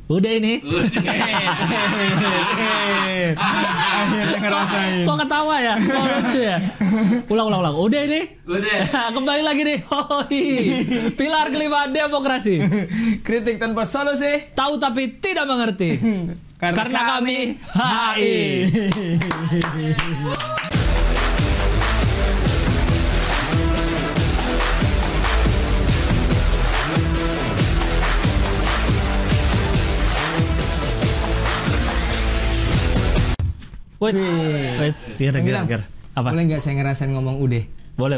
Udah ini. Akhirnya ngerasain. Kok ketawa ya? Kok lucu ya? Ulang. Udah ini. Udah. Kembali lagi nih. Pilar kelima demokrasi. Kritik tanpa solusi. Tahu tapi tidak mengerti. Karena kami HI. Wait, kira. Apa? Boleh nggak saya ngerasain ngomong udah? Boleh.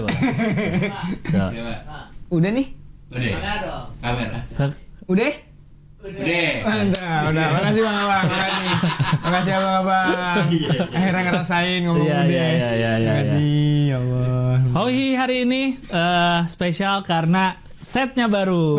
Udah nih? Udah. Kamera. Udah? Udah. Mantap, udah. Makasih Bang Abang. Makasih Abang. Akhirnya ngerasain ngomong Iya, udah. iya. Makasih, ya Allah. Hohi hari ini spesial karena setnya baru.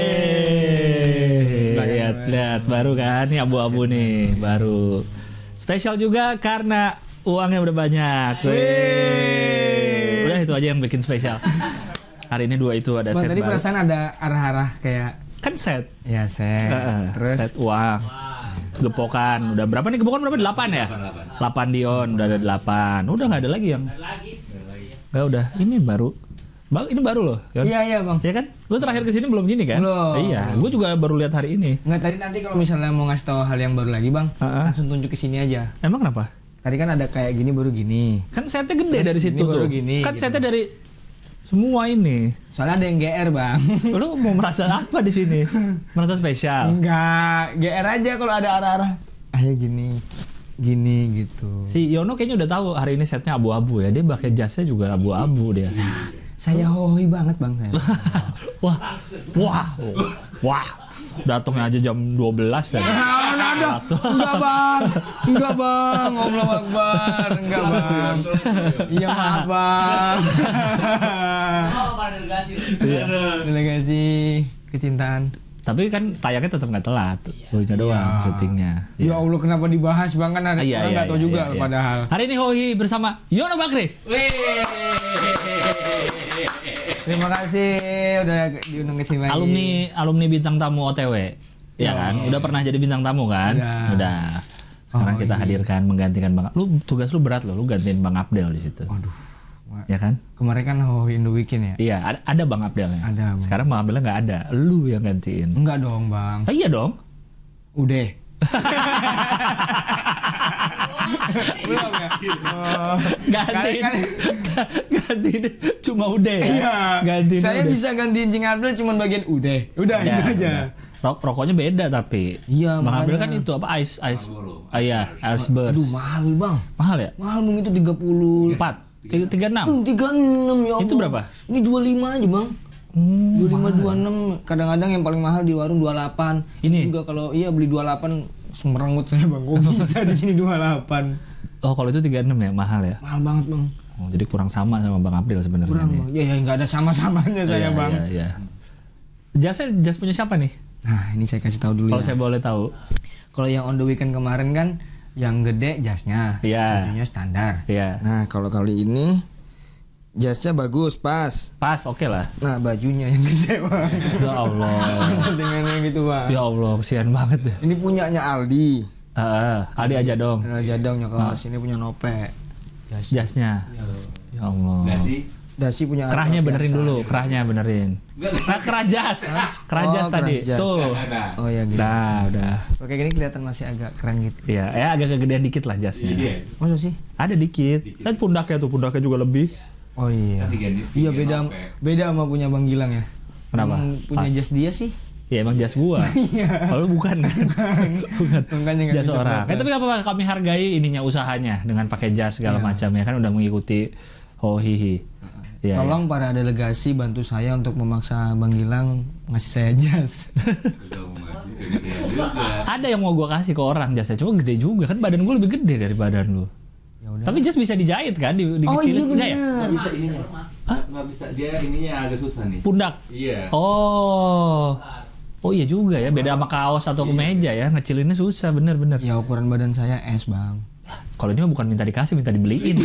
Lihat baru kan, ini abu-abu nih, baru. Spesial juga karena uangnya udah banyak. Udah itu aja yang bikin spesial. Hari ini 2 itu ada Bang, set tadi baru. perasaan ada arah-arah kayak Kan set. ya set. Terus Set uang. Gepokan. Udah berapa nih gepokan berapa? 8 ya? 8 Dion, udah ada 8. Udah nggak ada lagi yang. Nggak udah. Ini baru. Bang, ini baru loh. Kan? Iya Bang. Ya kan? Lu terakhir kesini belum gini kan? Belum. Iya, gue juga baru lihat hari ini. Nggak, tadi nanti kalau misalnya mau ngasih tahu hal yang baru lagi Bang, langsung tunjuk ke sini aja. Emang kenapa? Tadi kan ada kayak gini baru gini. Kan setnya gede Terus dari ini situ baru tuh. gini, Kan gitu. setnya dari semua ini. Soalnya ada yang GR Bang. Lu mau merasa apa di sini? Merasa spesial? Enggak, GR aja kalau ada arah-arah. Ayo gini gitu. Si Yono kayaknya udah tahu hari ini setnya abu-abu ya. Dia pakai jasnya juga abu-abu dia. Saya hobi banget Bang saya. Wah. Datangnya aja jam 12 tadi. Enggak bang, Allahu Akbar, enggak bang. Iya maaf bang. Delegasi kecintaan. Tapi kan tayangnya tetap nggak telat. Hoinya doang syutingnya. Ya Allah kenapa dibahas bang, kan ada orang nggak tahu juga iya. padahal. Hari ini Hohi bersama Yono Bakri. Terima kasih udah diundang ke sini lagi. Alumni bintang tamu OTW. Ya kan? Udah pernah jadi bintang tamu kan? Udah. Sekarang kita hadirkan menggantikan Bang. Tugas lu berat loh, lu gantiin Bang Abdel di situ. Waduh. Ya kan? Kemarin kan Indo Weekend ya? Iya, ada Bang Abdelnya. Ada, Bang. Sekarang Bang Abdelnya nggak ada. Lu yang gantiin. Enggak dong bang. Iya dong. Udah. Belum ya? Gantiin cuma udah ya. Iya. Gantiin Saya udah. bisa gantiin Cing Abdul cuma bagian udah Ya, itu aja. Rokoknya beda tapi. Iya, Bang Abdel makanya. kan itu apa ice. Iya, ice burst. Aduh mahal bang. Mahal ya? Mahal bang, itu 34. 36. 36 ya Allah. Itu berapa? Ini 25 aja bang. 25 26. Kadang-kadang yang paling mahal di warung 28. Ini? Juga kalau beli 28 semerengut saya bang. Kok bisa di sini 28? Oh, kalau itu 36 ya, mahal ya. Mahal banget bang. Oh, jadi kurang sama Bang Abdel sebenarnya. Kurang nih. bang. Ya nggak ada sama-samanya saya Iya, bang. Iya. Jas punya siapa nih? Nah ini saya kasih tahu dulu Kalau ya. saya boleh tahu. Kalau yang on the weekend kemarin kan yang gede jasnya, Iya. bajunya standar. Iya. Nah kalau kali ini jasnya bagus, pas. Pas, oke lah. Nah bajunya yang gede bang. Ya Allah. Settingannya gitu bang. Ya Allah, kesian banget deh. Ini punyanya Aldi. Aldi aja dong. Jadong nyokos. Ini punya Nope. Jasnya. Ya Allah. Dasi punya Kerahnya Aldi benerin biasa. dulu, kerahnya benerin. Kerah jas. Kerah jas tadi. keras jas. Tuh. Oh ya gitu. Udah. Oke gini kelihatan masih agak keren gitu. Iya, agak kegedean dikit lah jasnya. Masa sih? Ada dikit. Dan pundaknya juga lebih. Oh iya. Iya beda sama punya Bang Gilang ya. Kenapa? Emang punya Pas. jas dia sih. Ya emang jas gua. Kalau bukan kan? Bukan. Makanya nggak Jas bisa orang. protes. Tapi nggak apa-apa, kami hargai ininya usahanya dengan pakai jas segala macam ya kan udah mengikuti Hohihi. Ya, Tolong para delegasi bantu saya untuk memaksa Bang Gilang ngasih saya jas. Ada yang mau gua kasih ke orang jasnya, cuma gede juga kan badan gua lebih gede dari badan lu. Ya udah. Tapi jas bisa dijahit kan, Oh iya dikecilin enggak ya? benar. Nggak bisa ininya. Nggak bisa, dia ininya agak susah nih. Pundak. Iya. Oh iya juga ya, beda sama kaos atau kemeja ya, ngecilinnya susah, bener. Ya ukuran badan saya S bang. Kalau ini mah bukan minta dikasih, minta dibeliin.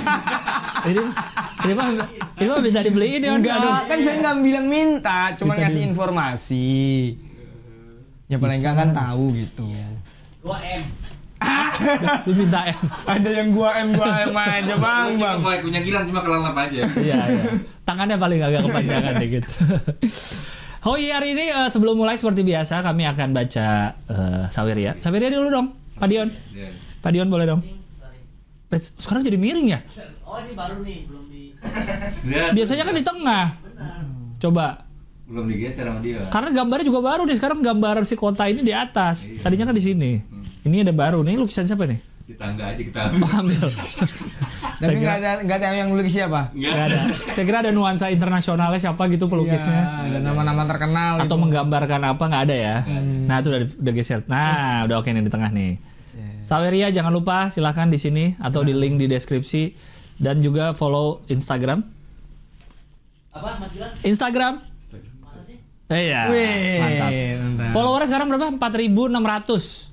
ini mah bisa dibeliin ya. Enggak, Aduh. kan saya nggak bilang minta, cuma Minta ngasih informasi. Ya paling enggak kan tahu gitu. 2M. Lu minta M. Ada yang gua M aja bang. Gua punya Gilang cuma kelalap aja. Iya. Tangannya paling agak kepanjangan deh gitu. Oh iya, hari ini sebelum mulai seperti biasa kami akan baca Saweria. Saweria dulu dong, Pak Dion. Pak Dion boleh dong. Sekarang jadi miring ya? Oh ini baru nih, belum di. Biasanya kan di tengah. Coba. Belum digeser sama dia. Karena gambarnya juga baru nih. Sekarang gambar si kota ini di atas. Tadinya kan di sini. Ini ada baru nih. Lukisan siapa nih? Di tangga aja kita Ambil. Tapi nggak ada yang lukis siapa? Nggak ada. Saya kira ada nuansa internasionalnya siapa gitu pelukisnya. Ada nama-nama terkenal. Atau gitu. menggambarkan apa, nggak ada ya. Nah itu udah geser. Nah udah oke nih di tengah nih. Saweria jangan lupa silahkan di sini atau di link di deskripsi. Dan juga follow Instagram. Apa Mas Gilang? Instagram. Masa sih? Iya. Mantap. Followernya sekarang berapa? 4.600.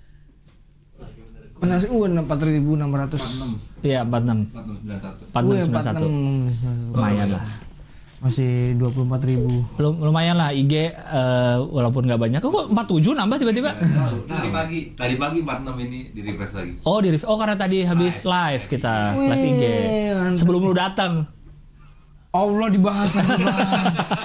4.600. Iya 46. 4691. 4691. Lumayan lah. Masih 24.000. Lumayan lah IG walaupun nggak banyak. Kok 47 nambah tiba-tiba? Tadi pagi 46 ini di refresh lagi. Oh karena tadi habis live kita live IG. Sebelum lu datang. Allah dibahas lagi bang.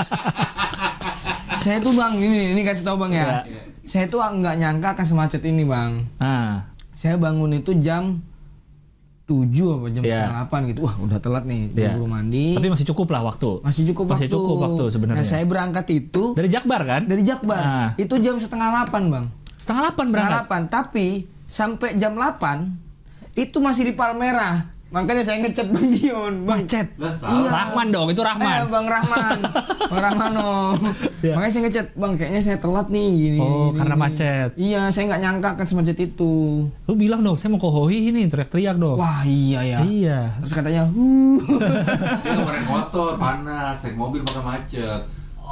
Saya tuh bang ini kasih tahu bang ya. Saya tuh nggak nyangka akan semacet ini bang. Saya bangun itu jam 7 apa jam setengah 8 gitu. Wah udah telat nih, buru mandi. Tapi masih cukup lah waktu. Masih cukup waktu sebenarnya. Nah saya berangkat itu dari Jakbar kan? Dari Jakbar. Itu jam setengah 8 bang. Setengah 8 berangkat? Setengah 8, tapi sampai jam 8 itu masih di Palmerah. Makanya saya ngechat Bang Dion. Macet? Iya. Rahman dong, itu Rahman. Bang Rahman. Bang Rahmano. Makanya saya ngechat, Bang kayaknya saya telat nih gini. Karena macet. Iya, saya nggak nyangka akan semacet itu. Lu bilang dong, saya mau ke Hohi ini, teriak-teriak dong. Wah iya ya. Iya. Terus katanya, Dia nggak naik motor, panas, naik mobil makan macet.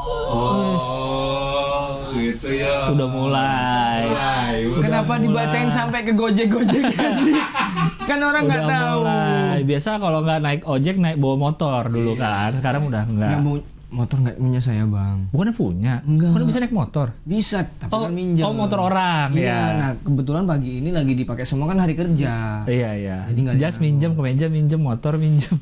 Gitu ya. Udah mulai. Kenapa dibacain sampai ke gojek-gojek ya sih? Kan orang nggak tahu. Biasa kalau nggak naik ojek naik bawa motor dulu kan. Sekarang udah nggak. Motor nggak punya saya bang. Bukannya punya? Enggak. Bukannya bisa naik motor? Bisa, tapi kan minjem. Oh motor orang. Iya. Ya. Nah kebetulan pagi ini lagi dipakai semua kan hari kerja. Iya. Jadi nggak Jas minjem, kemeja minjem, motor minjem.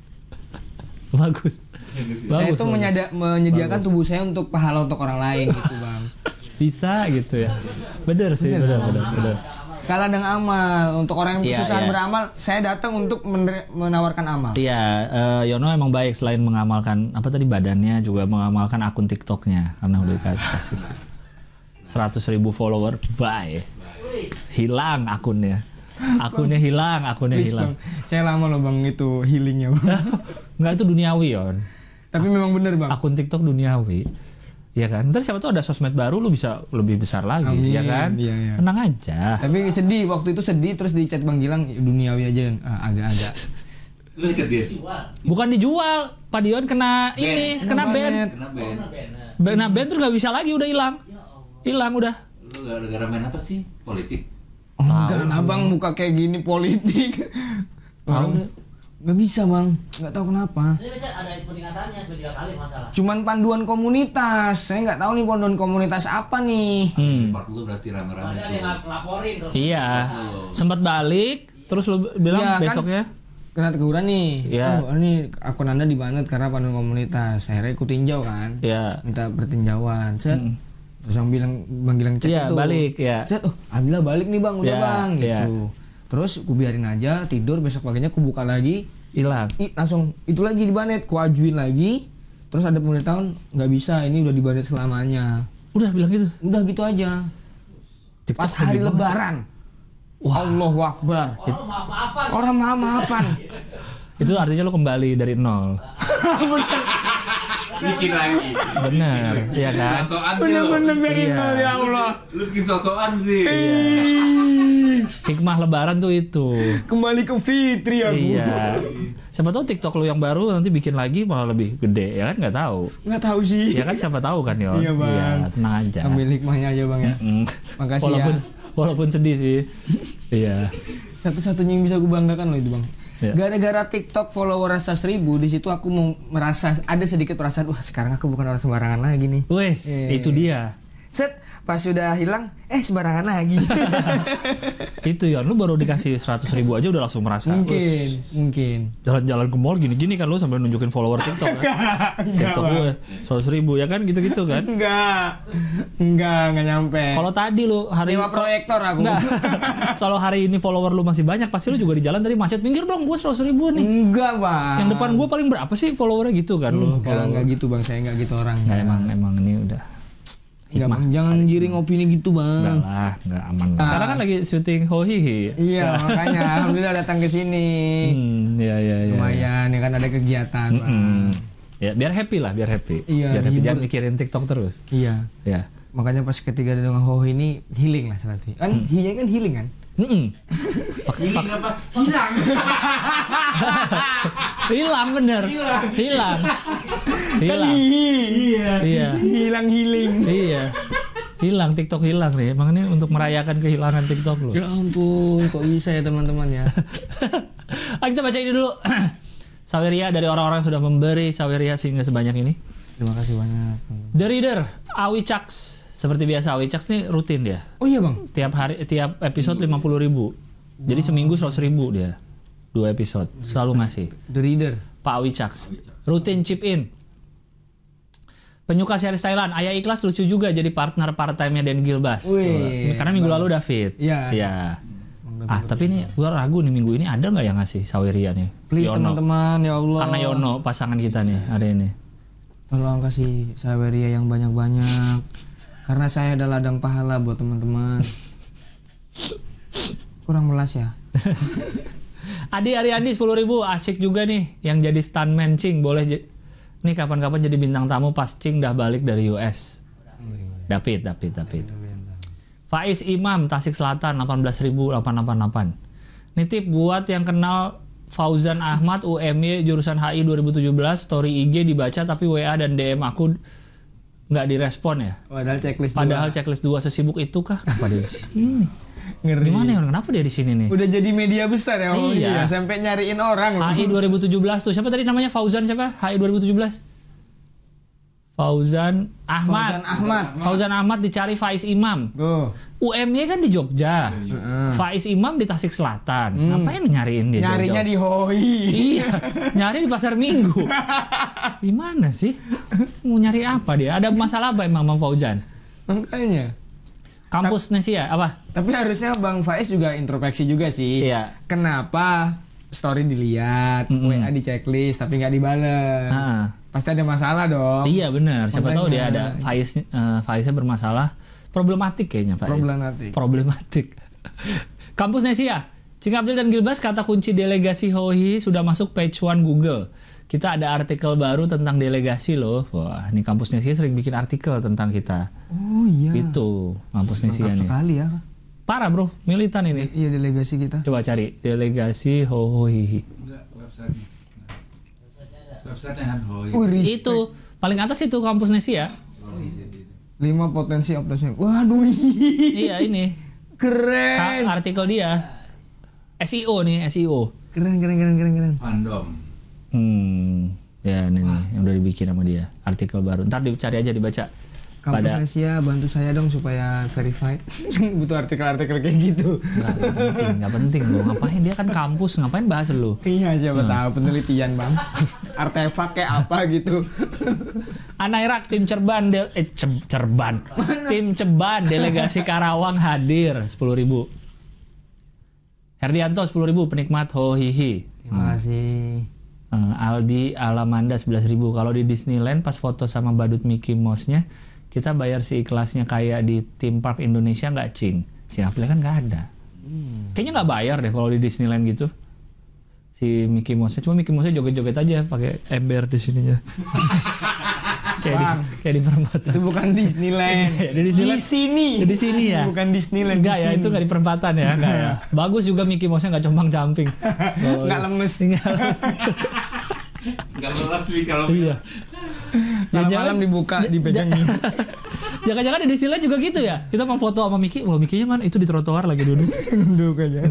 Bagus. Saya tuh menyediakan tubuh saya untuk pahala untuk orang lain gitu bang. Bisa gitu ya. Bener sih, bener. Kalau ada amal untuk orang yang kesusahan beramal, saya datang untuk menawarkan amal. Iya, Yono emang baik selain mengamalkan apa tadi badannya juga mengamalkan akun TikToknya karena udah dikasih 100.000 follower, bye. Hilang akunnya. Akunnya hilang. Bang, saya lama loh bang itu healingnya bang. Enggak itu duniawi Yon. Tapi memang bener bang. Akun TikTok duniawi. Iya kan? Ntar siapa tuh ada sosmed baru lu bisa lebih besar lagi. Amin, ya kan? Iya. Tenang aja. Tapi sedih, waktu itu sedih terus di chat Bang Gilang duniawi aja agak-agak. Lu chat dia? Bukan dijual, Pak Dion kena ini, kena ban. Kena ban terus nggak bisa lagi, udah hilang. Hilang udah. Lu gara-gara main apa sih? Politik? Enggak lah bang, muka kayak gini politik. Tahu. Gak bisa bang, nggak tahu kenapa. Ini bisa ada peningkatannya sampai 3 kali masalah. Cuman panduan komunitas, saya nggak tahu nih panduan komunitas apa nih. Part lu berarti rame-rame. Ada yang ngelaporin kalau. Iya. Sempat balik, terus lu bilang Iya, kan? besoknya. Kena teguran nih. Iya. Oh, ini akun Anda dibanet karena panduan komunitas. Akhirnya ikut tinjau kan. Iya. Minta pertinjauan. Set. Terus yang Bang Gilang chat Iya, itu. balik ya. Set, alhamdulillah balik nih bang, udah Iya, bang gitu. iya. Terus ku biarin aja, tidur, besok paginya ku buka lagi. Hilang. Langsung itu lagi dibanet, ku ajuin lagi. Terus ada pemberitahuan nggak bisa, ini udah dibanet selamanya. Udah bilang gitu. Udah gitu aja. TikTok Pas hari gede banget. Lebaran. Wah. Allahu Akbar. Maaf-maafan. Orang maaf-maafan. Itu artinya lu kembali dari nol. Bikin lagi. Bener, iya kan? Sosokan sih lu. Bener-bener dari Iya. nol ya Allah. Lu bikin sosokan sih. Hikmah lebaran tuh itu. Kembali ke fitri aku. Iya. Siapa tahu TikTok lu yang baru nanti bikin lagi malah lebih gede, ya kan? Nggak tahu. Nggak tahu sih. Ya kan siapa tahu kan, Yon? Iya, Bang. Iya, tenang aja. Ambil hikmahnya aja bang ya. Makasih walaupun, ya. Walaupun sedih sih. Iya. Satu-satunya yang bisa gue banggakan loh itu bang. Iya. Gara-gara TikTok follower 100.000, di situ aku mau merasa ada sedikit perasaan, wah sekarang aku bukan orang sembarangan lagi nih. Wes, Iya. itu dia. Set, pas sudah hilang, sembarangan lagi. Itu ya, lu baru dikasih 100.000 aja udah langsung merasa. Mungkin. Jalan-jalan ke mall gini-gini kan lu sampai nunjukin follower TikTok kan. TikTok gue 100.000 ya kan gitu-gitu kan. Enggak nyampe. Kalau tadi lu hari Dewa proyektor aku. Kalau hari ini follower lu masih banyak, pasti lu juga di jalan tadi macet, minggir dong gue 100.000 nih. Enggak, Bang. Yang depan gue paling berapa sih followernya gitu kan lu. Enggak gitu, Bang. Saya enggak gitu orang. Enggak, emang ini udah enggak, Bang. Jangan giring opini gitu, Bang. Enggak aman. Sekarang kan lagi syuting Hohihi. Iya, makanya alhamdulillah datang ke sini. Iya. Lumayan, ya kan ada kegiatan, Bang. Ya, biar happy lah, biar happy. Iya, biar happy, jangan mikirin TikTok terus. Iya. Ya. Makanya pas ketika dengan Hohi ini healing lah salah satu. Kan hiya kan healing kan? Healing apa? Hilang. Hilang bener. Hilang. Iya. Hilang healing. Iya. Hilang, TikTok hilang nih. Emang ini untuk merayakan kehilangan TikTok lo. Ya ampun, kok bisa ya teman-teman ya. Kita baca ini dulu. Saweria dari orang-orang yang sudah memberi Saweria sehingga sebanyak ini. Terima kasih banyak. The Reader, Awicaks. Seperti biasa, Awicaks nih rutin dia. Oh iya, Bang. Tiap episode 50.000. Jadi seminggu 100.000 dia. 2 episode, selalu ngasih. The Reader. Pak Awicaks. Rutin chip in. Penyuka series Thailand, Ayah Ikhlas lucu juga jadi partner part-time-nya Dan Gilbas. Karena minggu lalu David. Iya. Tapi ini gua ragu nih minggu ini ada nggak yang ngasih Saweria nih? Please teman-teman, ya Allah. Karena Yono pasangan kita nih hari ini. Tolong kasih Saweria yang banyak-banyak. Karena saya adalah ladang pahala buat teman-teman. Kurang melas ya. Adi Ariandi 10.000, asik juga nih yang jadi stuntman Cing, boleh nih kapan-kapan jadi bintang tamu pas Cing dah balik dari US. David. Faiz Imam Tasik Selatan 18.888. Nitip buat yang kenal Fauzan Ahmad UMY jurusan HI 2017, story IG dibaca tapi WA dan DM aku nggak direspon ya. Padahal checklist 2 sesibuk itu kah? Kenapa dia di sini? Ngeri. Gimana ya? Kenapa dia di sini nih? Udah jadi media besar ya. Iya. Sampai nyariin orang. HI 2017 tuh. Siapa tadi namanya? Fauzan siapa? HI 2017. Fauzan Ahmad dicari Faiz Imam. UMY kan di Jogja. Faiz Imam di Tasik Selatan. Ngapain nyariin dia? Nyarinya di Hoi. Iya, nyari di Pasar Minggu. Gimana sih? Mau nyari apa dia? Ada masalah apa emang Bang Fauzan? Makanya. Kampus Nesia apa? Tapi harusnya Bang Faiz juga introspeksi juga sih. Iya. Kenapa story dilihat, WA di checklist tapi nggak dibales? Pasti ada masalah dong. Iya benar. Siapa tahu dia ada Faiznya bermasalah, problematik kayaknya Faiz. Problematik. Kampus Nesia, Cing Abdul dan Gilbas kata kunci delegasi Hohi sudah masuk page 1 Google. Kita ada artikel baru tentang delegasi loh. Wah, ini Kampus Nesia sering bikin artikel tentang kita. Oh iya. Itu Kampus Nesia nih. Sekali ya. Parah bro, militan ini. Iya delegasi kita. Coba cari delegasi Hohi. Enggak, website. Website-nya kan Hoi. Itu paling atas itu Kampus Nesia. 5 potensi operasi. Waduh. Iya ini. Keren. Artikel dia. SEO nih, SEO. Keren. Fandom. Ya ini nih yang udah dibikin sama dia. Artikel baru. Ntar dicari aja dibaca. Kampus Nesia bantu saya dong supaya verified. Butuh artikel-artikel kayak gitu. Nggak penting loh. Ngapain dia kan kampus, ngapain bahas lu? Iya siapa tahu penelitian Bang. Artefak kayak apa gitu. Anairak tim Cerban tim Ceban delegasi Karawang hadir 10.000. Herdianto 10.000 penikmat Hohihi. Terima kasih. Aldi Alamanda 11.000. Kalau di Disneyland pas foto sama badut Mickey Mouse-nya kita bayar si ikhlasnya kayak di theme park Indonesia nggak Cing? Si Afle kan nggak ada. Kayaknya nggak bayar deh kalau di Disneyland gitu. Si Mickey Mouse-nya, cuma Mickey Mouse-nya joget-joget aja pakai ember di sininya. kayak di perempatan. Itu bukan Disneyland. Di sini. Di sini ya. Bukan Disneyland. Enggak ya, itu nggak di perempatan ya, enggak ya. Bagus juga Mickey Mouse-nya nggak compang-camping. Nggak lemes. Nggak lelas sih kalau. Iya. Malam dibuka, dipegangin. Jangan-jangan di Disneyland juga gitu ya? Kita mau foto sama Mickey, wah Mickey-nya mana? Itu di trotoar lagi duduk. Duduk aja.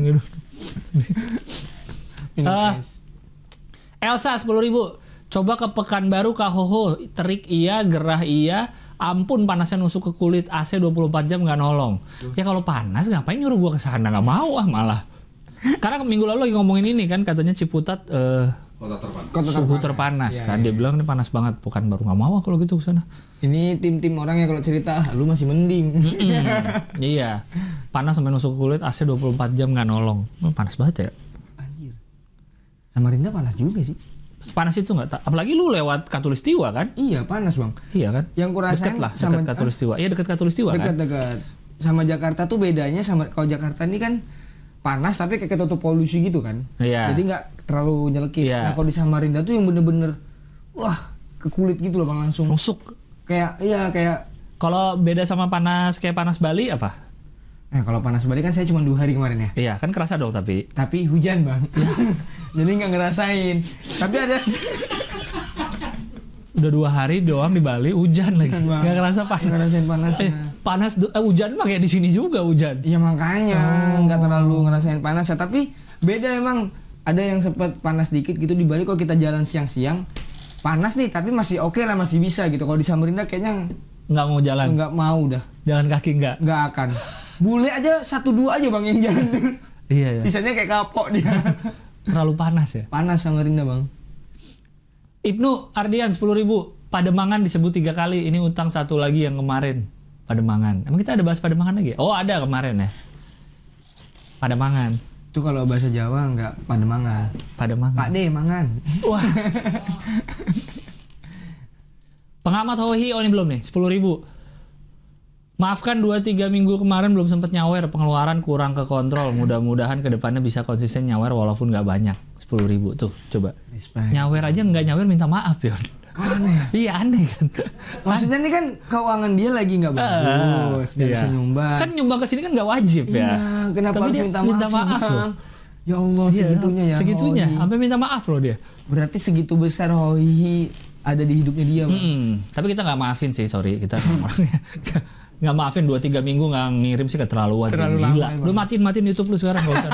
Elsa 10.000. Coba ke Pekanbaru Kahoho, terik iya, gerah iya, Ampun panasnya nusuk ke kulit, AC 24 jam nggak nolong. Ya kalau panas ngapain nyuruh gua ke sana, nggak mau malah. Karena minggu lalu lagi ngomongin ini kan, katanya Ciputat suhu terpanas kan. Dia bilang ini panas banget, bukan baru nggak mau kalau gitu ke sana. Ini tim-tim orang yang kalau cerita, lu masih mending. Iya, panas sampai nusuk ke kulit, AC 24 jam nggak nolong. Panas banget ya. Anjir. Samarinda panas juga sih. Sepanas itu nggak? Apalagi lu lewat Katulistiwa kan? Iya panas bang. Iya kan? Yang kurasain dekat Katulistiwa. Iya dekat Katulistiwa kan? Dekat. Sama Jakarta tuh bedanya sama kalau Jakarta ini kan panas tapi kayak ketutup polusi gitu kan. Iya. Jadi nggak terlalu nyelekit. Iya. Nah kalau di Samarinda tuh yang bener-bener wah ke kulit gitu loh bang, langsung. Nusuk. Kayak. Kalau beda sama panas kayak panas Bali apa? Kalau panas Bali kan saya cuma 2 hari kemarin ya. Iya kan kerasa dong tapi. Tapi hujan bang. Jadi nggak ngerasain. Tapi ada. Udah 2 hari doang di Bali hujan lagi. Nggak ngerasa panas. Nggak ngerasain panasnya. Hujan mah kayak di sini juga hujan. Iya makanya nggak terlalu ngerasain panas ya. Tapi beda emang. Ada yang sempet panas dikit gitu di Bali kalau kita jalan siang-siang panas nih tapi masih oke lah, masih bisa gitu. Kalau di Samarinda kayaknya nggak mau jalan. Nggak mau dah. Jalan kaki nggak akan. Bule aja 1-2 aja bang yang jalan. Iya. Sisanya kayak kapok dia. Terlalu panas ya. Panas Samarinda bang. Ibnu Ardian 10.000. Pademangan disebut 3 kali. Ini utang satu lagi yang kemarin. Pademangan. Emang kita ada bahas Pademangan lagi? Oh ada kemarin ya. Pademangan. Itu kalau bahasa Jawa nggak Pademangan. Pademangan. Pak D mangan. Wah. Pengamat Hohi, ini belum nih, 10.000. Maafkan 2-3 minggu kemarin belum sempat nyawer, pengeluaran kurang kekontrol. Mudah-mudahan kedepannya bisa konsisten nyawer walaupun nggak banyak. 10.000 tuh, coba. Respect. Nyawer aja nggak nyawer minta maaf ya. Aneh. Iya aneh kan. Maksudnya ini kan keuangan dia lagi nggak bagus, nggak bisa nyumbang. Kan nyumbang ke sini kan nggak wajib ya. Iya, kenapa tapi harus dia minta maaf sih, Bang? Ya Allah, segitunya ya. Segitunya, Hoi. sampai minta maaf loh dia. Berarti segitu besar Hoi ada di hidupnya dia, Bang. Tapi kita nggak maafin sih, sorry. Kita orangnya nggak maafin 2-3 minggu nggak ngirim sih keterlaluan. Terlalu sih. Gila. lama, Lu matiin YouTube lu sekarang nggak usah.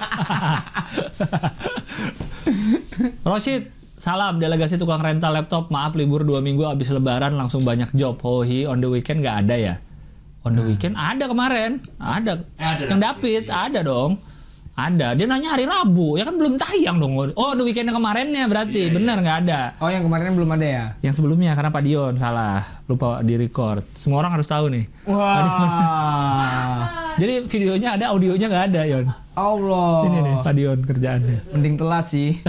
Roshid, salam delegasi tukang rental laptop. Maaf libur 2 minggu abis lebaran langsung banyak job. Hohi on the weekend nggak ada ya? On the weekend ada kemarin, ada. Yang David ada dong. Ada. Dia nanya hari Rabu, ya kan belum tayang dong. Oh, the weekend kemarinnya berarti bener nggak ada. Oh, yang kemarin belum ada ya? Yang sebelumnya karena Pak Dion salah, lupa di record. Semua orang harus tahu nih. Wah. Jadi videonya ada, audionya nggak ada, Yon. Allah. Ini nih Pak Dion kerjaannya. Mending telat sih.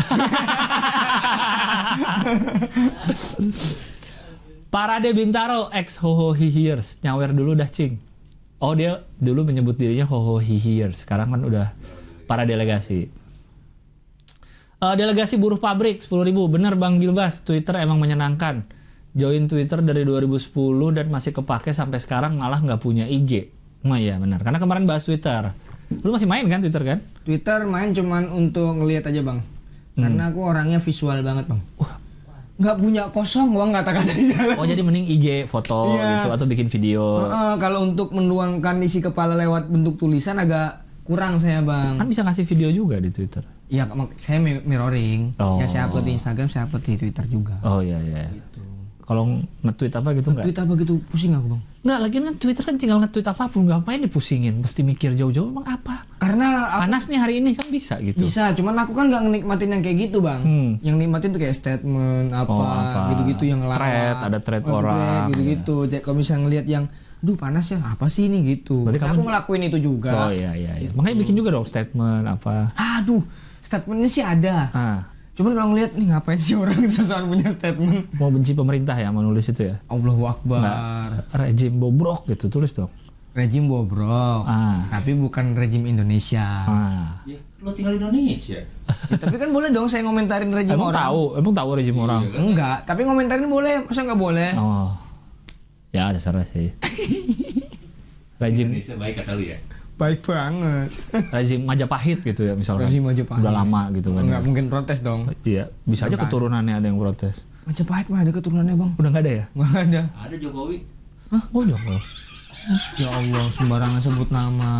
Parade Bintaro ex Hoho Hihiers. Nyawer dulu dah Cing. Oh dia dulu menyebut dirinya Hoho Hihiers. Sekarang kan udah para delegasi. Delegasi buruh pabrik 10.000. Bener Bang Gilbas, Twitter emang menyenangkan. Join Twitter dari 2010 dan masih kepake sampai sekarang, malah nggak punya IG. Oh iya benar, karena kemarin bahas Twitter. Lu masih main kan Twitter kan? Twitter main cuman untuk ngelihat aja Bang. Karena aku orangnya visual banget Bang. Nggak punya kosong uang kata-kata di dalam. Oh jadi mending IG foto gitu atau bikin video. Kalau untuk menuangkan isi kepala lewat bentuk tulisan agak kurang saya Bang. Kan bisa ngasih video juga di Twitter. Iya, saya mirroring. Oh. Ya saya upload di Instagram, saya upload di Twitter juga. Oh iya iya. Gitu. Kalau nge-tweet apa gitu nggak? Tweet apa gitu pusing aku Bang. Nggak, lagi kan Twitter kan tinggal nge-tweet apapun, ngapain dipusingin, mesti mikir jauh-jauh emang apa? Karena Panas nih hari ini kan bisa gitu. Bisa, cuman aku kan nggak nikmatin yang kayak gitu Bang. Yang nikmatin tuh kayak statement apa gitu-gitu yang ngelawak. Ada thread orang. Gitu-gitu. Kalau misalnya ngelihat yang duh panas ya apa sih ini gitu. Berarti aku ngelakuin itu juga. Oh iya. Makanya bikin juga dong statement apa. Aduh, statementnya sih ada. Cuman kalau ngelihat nih ngapain sih orang sesuatu punya statement. Mau benci pemerintah ya, mau nulis itu ya. Allahu Akbar. Rejim bobrok gitu, tulis dong. Rejim bobrok. Tapi bukan rejim Indonesia. Ya, lo tinggal di Indonesia. Ya, tapi kan boleh dong saya ngomentarin rejim orang. Emang tahu rejim orang? Enggak, tapi ngomentarin boleh, masa nggak boleh? Oh. Ya, dasarnya sih. Rejim Indonesia baik kata lu ya. Baik banget. Rezim Majapahit gitu ya misalkan. Rezim Majapahit. Udah lama gitu kan. Enggak mungkin protes dong. Iya, bisa aja keturunannya ada yang protes. Majapahit mah ada keturunannya Bang. Udah nggak ada ya? Nggak ada. Ada Jokowi. Hah? Oh Jokowi. Ya Allah, sembarangan sebut nama.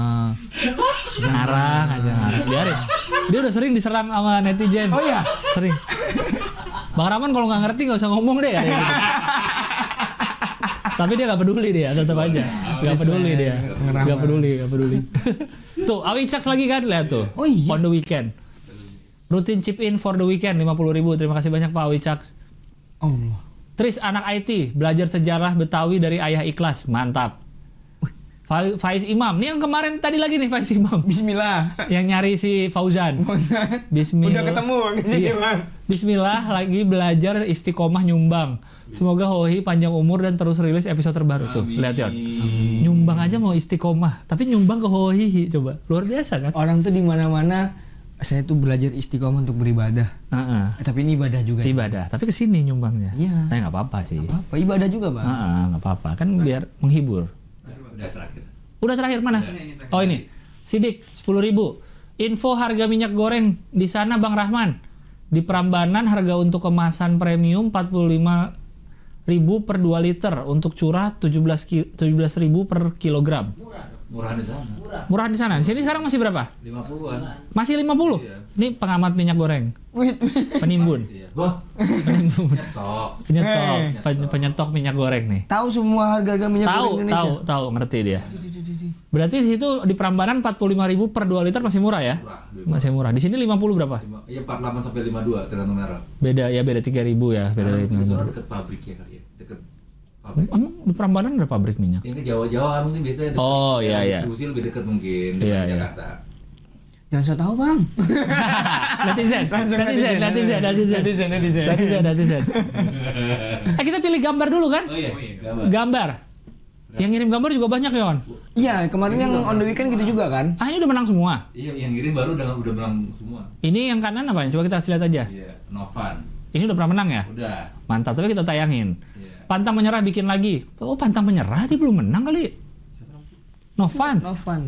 Ngarang aja ngarang. Biarin. Dia udah sering diserang sama netizen. Oh iya? Sering. Bang Rahman kalau nggak ngerti nggak usah ngomong deh kayak gitu. Tapi dia nggak peduli dia, tetap aja. Nggak peduli dia. Nggak peduli. Tuh, Awicaks lagi kan, lihat tuh. Oh iya. On the weekend. Rutin chip in for the weekend 50.000. Terima kasih banyak Pak Awicaks. Allah. Tris anak IT, belajar sejarah Betawi dari ayah ikhlas. Mantap. Faiz Imam, nih yang kemarin tadi lagi nih Faiz Imam. Bismillah. Yang nyari si Fauzan. Bismillah. Udah ketemu Iya. Bismillah lagi belajar istiqomah nyumbang. Semoga Hohi panjang umur dan terus rilis episode terbaru. Tuh. Lihat ya. Nyumbang aja mau istiqomah, tapi nyumbang ke Hohi coba. Luar biasa kan? Orang tuh di mana-mana saya tuh belajar istiqomah untuk beribadah. Tapi ini ibadah juga. Ibadah, tapi kesini nyumbangnya. Iya. Nggak apa-apa sih. Apa ibadah juga, Bang? Nggak apa-apa. Kan biar menghibur. Udah terakhir mana? Oh ini. Sidik 10.000. Info harga minyak goreng di sana Bang Rahman. Di Prambanan harga untuk kemasan premium 45.000 per 2 liter, untuk curah 17.000 per kilogram. Murah di sana. Murah di sana. Di sini sekarang masih berapa? 50-an. Masih 50? Iya. Ini pengamat minyak goreng. Penimbun. Iya. Wah. Penimbun. Nyetok. Penyetok minyak goreng nih. Tahu semua harga-harga minyak goreng Indonesia? Tahu, ngerti dia. Berarti di situ di Prambanan 45.000 per 2 liter masih murah ya? Masih murah. Di sini 50 berapa? Iya 48 sampai 52 tergantung merek. Beda 3.000 ya, beda Di 5.000. sana dekat pabrik ya kali ya. Dekat pabrik. Emang di Prambanan ada pabrik minyak? Yang ke Jawa-Jawa mungkin biasanya dekat. Oh, iya. Distribusi lebih dekat mungkin Iya, dengan iya. Jakarta. Jangan saya tahu, Bang. Netizen. Kita pilih gambar dulu kan? Oh iya, Gambar. Yang ngirim gambar juga banyak ya, On? Iya, kemarin yang on the weekend gitu juga kan? Ah, ini udah menang semua. Iya, yang ngirim baru udah menang semua. Ini yang kanan apa? Coba kita lihat aja. Iya, Novan. Ini udah pernah menang ya? Udah. Mantap, tapi kita tayangin. Iya. Pantang menyerah bikin lagi. Oh, pantang menyerah dia belum menang kali. Novan. Novan.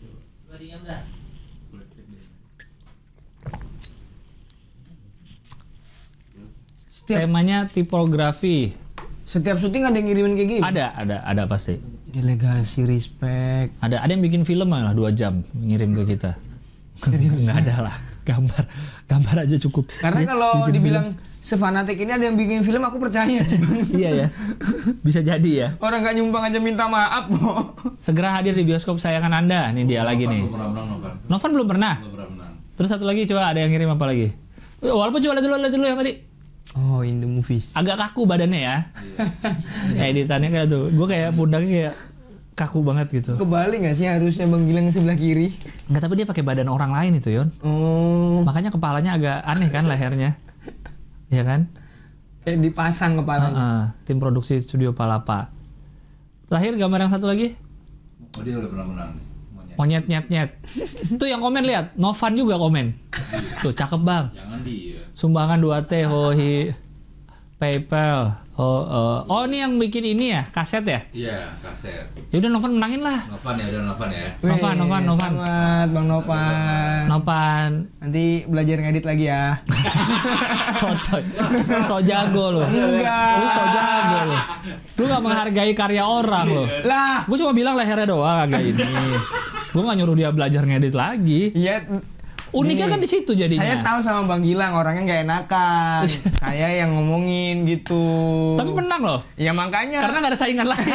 Temanya tipografi. Setiap syuting ada yang ngirimin kayak gini? Ada pasti. Delegasi, respect. Ada yang bikin film malah 2 jam ngirim ke kita. Nggak ada lah. Gambar aja cukup. Karena kalau dibilang sefanatik ini ada yang bikin film, aku percaya sih, Bang. Iya ya. Bisa jadi ya. Orang nggak nyumbang aja minta maaf kok. Segera hadir di bioskop sayangan Anda. Ini dia lagi nih. Belum pernah menang Novan. Novan belum pernah. Belum pernah menang. Terus satu lagi coba ada yang ngirim apa lagi? Walaupun coba lihat dulu yang tadi. Oh, in the movies. Agak kaku badannya ya. Editannya kayak tuh. Gue kayak pundaknya kayak kaku banget gitu. Kebalik nggak sih harusnya Bang Gilang sebelah kiri? Enggak, tapi dia pakai badan orang lain itu, Yon. Oh. Makanya kepalanya agak aneh kan lehernya. Iya kan? Kayak dipasang kepalanya. Tim produksi Studio Palapa. Terakhir gambar yang satu lagi. Oh dia udah pernah menang nih. Nyet. Tuh yang komen lihat, Novan juga komen. Tuh cakep Bang. Jangan dia. Sumbangan 2T Hohi PayPal. Oh ini yang bikin ini ya, kaset ya? Iya, kaset. Ya udah Novan menangin lah. Novan ya, udah Novan ya. Novan. Selamat Bang Novan. Nanti belajar ngedit lagi ya. Sotoy. So jago lo. Enggak. Lu so jago lo. Lu gak menghargai karya orang lo. Lah, Gue cuma bilang lehernya doang agak ini. Gue gak nyuruh dia belajar ngedit lagi. iya. Uniknya Nih, kan di situ jadinya. Saya tahu sama Bang Gilang orangnya nggak enakan. Saya yang ngomongin gitu. Tapi menang loh. Ya makanya. Karena gak ada saingan lain.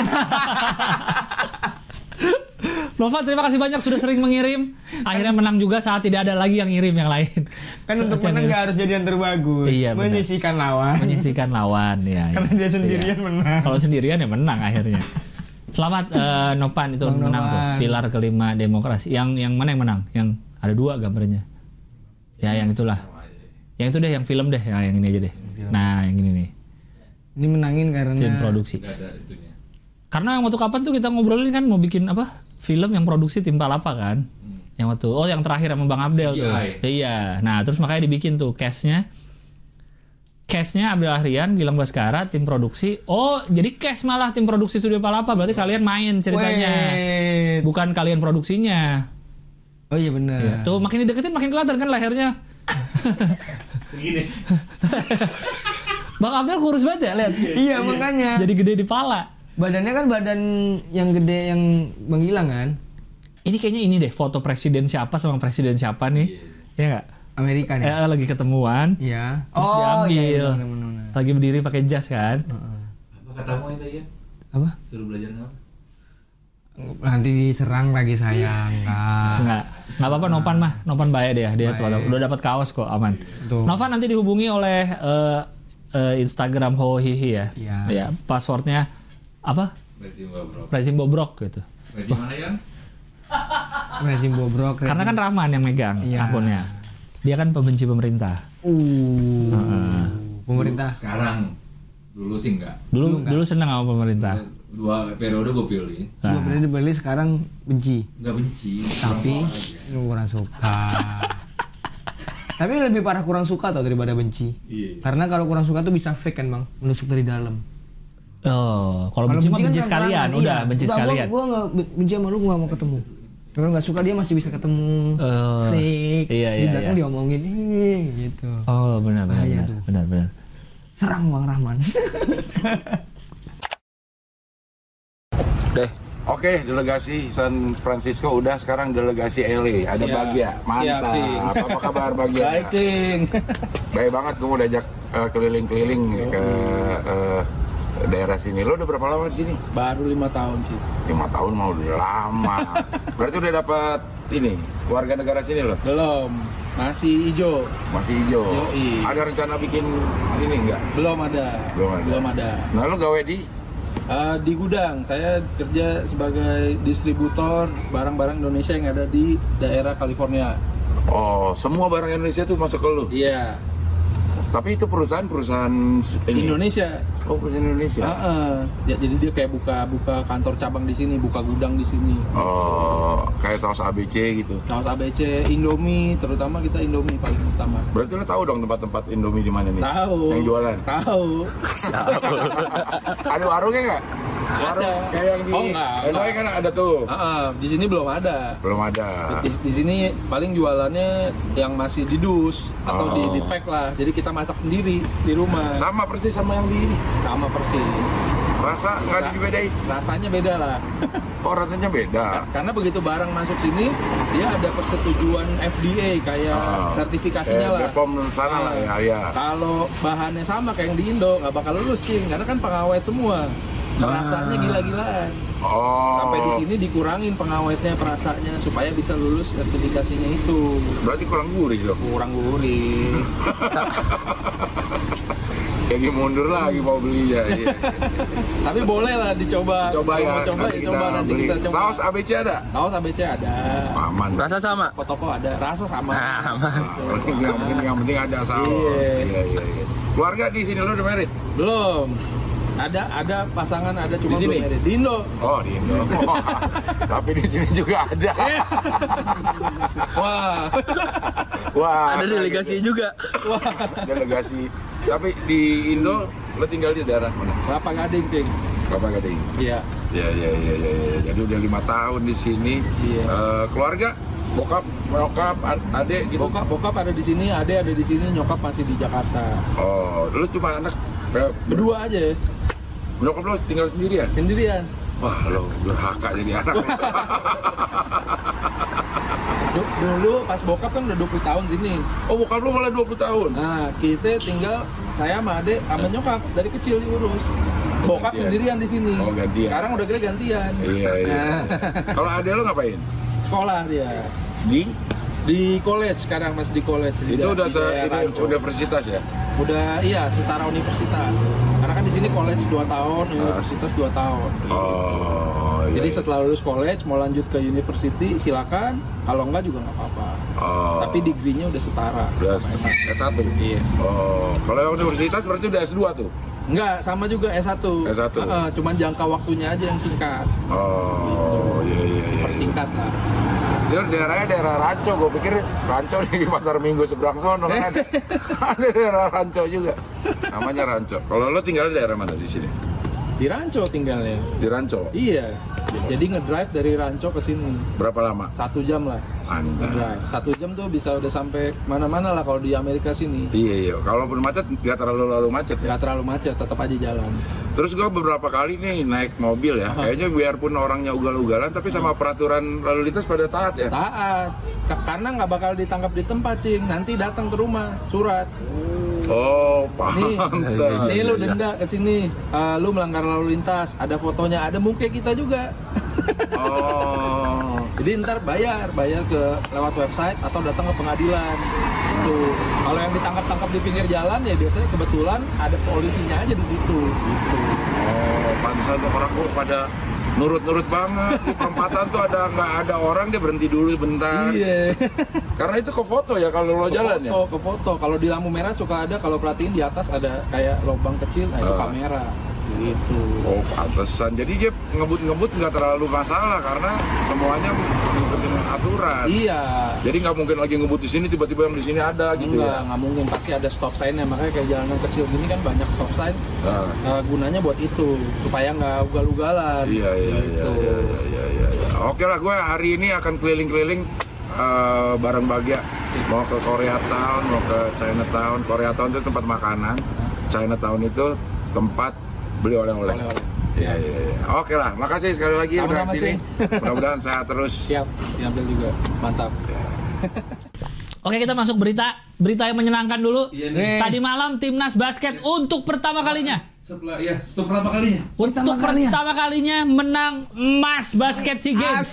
Nova terima kasih banyak sudah sering mengirim. Akhirnya menang juga saat tidak ada lagi yang ngirim yang lain. Kan untuk menang nggak harus jadi yang terbagus. Iya, benar. Menyisihkan lawan. Menyisihkan lawan ya. Karena dia sendirian menang. Kalau sendirian ya menang akhirnya. Selamat Novan itu Bang menang tuh. Novan. Pilar kelima demokrasi. Yang mana yang menang? Yang ada 2 gambarnya. Ya yang itulah. Yang itu deh, yang film deh, yang ini aja deh. Nah yang ini nih. Ini menangin karena Tim produksi. Nggak ada itunya. Karena waktu kapan tuh kita ngobrolin kan mau bikin apa? Film yang produksi tim Palapa kan. Yang waktu yang terakhir sama Bang Abdel tuh. Iya. Nah, terus makanya dibikin tuh cast-nya Abdel Ahrian, Gilang Baskara, tim produksi. Oh, jadi cast malah tim produksi Studio Palapa. Berarti kalian main ceritanya. Wait. Bukan kalian produksinya. Oh iya benar. Ya, tuh makin dideketin makin kelihatan kan lehernya. Begini. Bang Abdel kurus banget ya, lihat. Iya makanya. Jadi gede di pala. Badannya kan badan yang gede yang Bang Gilang kan? Ini kayaknya ini deh foto presiden siapa sama presiden siapa nih. Ya enggak? Amerika nih. Lagi ketemuan. Iya. Terus diambil. Iya, benar. Lagi berdiri pakai jas kan. Apa katamu itu ya? Apa? Suruh belajar apa? Nanti diserang lagi saya. Nggak apa-apa Novan baik dia udah dapat kaos kok aman. Tuh. Novan nanti dihubungi oleh Instagram Hohihi ya. Iya. Ya, passwordnya apa? Rezim Bobrok gitu. Rezim mana ya? Rezim Bobrok. Karena kan Rahman yang megang akunnya. Dia kan pembenci pemerintah. Pemerintah. Sekarang dulu sih enggak. Dulu senang sama pemerintah. 2 periode gue pilih. Gue periode pilih sekarang benci. Enggak benci. Tapi kurang suka. Tapi lebih parah kurang suka tau daripada benci. Iya. Karena kalau kurang suka tuh bisa fake kan bang, menusuk dari dalam. Oh, kalau benci mah benci sekalian, udah benci sekalian. Gue nggak benci sama lu, gue nggak mau ketemu. Kalau nggak suka dia masih bisa ketemu. Fake. Iya. Di belakang diomongin gitu. Oh benar. Serang Bang Rahman. Oke, delegasi San Francisco udah, sekarang delegasi LA. Ada Bagja, mantap. Apa kabar Bagja? Baik, Cing. Baik banget, gue mau diajak keliling-keliling ke daerah sini. Lo udah berapa lama di sini? Baru 5 tahun, Cing. 5 tahun mau udah lama. Berarti udah dapat ini warga negara sini lo? Belum, masih hijau. Masih hijau. Yoi. Ada rencana bikin sini nggak? Belum ada. Nah lo gawe di? Di gudang, saya kerja sebagai distributor barang-barang Indonesia yang ada di daerah California. Oh, semua barang Indonesia tuh masuk ke lu? Iya. Tapi itu perusahaan ini? Indonesia. Oh, perusahaan Indonesia? Ya, jadi dia kayak buka kantor cabang di sini, buka gudang di sini. Oh, kayak saus ABC gitu? Saus ABC, Indomie, terutama kita Indomie paling utama. Berarti lo tahu dong tempat-tempat Indomie di mana nih? Tahu. Yang jualan? Tahu. Ada warungnya nggak? Warung Ada. kayak yang di NY kan ada tuh. Di sini belum ada. Belum ada. Di sini paling jualannya yang masih di dus atau di pack lah. Jadi kita masak sendiri di rumah. Sama persis sama yang di ini. Sama persis. Rasa nggak dibedain? Rasanya beda lah. Oh, rasanya beda. Karena begitu barang masuk sini, dia ada persetujuan FDA kayak sertifikasinya lah. BPOM sana lah ya. Kalau bahannya sama kayak yang di Indo, nggak bakal lulus, Cing. Karena kan pengawet semua. Rasanya gila-gilaan. Sampai di sini dikurangin pengawetnya, perasanya supaya bisa lulus sertifikasinya itu. Berarti kurang gurih dong. Kurang gurih. Jadi mundur lagi mau beli ya. Tapi boleh lah dicoba. Coba ya. Nanti kita coba. Saus ABC ada? Saus ABC ada. Aman. Rasa sama. Toko ada. Rasa sama. Aman. Yang penting ada saus. Iya. Keluarga di sini lo udah married? Belum. Ada pasangan, ada cuma di sini? belum married. Di Indo. Oh, di Indo. Tapi di sini juga ada. Wah. Ada delegasi juga. Delegasi. Tapi di Indo lo tinggal di daerah mana? Kelapa Gading, Cing. Kelapa Gading. Iya. Iya. Jadi udah 5 tahun di sini. Iya. Keluarga, bokap, adik gitu. Bokap ada di sini, adek ada di sini, nyokap masih di Jakarta. Oh, lu cuma anak berdua aja. Nyokap lo tinggal sendirian? Sendirian. Wah, lo durhaka jadi anak. Dulu pas bokap kan udah 20 tahun sini. Oh, bokap lo malah 20 tahun? Nah, kita tinggal, saya sama adek sama nyokap dari kecil diurus. Bokap sendirian di sini. Oh, gantian. Sekarang udah kira gantian. Iya. Kalau adek lo ngapain? Sekolah dia. Di college sekarang, masih di college. Itu udah universitas ya? Udah, iya, setara universitas. Karena kan di sini college 2 tahun, universitas 2 tahun. Oh, iya. Jadi setelah lulus college mau lanjut ke university silakan, kalau enggak juga nggak apa-apa. Tapi degree-nya udah setara. Udah S1. Iya. Oh, kalau yang universitas berarti udah S2 tuh? Enggak, sama juga S1. Cuman jangka waktunya aja yang singkat. Oh, iya. Persingkat lah. Dia daerahnya daerah Ranco, gue pikir Ranco di pasar Minggu seberang sono kan. Ada daerah Ranco juga. Namanya Ranco. Kalau lo tinggal di daerah mana di sini? Di Ranco tinggalnya. Di Ranco? Iya. Jadi ngedrive dari Ranco ke sini. Berapa lama? 1 jam lah. Ngedrive. 1 jam tuh bisa udah sampai mana-mana lah kalau di Amerika sini. Iya. Kalaupun macet nggak terlalu macet ya. Nggak terlalu macet, tetap aja jalan. Terus gue beberapa kali nih naik mobil ya. Kayaknya biarpun orangnya ugal-ugalan, tapi sama peraturan lalu lintas pada taat ya. Taat. Karena nggak bakal ditangkap di tempat, Cing. Nanti datang ke rumah, surat. Oh, paham. Nih lu denda ke sini. Lu melanggar lalu lintas. Ada fotonya, ada muka kita juga. Oh. Jadi ntar bayar ke lewat website atau datang ke pengadilan. Gitu. Kalau yang ditangkap di pinggir jalan ya biasanya kebetulan ada polisinya aja di situ. Gitu. Oh, pantesan tuh orang kok pada nurut-nurut banget. Di perempatan tuh nggak ada orang, dia berhenti dulu bentar. Iya. Karena itu ke foto ya kalau lo jalan ya. Ke foto. Kalau di lampu merah suka ada, kalau perhatiin di atas ada kayak lubang kecil, nah itu kamera. Gitu. Oh, pantesan. Jadi dia ngebut nggak terlalu masalah karena semuanya ngikutin aturan. Iya. Jadi nggak mungkin lagi ngebut di sini tiba-tiba yang di sini ada gitu. Nggak mungkin, pasti ada stop sign-nya. Makanya kayak jalanan kecil gini kan banyak stop sign. Gunanya buat itu supaya nggak ugal-ugalan. Iya. Oke lah, gue hari ini akan keliling-keliling bareng Bagja. Mau ke Koreatown, mau ke Chinatown. Koreatown itu tempat makanan. Chinatown itu tempat beli oleh-oleh. Iya. Oke lah, makasih sekali lagi udah sini. Mudah-mudahan sehat terus. Siap, diambil juga. Mantap. Oke, kita masuk berita yang menyenangkan dulu. Tadi malam timnas basket untuk pertama kalinya. Untuk pertama kalinya menang emas basket SEA Games.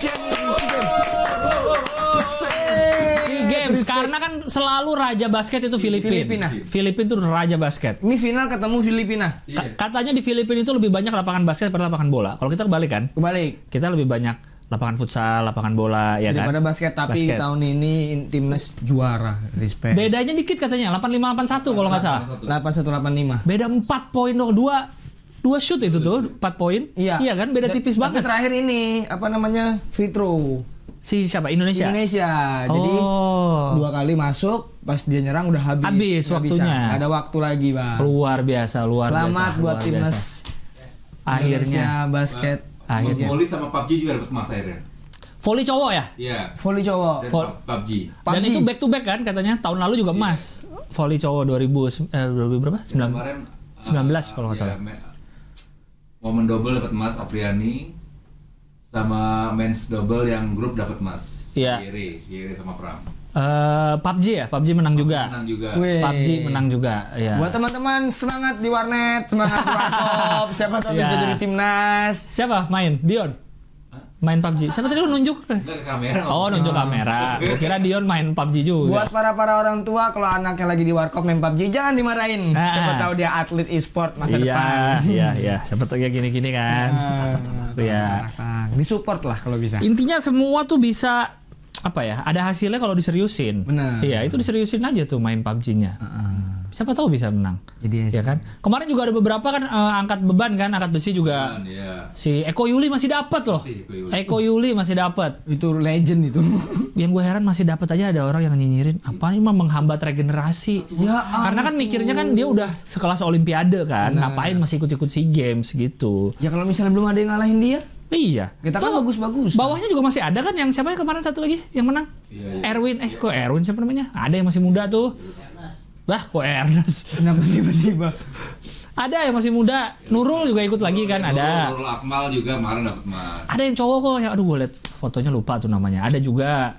SEA Games karena kan selalu raja basket itu Filipina itu raja basket. Ini final ketemu Filipina. Katanya di Filipina itu lebih banyak lapangan basket daripada lapangan bola. Kalau kita kebalik kan? Kita lebih banyak lapangan futsal, lapangan bola, ya kan? Daripada basket, tapi tahun ini timnas juara, respect. Bedanya dikit katanya, 85-81 kalau nggak salah. 81-85. Beda 4 poin dong, 2 shoot itu tuh, 4 poin. Iya kan, beda tipis banget. Tapi terakhir ini, free throw. Si siapa? Indonesia. Jadi 2 kali masuk, pas dia nyerang udah habis. Habis waktunya. Nggak ada waktu lagi, Bang. Luar biasa. Selamat buat timnas akhirnya basket. Volley sama PUBG juga dapat emas akhirnya. Volley cowok ya? Iya. Volley cowok. Dan PUBG. Dan itu back to back kan katanya. Tahun lalu juga emas. Volley cowok 2000 berapa? 19 kalau nggak salah. Women double dapat emas Apriani, sama men's double yang grup dapat emas. Iya. Giri sama Pram. PUBG ya? PUBG menang juga. Wih. PUBG menang juga. Ya. Buat teman-teman semangat di warnet, semangat di warkop. Siapa tahu bisa jadi timnas. Siapa main? Dion? Main PUBG. Siapa tadi lu nunjuk? Kamera. Oh, nunjuk kamera. Gua kira Dion main PUBG juga. Buat para orang tua kalau anaknya lagi di warkop main PUBG jangan dimarahin. Siapa tahu dia atlet e-sport masa depan. Iya. Siapa tahu ya gini-gini kan. Iya. Disupport lah kalau bisa. Intinya semua tuh bisa ada hasilnya kalau diseriusin. Benar. Iya, itu diseriusin aja tuh main PUBG-nya. Siapa tahu bisa menang. Jadi ya kan? Kemarin juga ada beberapa kan angkat beban kan, angkat besi juga. Si Eko Yuli masih dapat loh. Eko Yuli masih dapat. Itu legend itu. Yang gue heran masih dapat aja ada orang yang nyinyirin, apa ini mah menghambat regenerasi. Ya, karena kan mikirnya kan dia udah sekelas Olimpiade kan, ngapain masih ikut-ikut SEA Games gitu. Ya kalau misalnya belum ada yang ngalahin dia. Iya. Kita kan bagus-bagus. Bawahnya juga masih ada kan yang siapa kemarin satu lagi yang menang? Erwin. Kok Erwin siapa namanya? Ada yang masih muda tuh. Kok Ernest? Kenapa tiba-tiba? Ada yang masih muda. Nurul juga ikut lagi kan, ada. Nurul Akmal juga kemarin dapat emas. Ada yang cowok kok, aduh gue liat fotonya lupa tuh namanya. Ada juga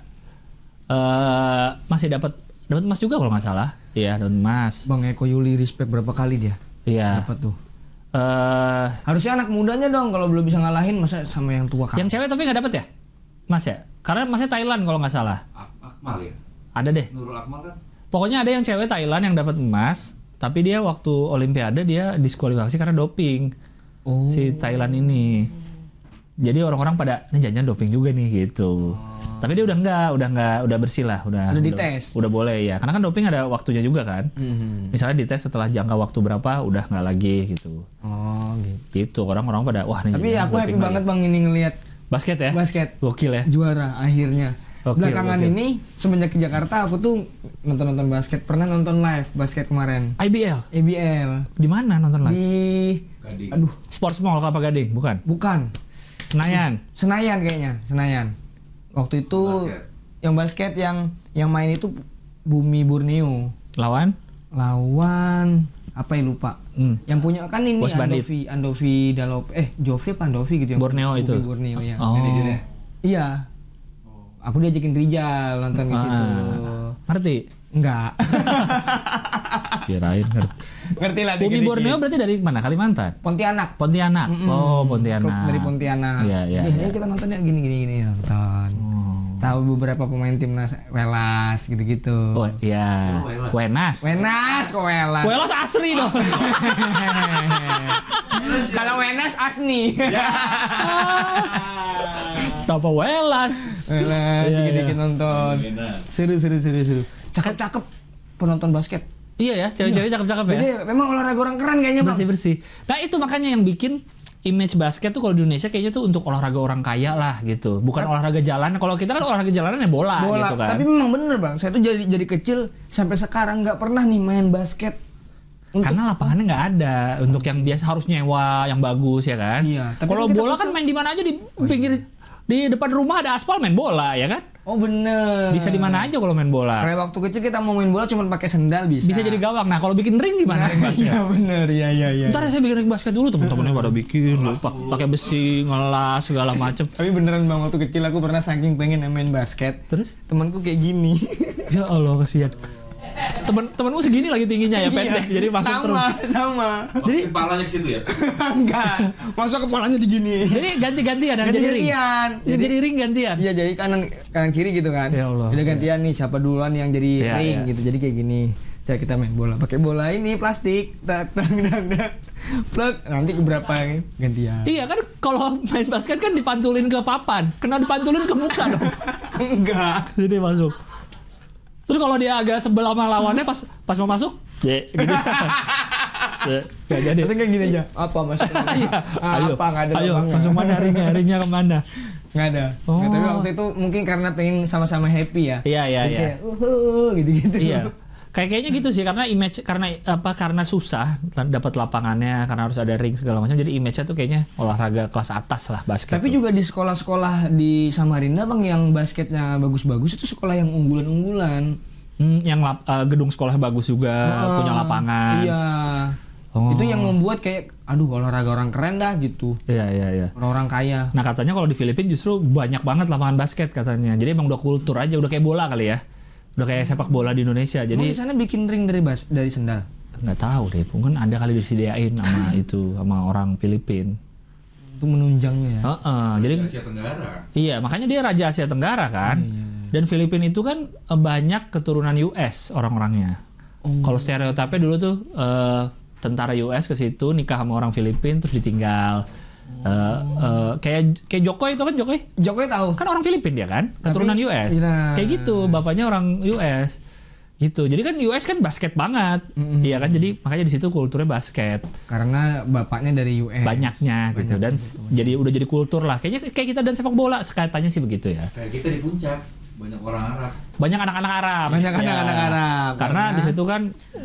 masih dapat emas juga kalau nggak salah. Iya, dapat emas. Bang Eko Yuli respect berapa kali dia? Iya. Dapat tuh. Harusnya anak mudanya dong kalau belum bisa ngalahin, masa sama yang tua kan. Yang cewek tapi nggak dapet ya? Mas ya? Karena masnya Thailand kalau nggak salah. Akmal ya? Ada deh. Nurul Akmal kan? Pokoknya ada yang cewek Thailand yang dapat emas, tapi dia waktu Olimpiade dia diskualifikasi karena doping. Si Thailand ini. Jadi orang-orang pada, ini jangan doping juga nih gitu. Tapi dia udah bersih lah, udah dites. Udah boleh ya. Karena kan doping ada waktunya juga kan. Misalnya dites setelah jangka waktu berapa udah nggak lagi gitu. Oh, gitu. Orang-orang pada wah nih. Tapi aku happy banget Bang ini ngelihat basket ya. Basket. Gokil ya. Juara akhirnya. Belakangan ini semenjak ke Jakarta aku tuh nonton basket, pernah nonton live basket kemarin. IBL. Di mana nonton live? Di Gading. Aduh, Sports Mall Kelapa Gading, bukan? bukan. Senayan kayaknya, Senayan. Waktu itu yang basket yang main itu Bumi Borneo. Lawan apa ya lupa. Yang punya kan ini Andovi Dalop Jovi apa Andovi gitu yang Borneo itu. Borneo ya. Oh. Iya. Aku diajakin Rijal nonton di situ. Ngerti? Enggak. Kirain ngerti. Ngerti lah. Bumi Borneo berarti dari mana? Kalimantan? Pontianak. Oh, Pontianak. Dari Pontianak. Iya. Jadi kita nontonnya gini nonton. Tahu beberapa pemain timnas Welas gitu-gitu. Oh iya. Wenas kok Welas. Welas asli dong. Kalau Wenas asni. Apa Welas? Dikit-dikit nonton. Seru. Cakep penonton basket. Iya ya, cewek-cewek cakep-cakep ya. Jadi memang olahraga orang keren kayaknya, Bang. Bersih. Nah, itu makanya yang bikin image basket tuh kalau di Indonesia kayaknya tuh untuk olahraga orang kaya lah gitu. Bukan olahraga jalan. Kalau kita kan olahraga jalanan ya bola gitu kan. Tapi memang bener, Bang. Saya tuh jadi kecil sampai sekarang nggak pernah nih main basket. Karena lapangannya nggak ada untuk yang biasa harus nyewa yang bagus ya kan. Iya. Kalau bola kan main di mana aja di pinggir di depan rumah ada aspal main bola ya kan. Oh bener. Bisa di mana aja kalau main bola. Kayak waktu kecil kita mau main bola cuma pakai sendal bisa. Bisa jadi gawang. Nah kalau bikin ring gimana ring basket? Iya bener, iya. Ntar saya bikin ring basket dulu, teman-temannya pada bikin, lupa pakai besi, ngelas segala macem. Tapi beneran Bang, waktu kecil aku pernah saking pengen main basket. Terus temanku kayak gini. Ya Allah kasihan. Temanmu segini lagi tingginya ya pendek, jadi masuk terus. Sama. Jadi kepalanya ke situ ya? Enggak. Masuk kepalanya digini. Jadi ganti-gantian jadi ring. Jadi ring gantian. Iya, jadi kanan kiri gitu kan. Ya Allah. Jadi gantian nih siapa duluan yang jadi ring gitu. Jadi kayak gini. Saya kita main bola pakai bola ini plastik. Plug nanti keberapa gantian. Iya kan kalau main basket kan dipantulin ke papan. Kena dipantulin ke muka dong. Enggak. Jadi masuk. Terus kalau dia agak sebelah sama lawannya pas mau masuk, gitu. Gak jadi. Nanti kayak gini aja. Apa masuk? Ayo, nggak ada. Ayo, masuk mana ringnya kemana? Nggak ada. Oh. Tapi waktu itu mungkin karena pengen sama-sama happy ya. Iya. Kayak, gitu-gitu. Iya. Kayaknya gitu sih karena image karena susah dapat lapangannya karena harus ada ring segala macam jadi image-nya tuh kayaknya olahraga kelas atas lah basket. Tapi juga di sekolah-sekolah di Samarinda Bang yang basketnya bagus-bagus itu sekolah yang unggulan-unggulan. Yang gedung sekolah bagus juga punya lapangan. Iya. Itu yang membuat kayak aduh olahraga orang keren dah gitu. Iya. Orang kaya. Nah katanya kalau di Filipina justru banyak banget lapangan basket katanya. Jadi emang udah kultur aja udah kayak bola kali ya. Udah kayak sepak bola di Indonesia. Jadi di sana bikin ring dari sendal. Nggak tahu deh, mungkin ada kali disediain sama orang Filipina. Itu menunjangnya ya. Jadi Asia Tenggara. Iya, makanya dia Raja Asia Tenggara kan. Iya. Dan Filipina itu kan banyak keturunan US orang-orangnya. Kalau stereotipnya dulu tuh tentara US ke situ nikah sama orang Filipina terus ditinggal. Kayak Jokowi itu kan Jokowi tahu kan orang Filipina dia kan keturunan US kayak gitu bapaknya orang US gitu jadi kan US kan basket banget iya kan jadi makanya di situ kulturnya basket karena bapaknya dari US banyaknya gitu dan jadi udah jadi kultur lah kayaknya kayak kita dan sepak bola katanya sih begitu ya kayak kita di puncak banyak orang Arab banyak anak-anak Arab karena di situ kan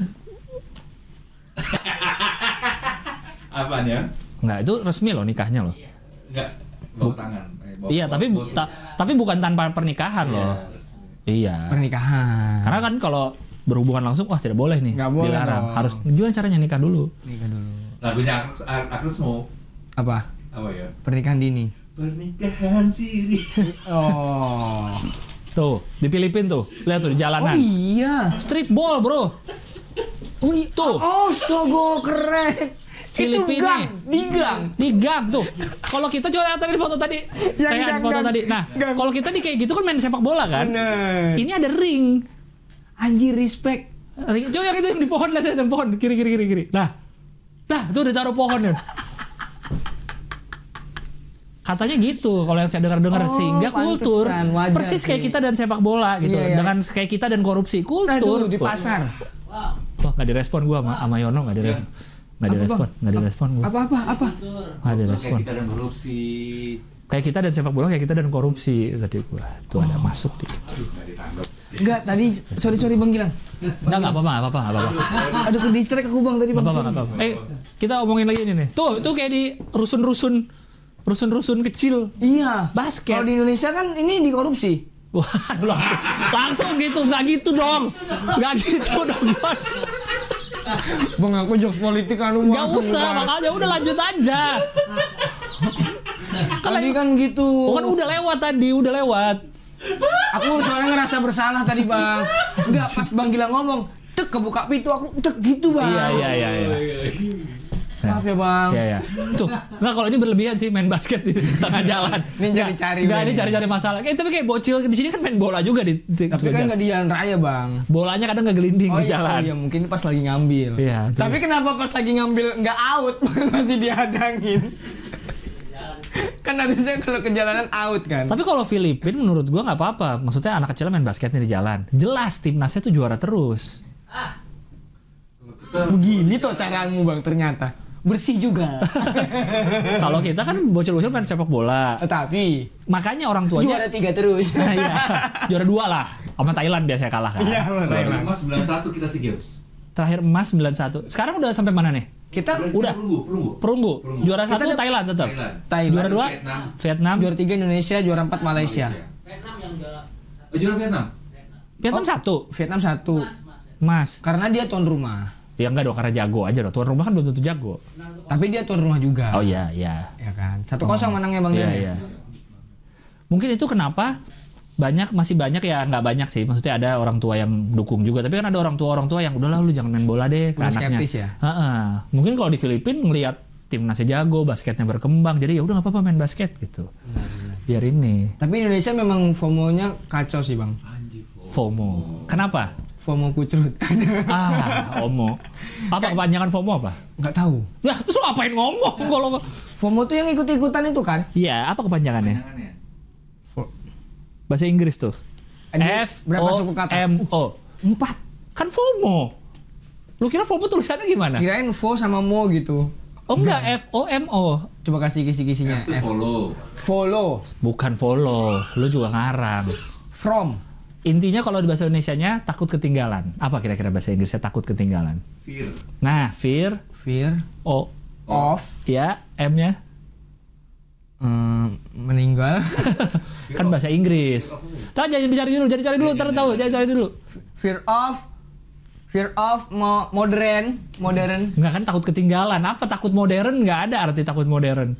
apaan ya? Enggak, itu resmi loh nikahnya loh. Enggak, bawa tangan. Iya, tapi bukan tanpa pernikahan loh. Iya. Pernikahan. Karena kan kalau berhubungan langsung, wah tidak boleh nih. Nggak boleh dilarang. dong. Harus gimana caranya nikah dulu. Lagunya Agnes mau apa ya? Pernikahan dini. Pernikahan siri. Oh. Tuh, di Filipina tuh. Lihat tuh di jalanan. Oh iya. Street ball, bro. Tuh. Oh, astaga, keren. Filipina di gang tuh. Kalau kita coba lihat tadi foto tadi, tadi. Nah, kalau kita nih kayak gitu kan main sepak bola kan. Bener. Ini ada ring. Anjir respect. Coba yang itu yang di pohon lihat pohon kiri. Nah, tuh ditaruh pohon ya. Katanya gitu kalau yang saya dengar sehingga kultur persis kayak kita dan sepak bola gitu. Iya. Dengan kayak kita dan korupsi kultur. Nah, dulu di pasar. Wah, nggak direspon gua sama Yono nggak direspon. Nggak direspon gua. Apa? Nggak direspon. Kayak kita dan korupsi. Kayak kita dan sepak bola kayak kita dan korupsi tadi gua. Tuh ada masuk dikit. Enggak, tadi sorry Bang Gilang. Enggak apa-apa. Aduh ke distract aku Bang tadi Bang. Apa. Kita omongin lagi ini nih. Tuh kayak di rusun rusun-rusun kecil. Iya. Basket. Kalau di Indonesia kan ini dikorupsi. Wah, langsung gitu, nggak gitu dong. Bang, aku jokes politik anu nggak usah, makanya udah lanjut aja. Tadi kan gitu. Kan udah lewat tadi, udah lewat. Aku soalnya ngerasa bersalah tadi Bang. Enggak, pas Bang Gilang ngomong, tek kebuka pintu aku tek gitu Bang. Iya. Maaf ya Bang. Iya. Tuh, nggak kalau ini berlebihan sih main basket di tengah jalan. Ini cari-cari. Nggak, ini cari-cari masalah. Tapi kayak bocil di sini kan main bola juga di tapi kan nggak di jalan raya Bang. Bolanya kadang ngegelinding di jalan. Oh iya, mungkin pas lagi ngambil. Iya. Tapi kenapa pas lagi ngambil nggak out masih dihadangin? Kan harusnya kalau ke jalanan out kan. Tapi kalau Filipina menurut gua nggak apa-apa. Maksudnya anak kecil main basketnya di jalan. Jelas timnasnya tuh juara terus. Begini tuh caramu Bang ternyata. Bersih juga. Kalau kita kan bocil-bocil main sepak bola. Tapi makanya orang tuanya juara 3 terus. Nah, iya. Juara 2 lah. Sama Thailand biasanya kalah kan. Iya, Thailand. Emas 91 kita SEA Games. Terakhir emas 91. Sekarang udah sampai mana nih? Kita udah perunggu. Juara 1 Thailand tetap. Juara 2 Vietnam. Juara 3 Indonesia, juara 4 Malaysia. Vietnam yang Juara Vietnam. Vietnam 1. Vietnam 1. Mas. Karena dia tuan rumah. Ya enggak dong, karena jago aja dong. Tuan rumah kan belum tentu jago. Tapi dia tuan rumah juga. Oh iya. Ya kan. 1-0 menangnya Bang. Iya. Mungkin itu kenapa masih banyak ya, nggak banyak sih. Maksudnya ada orang tua yang dukung juga. Tapi kan ada orang tua yang udahlah lu jangan main bola deh ke anaknya. Skeptis ya. Mungkin kalau di Filipina ngelihat timnasnya jago, basketnya berkembang, jadi ya udah nggak apa-apa main basket gitu. Biar ini. Tapi Indonesia memang FOMO-nya kacau sih Bang. FOMO. Kenapa? FOMO kucrut. FOMO. Apa kepanjangan FOMO apa? Nggak tahu. Ya terus lu ngapain ngomong kalau FOMO tuh yang ikut-ikutan itu kan? Iya, apa kepanjangannya? Bahasa Inggris tuh. Berapa suku kata? FOMO. 4. Kan FOMO. Lu kira FOMO tulisannya gimana? Kirain fo sama mo gitu. Oh enggak, FOMO. Coba kasih kisi-kisinya. Follow. Bukan follow. Lu juga ngarang. From. Intinya kalau di bahasa Indonesianya takut ketinggalan. Apa kira-kira bahasa Inggrisnya takut ketinggalan? Fear. Nah, fear. Of. Ya, M-nya. Meninggal. Kan bahasa Inggris. Jangan dicari dulu, ntar tahu, jangan cari dulu. Fear of modern. Enggak kan takut ketinggalan. Apa takut modern? Enggak ada arti takut modern.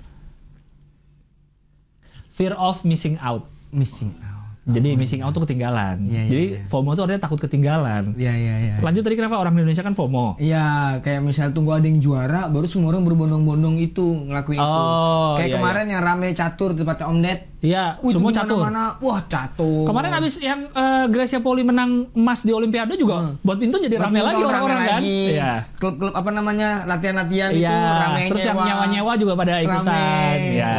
Fear of missing out. Jadi missing out tuh ketinggalan. Jadi FOMO tuh artinya takut ketinggalan. Iya. Lanjut tadi kenapa orang Indonesia kan FOMO? Iya, kayak misalnya tunggu ada yang juara, baru semua orang berbondong-bondong itu ngelakuin itu. Kayak kemarin yang rame catur di tempatnya Om Ded. Iya, semua catur. Wah, catur. Kemarin abis yang Gracia Poli menang emas di Olimpiade juga, badminton jadi rame lagi orang-orang kan. Iya. Klub-klub apa namanya latihan-latihan itu rame. Terus yang nyewa-nyewa juga pada ikutan. Iya.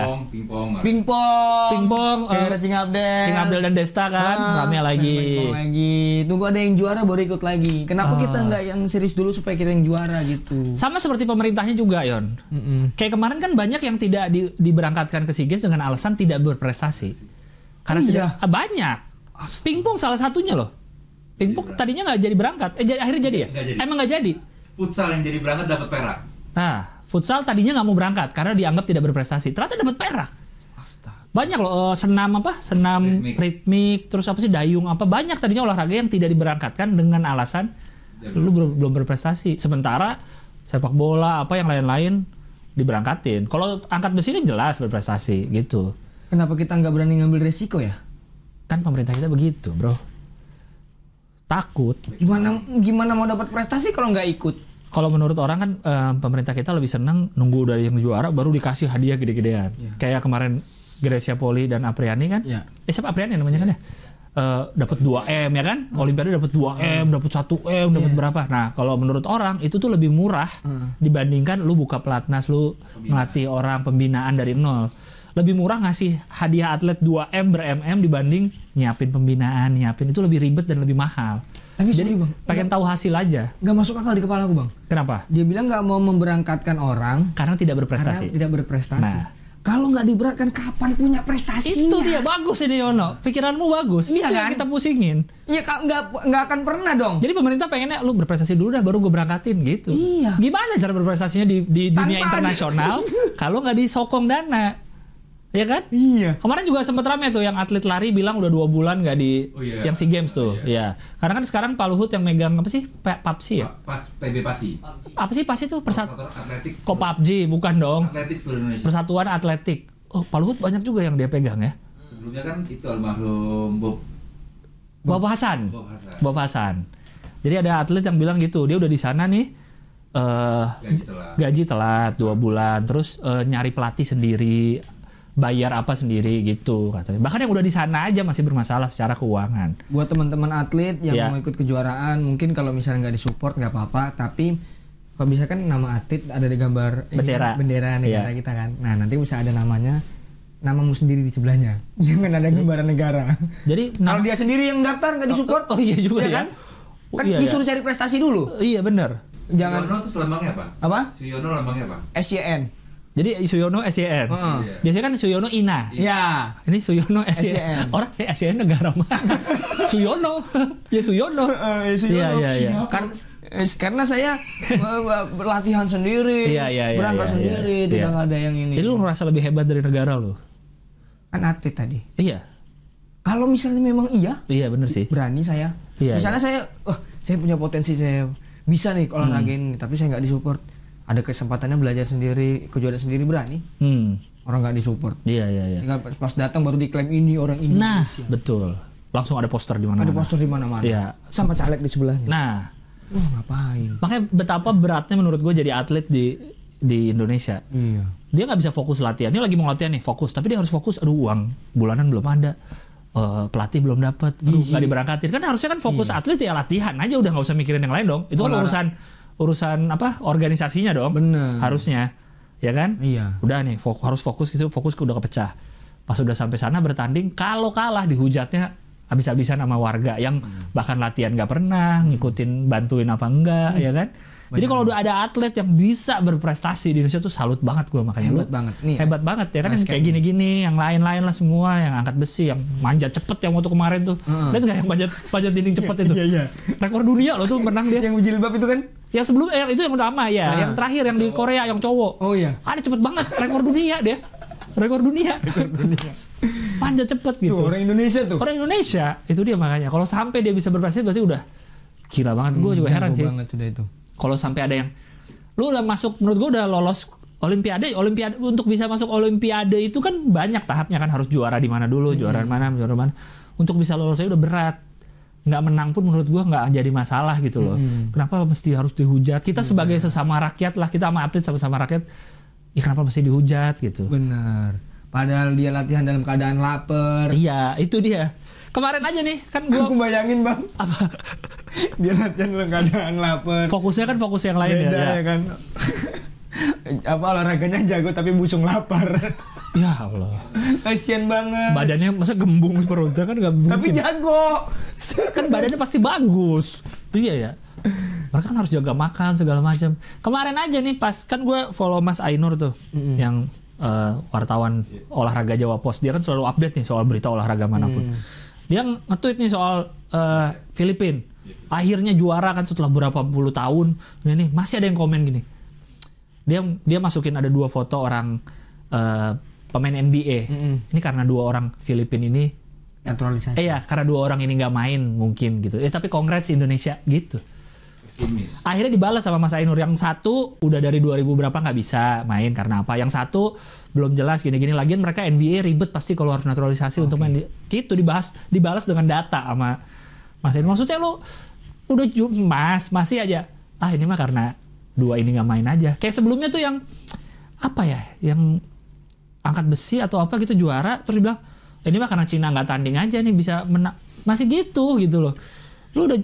Pingpong. Cing Abdel dan Desta kan rame lagi. Tunggu ada yang juara baru ikut lagi. Kenapa kita nggak yang serius dulu supaya kita yang juara gitu? Sama seperti pemerintahnya juga, Yon. Kayak kemarin kan banyak yang tidak diberangkatkan ke SEA Games dengan alasan tidak berprestasi. Karena tidak banyak. Pingpong salah satunya loh. Pingpong tadinya nggak jadi berangkat. Akhirnya jadi ya? Emang nggak jadi? Futsal yang jadi berangkat dapat perak. Nah, futsal tadinya nggak mau berangkat karena dianggap tidak berprestasi. Ternyata dapat perak. Banyak loh senam ritmik, terus apa sih dayung apa banyak tadinya olahraga yang tidak diberangkatkan dengan alasan lu belum berprestasi. Sementara sepak bola apa yang lain-lain diberangkatin. Kalau angkat besi kan jelas berprestasi gitu. Kenapa kita nggak berani ngambil resiko ya? Kan pemerintah kita begitu, bro. Takut. Gimana mau dapat prestasi kalau nggak ikut? Kalau menurut orang kan pemerintah kita lebih senang nunggu dari yang juara baru dikasih hadiah gede-gedean. Kayak kemarin Gracia Poli dan Apriani kan? Siapa Apriani namanya kan ya? Dapat 2M ya kan? Olimpiade dapat 2M, dapat 1M, dapat berapa? Nah, kalau menurut orang itu tuh lebih murah dibandingkan lu buka pelatnas, lu ngelatih orang pembinaan dari nol. Lebih murah ngasih hadiah atlet 2M ber-MM dibanding nyiapin pembinaan, itu lebih ribet dan lebih mahal. Tapi jadi Bang, pengen tahu hasil aja. Gak masuk akal di kepala aku Bang. Kenapa? Dia bilang gak mau memberangkatkan orang karena tidak berprestasi. Nah. Kalau nggak diberatkan, kapan punya prestasinya? Itu dia, bagus ini Yono. Pikiranmu bagus. Iya itu kan? Yang kita pusingin. Iya, nggak akan pernah dong. Jadi pemerintah pengennya lu berprestasi dulu dah, baru gue berangkatin gitu. Iya. Gimana cara berprestasinya di dunia internasional kalau nggak disokong dana? Ya kan? Iya. Kemarin juga sempat rame tuh yang atlet lari bilang udah 2 bulan nggak di yang SEA Games tuh. Iya. Karena kan sekarang Pak Luhut yang megang apa sih? PAPSI ya? PB Pasi. Apa sih PAPSI itu? Persatuan Atletik. Kok PAPSI bukan dong? Atletik seluruh Indonesia. Persatuan Atletik. Oh, Pak Luhut banyak juga yang dia pegang ya. Sebelumnya kan itu almarhum Bob Hasan. Jadi ada atlet yang bilang gitu, dia udah di sana nih gaji telat 2 bulan, terus nyari pelatih sendiri, bayar apa sendiri gitu katanya. Bahkan yang udah di sana aja masih bermasalah secara keuangan. Buat teman-teman atlet yang mau ikut kejuaraan, mungkin kalau misalnya nggak disupport nggak apa-apa, tapi kalau bisa kan nama atlet ada di gambar bendera negara kita kan. Nah nanti bisa ada namamu sendiri di sebelahnya. Jangan ada gambaran negara. Jadi kalau dia sendiri yang daftar nggak disupport, iya juga ya. Kan? Kan disuruh cari prestasi dulu. Iya benar. Jangan. Suyono itu lambangnya apa? Apa? Suyono lambangnya apa? SYN. Jadi Suyono SYN. Biasanya kan Suyono INA. Iya. Ini Suyono SYN. Orang SYN negara mana? Suyono. Ya Suyono. Iya. Karena saya latihan sendiri, berangkat sendiri, tidak ada yang ini. Jadi lu merasa lebih hebat dari negara lu? Kan atlet tadi. Iya. Kalau misalnya memang iya bener sih. Berani saya. Iya, misalnya saya punya potensi, saya bisa nih olahraga ini, tapi saya nggak disupport. Ada kesempatannya belajar sendiri, kejuaraan sendiri, berani. Orang nggak disupport. Iya. Pas datang baru diklaim ini orang Indonesia. Nah, betul. Langsung ada poster di mana-mana. Ada poster di mana-mana. Iya. Sama caleg di sebelahnya. Nah, wah ngapain? Makanya betapa beratnya menurut gue jadi atlet di Indonesia. Iya. Dia nggak bisa fokus latihan. Dia lagi mau latihan nih, fokus. Tapi dia harus fokus. Aduh, uang bulanan belum ada. Pelatih belum dapat, nggak diberangkatin. Kan harusnya kan fokus atlet ya latihan aja, udah nggak usah mikirin yang lain dong. Itu kan urusan apa? Organisasinya dong. Bener. Harusnya, ya kan? Iya. Udah nih, harus fokus gitu. Fokus udah kepecah. Pas udah sampai sana bertanding, kalau kalah dihujatnya habis-habisan sama warga yang bahkan latihan nggak pernah, ngikutin bantuin apa enggak, ya kan? Jadi kalau udah ada atlet yang bisa berprestasi di Indonesia tuh salut banget gue, makanya hebat banget ya kan, yang kayak gini-gini, yang lain-lain lah semua, yang angkat besi, yang manjat cepet yang waktu kemarin tuh, lihat nggak yang panjat dinding cepet itu? Iya. Rekor dunia loh tuh menang dia. Yang jilbab itu kan? Yang sebelum itu yang lama ya, yang terakhir yang di Korea yang cowok. Oh iya. Ada cepet banget, rekor dunia dia. Rekor dunia. Panjat cepet gitu. Tuh, orang Indonesia tuh. Orang Indonesia itu dia, makanya kalau sampai dia bisa berprestasi berarti udah gila banget. Gue juga heran sih. Banget sudah itu. Kalau sampai ada yang lu udah masuk, menurut gue udah lolos Olimpiade untuk bisa masuk Olimpiade itu kan banyak tahapnya kan, harus juara di mana dulu, juara mana. Untuk bisa lolos aja udah berat. Nggak menang pun menurut gue nggak jadi masalah gitu loh. Kenapa mesti harus dihujat? Kita sebagai sesama rakyat lah, kita sama atlet sama-sama rakyat. Ya kenapa mesti dihujat gitu? Benar. Padahal dia latihan dalam keadaan lapar. Iya, itu dia. Kemarin aja nih kan gua aku bayangin bang. Apa? Dia latihan dalam keadaan lapar. Fokusnya kan fokus yang lain. Beda ya kan. Apa olahraganya jago tapi busung lapar. Ya Allah. Kasian banget. Badannya masa gembung perutnya kan nggak mungkin. Tapi jago. Kan badannya pasti bagus. Iya ya. Mereka kan harus jaga makan segala macam. Kemarin aja nih pas kan gue follow Mas Ainur tuh, yang wartawan olahraga Jawa Pos. Dia kan selalu update nih soal berita olahraga manapun. Dia nge-tweet nih soal Filipina. Akhirnya juara kan setelah berapa puluh tahun. Ini masih ada yang komen gini. Dia masukin ada 2 foto orang pemain NBA. Ini karena 2 orang Filipina ini naturalisasi. Iya, karena 2 orang ini nggak main mungkin gitu. Tapi congrats Indonesia gitu. Akhirnya dibalas sama Mas Ainur, yang satu udah dari 2000 berapa nggak bisa main karena apa, yang satu belum jelas gini-gini. Lagian mereka NBA ribet pasti kalau harus naturalisasi untuk main gitu. Dibalas dengan data sama Mas Ainur. Maksudnya lo udah masih aja ini mah karena 2 ini nggak main aja. Kayak sebelumnya tuh yang apa ya, yang angkat besi atau apa gitu juara, terus dibilang ini mah karena Cina nggak tanding aja nih bisa menang, masih gitu loh. Lu udah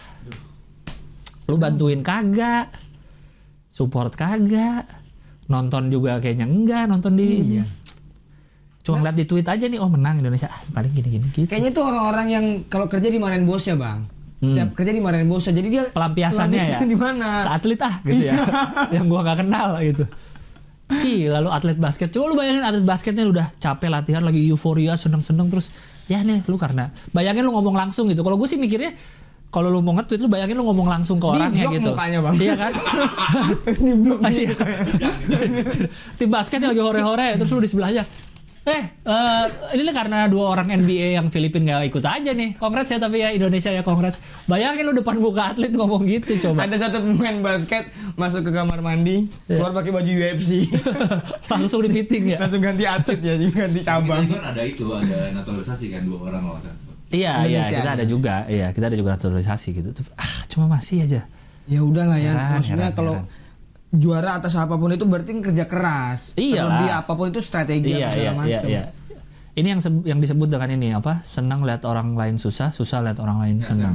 lu bantuin kagak, support kagak, nonton juga kayaknya enggak, nonton di cuma ngeliat di tweet aja nih, oh menang Indonesia, paling gini-gini gitu. Kayaknya tuh orang-orang yang kalau kerja dimarahin bosnya bang, setiap kerja dimarahin bosnya, jadi dia pelampiasannya ya di mana? Ke atlet gitu ya, yang gua nggak kenal gitu. Lalu atlet basket, coba lu bayangin atlet basketnya udah capek latihan lagi euforia, seneng-seneng, terus ya nih lu karena bayangin lu ngomong langsung gitu. Kalau gue sih mikirnya kalau lu mau nge-tweet, lu bayangin lu ngomong langsung ke orangnya gitu. Di blok mukanya bang. Iya kan? Di blok mukanya. Tim basketnya lagi hore-hore, terus lu di sebelahnya. Ini karena 2 orang NBA yang Filipina nggak ikut aja nih. Congrats ya tapi ya Indonesia ya congrats. Bayangin lu depan muka atlet ngomong gitu coba. Ada satu pemain basket masuk ke kamar mandi, keluar pakai baju UFC. Langsung di meeting ya. Langsung ganti atlet ya, ganti cabang. Kita kan ada naturalisasi kan 2 orang loh kan. Iya, kita ada juga. Iya, kita ada juga naturalisasi gitu. Cuma masih aja. Ya udahlah ya. Maksudnya kalau juara atas apapun itu berarti kerja keras. Iyalah. Terlebih apapun itu strategi segala macam. Iya. Ini yang disebut dengan ini apa? Senang lihat orang lain susah, susah lihat orang lain senang.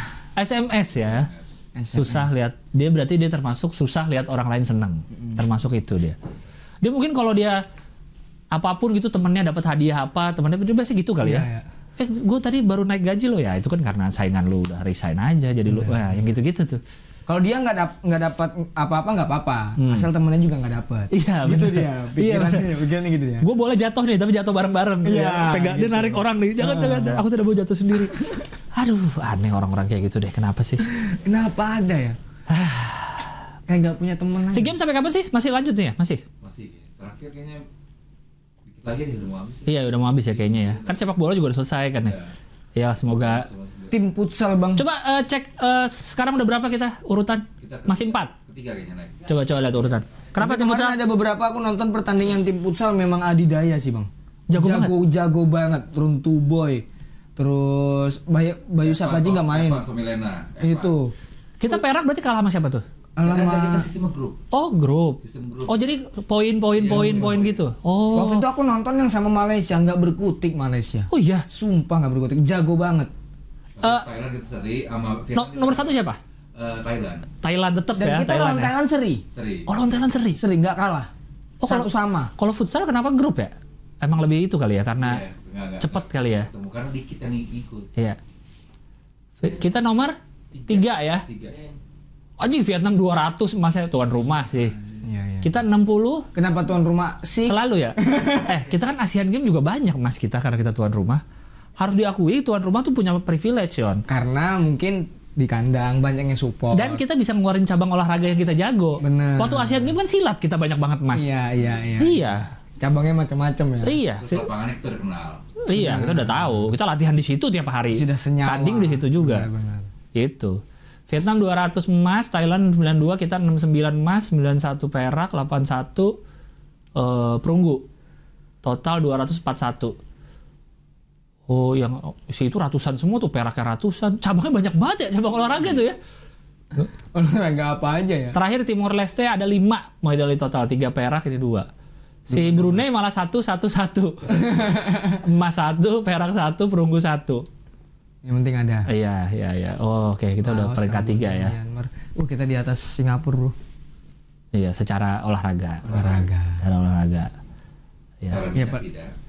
SMS ya. Susah lihat dia berarti dia termasuk susah lihat orang lain senang. Termasuk itu dia. Dia mungkin kalau dia apapun gitu temennya dapat hadiah apa, temennya dia biasa gitu kali ya. Gue tadi baru naik gaji lo ya, itu kan karena saingan lu udah resign aja jadi lu, wah yang gitu-gitu tuh. Kalau dia nggak dapat apa-apa nggak apa-apa, asal temennya juga nggak dapat. Iya, gitu dia. Pikirannya gitu ya. Gue boleh jatuh nih, tapi jatuh bareng-bareng. Iya. Pegang gitu. Dia narik orang nih, jangan, aku tidak mau jatuh sendiri. Aduh, aneh orang-orang kayak gitu deh. Kenapa sih? Kenapa ada ya? Kayak nggak punya temen. Si game sampai kapan sih? Masih lanjut nih ya? Masih. Terakhir kayaknya dikit lagi nih udah mau habis. Iya, udah mau habis ya kayaknya ya. Kan sepak bola juga udah selesai kan ya. Ya semoga. Tim futsal bang. Coba cek sekarang udah berapa kita urutan? Masih 4. Ketiga kayaknya naik. Coba lihat urutan. Kenapa tim futsal? Ada beberapa aku nonton pertandingan tim futsal memang adidaya sih bang. Jago banget. Runtu Boy. Terus Bayu Sakaji nggak main. Itu. Kita perak berarti kalah sama siapa tuh? Kita sistem grup. Oh grup. Oh jadi poin gitu. Oh. Waktu itu aku nonton yang sama Malaysia nggak berkutik Malaysia. Oh iya. Sumpah nggak berkutik. Jago banget. Thailand gitu seri sama nomor 1 siapa? Thailand tetap ya. Dan kita lawan Thailand seri. Oh lawan Thailand seri. Seri nggak kalah. Oh satu sama. Kalau futsal kenapa grup ya? Emang lebih itu kali ya karena cepet kali ya. Karena dikit yang ikut. Iya. Kita nomor 3 ya. Anjing Vietnam 200 emasnya tuan rumah sih. Iya. Kita 60. Kenapa tuan rumah sih? Selalu ya. Kita kan Asian Games juga banyak emas kita karena kita tuan rumah. Harus diakui tuan rumah tuh punya privilege Yon. Karena mungkin di kandang banyak yang support. Dan kita bisa ngeluarin cabang olahraga yang kita jago. Bener. Waktu Asian Games kan silat kita banyak banget emas. Iya. Cabangnya macam-macam ya. Iya. Terus lapangannya kita udah kenal. Iya, kita udah tahu. Kita latihan di situ tiap hari. Sudah senyawa. Tanding di situ juga. Benar. Itu. Vietnam 200 emas, Thailand 92, kita 69 emas, 91 perak, 81 perunggu. Total 241. Oh, yang isi itu ratusan semua tuh, peraknya ratusan. Cabangnya banyak banget ya, cabang olahraga tuh ya. Olahraga apa aja ya? Terakhir Timor Leste ada 5 medali total, 3 perak, ini 2. Si Brunei malah 1. Emas 1, perak 1, perunggu 1. Yang penting ada. Iya. Oh, oke, kita udah peringkat 3 ya. Kita di atas Singapura, bro. Iya, secara olahraga. Secara olahraga. Iya, Pak.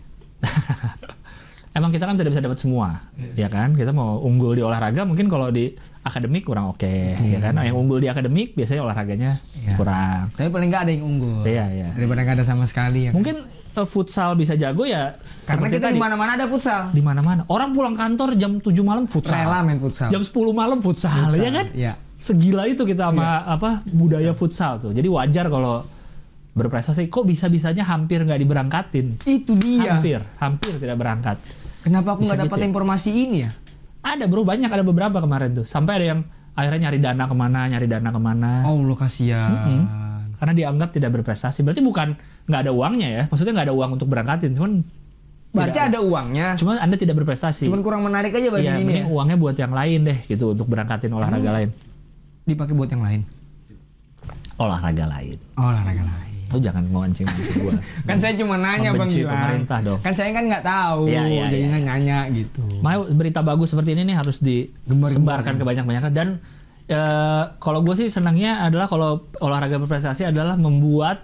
Emang kita kan tidak bisa dapat semua, ya kan? Kita mau unggul di olahraga, mungkin kalau di akademik kurang oke, ya kan? Yang unggul di akademik biasanya olahraganya kurang. Tapi paling nggak ada yang unggul. Iya. Daripada nggak ada sama sekali. Ya mungkin futsal bisa jago ya. Karena kita di mana-mana ada futsal. Di mana-mana. Orang pulang kantor jam 7 malam futsal. Rela main futsal. Jam 10 malam futsal, ya kan? Iya. Segila itu kita sama budaya futsal tuh. Jadi wajar kalau berprestasi. Kok bisa-bisanya hampir nggak diberangkatin? Itu dia. Hampir tidak berangkat. Kenapa aku nggak dapat gitu informasi ini ya? Ada bro, banyak, ada beberapa kemarin tuh. Sampai ada yang akhirnya nyari dana kemana. Oh lo kasihan. Karena dianggap tidak berprestasi. Berarti bukan nggak ada uangnya ya. Maksudnya nggak ada uang untuk berangkatin. Cuman berarti ada uangnya. Cuma Anda tidak berprestasi. Cuman kurang menarik aja bagi ini. Uangnya buat yang lain deh gitu. Untuk berangkatin olahraga lain. Dipakai buat yang lain? Olahraga lain. Lu jangan mau mancing-mancing gua. Kan saya cuma nanya Bang Gilang. Pemerintah dong. Kan saya kan nggak tahu. Jadi nanya gitu. Mau berita bagus seperti ini nih harus disebarkan ke banyak-banyak. Dan kalau gue sih senangnya adalah kalau olahraga berprestasi adalah membuat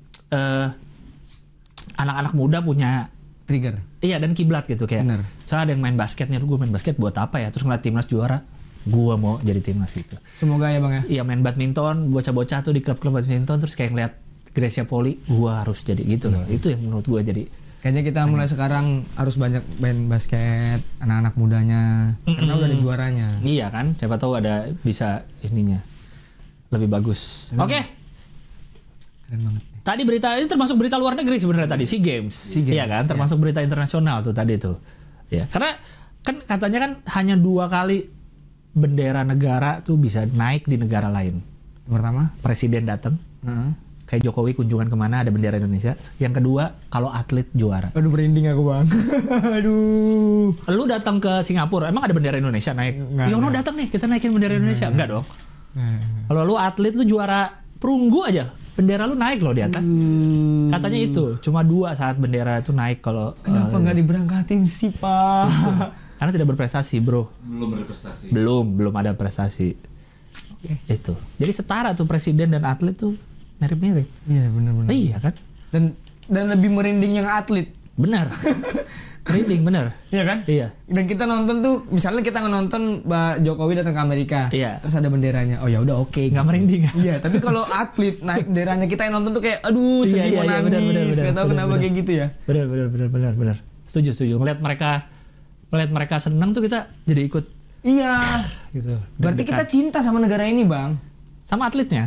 anak-anak muda punya trigger. Iya, dan kiblat gitu kayak. Bener. Soalnya ada yang main basketnya, gue main basket buat apa ya? Terus ngeliat timnas juara, gue mau jadi timnas gitu. Semoga ya Bang ya. Iya, main badminton, bocah-bocah tuh di klub-klub badminton terus kayak ngeliat Gracia Poli, gue harus jadi gitu loh. Itu yang menurut gue jadi. Kayaknya kita mulai sekarang harus banyak main basket anak-anak mudanya karena udah ada juaranya. Iya kan, siapa tahu ada bisa ininya lebih bagus. Oke. Keren banget. Tadi berita ini termasuk berita luar negeri sebenarnya tadi SEA Games. Iya kan, termasuk berita internasional tuh tadi tuh. Ya, karena kan katanya kan hanya 2 kali bendera negara tuh bisa naik di negara lain. Pertama, presiden datang. Kayak Jokowi kunjungan kemana ada bendera Indonesia. Yang kedua, kalau atlet juara. Aduh, merinding aku bang. Aduh. Lu datang ke Singapura, emang ada bendera Indonesia naik? Yono datang nih, kita naikin bendera Indonesia. Enggak dong. Kalau lu atlet, lu juara perunggu aja, bendera lu naik loh di atas. Katanya itu, cuma 2 saat bendera itu naik kalau. Kenapa nggak diberangkatin sih Pak? Karena tidak berprestasi bro. Belum berprestasi. Belum ada prestasi. Itu. Jadi setara tuh presiden dan atlet tuh mirip-mirip. Iya benar-benar. Iya kan? Dan lebih merinding yang atlet. Benar. Merinding benar. Iya kan? Iya. Dan kita nonton tuh, misalnya kita nonton Pak Jokowi datang ke Amerika. Iya. Terus ada benderanya. Oh ya udah oke. Nggak merinding. Iya. Tapi kalau atlet naik benderanya kita yang nonton tuh kayak, aduh sedih mau nangis. Nggak tahu kenapa kayak gitu ya. Benar. Setuju. Ngeliat mereka senang tuh kita jadi ikut. Iya. Gitu. Berarti kita cinta sama negara ini bang. Sama atletnya.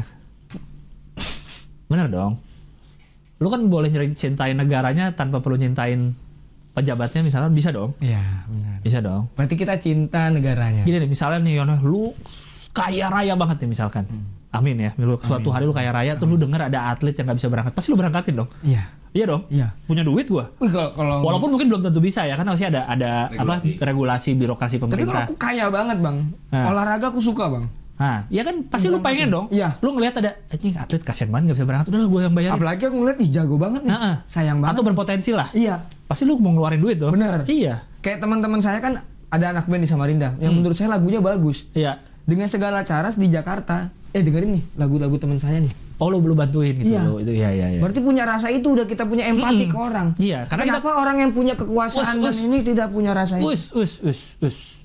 Bener dong. Lu kan boleh cintain negaranya tanpa perlu cintain pejabatnya misalnya, bisa dong. Iya benar. Bisa dong. Berarti kita cinta negaranya. Gini deh, misalnya nih Yono, lu kaya raya banget nih misalkan. Amin ya. Suatu hari lu kaya raya, terus lu denger ada atlet yang gak bisa berangkat, pasti lu berangkatin dong. Iya. Iya dong. Iya. Punya duit gua. Kalau walaupun mungkin belum tentu bisa ya, kan pasti ada regulasi birokrasi tapi kalau pemerintah. aku kaya banget bang, olahraga aku suka bang. Nah, ya kan pasti lu pengen dong. Iya. Lu ngelihat ada ini atlet kasihan banget gak bisa berangkat, udah lah gue yang bayarin. Apalagi aku ngeliat jago banget nih. Sayang banget. Atau berpotensi lah. Iya. Pasti lu mau ngeluarin duit tuh. Bener. Iya. Kayak teman-teman saya kan ada anak band di Samarinda yang menurut saya lagunya bagus. Iya. Dengan segala cara di Jakarta, dengerin nih lagu-lagu teman saya nih. Oh, lu belum bantuin gitu. Iya. Lo. Itu iya. Berarti punya rasa itu, udah kita punya empati ke orang. Iya, karena kenapa orang yang punya kekuasaan dan ini tidak punya rasa itu? Us.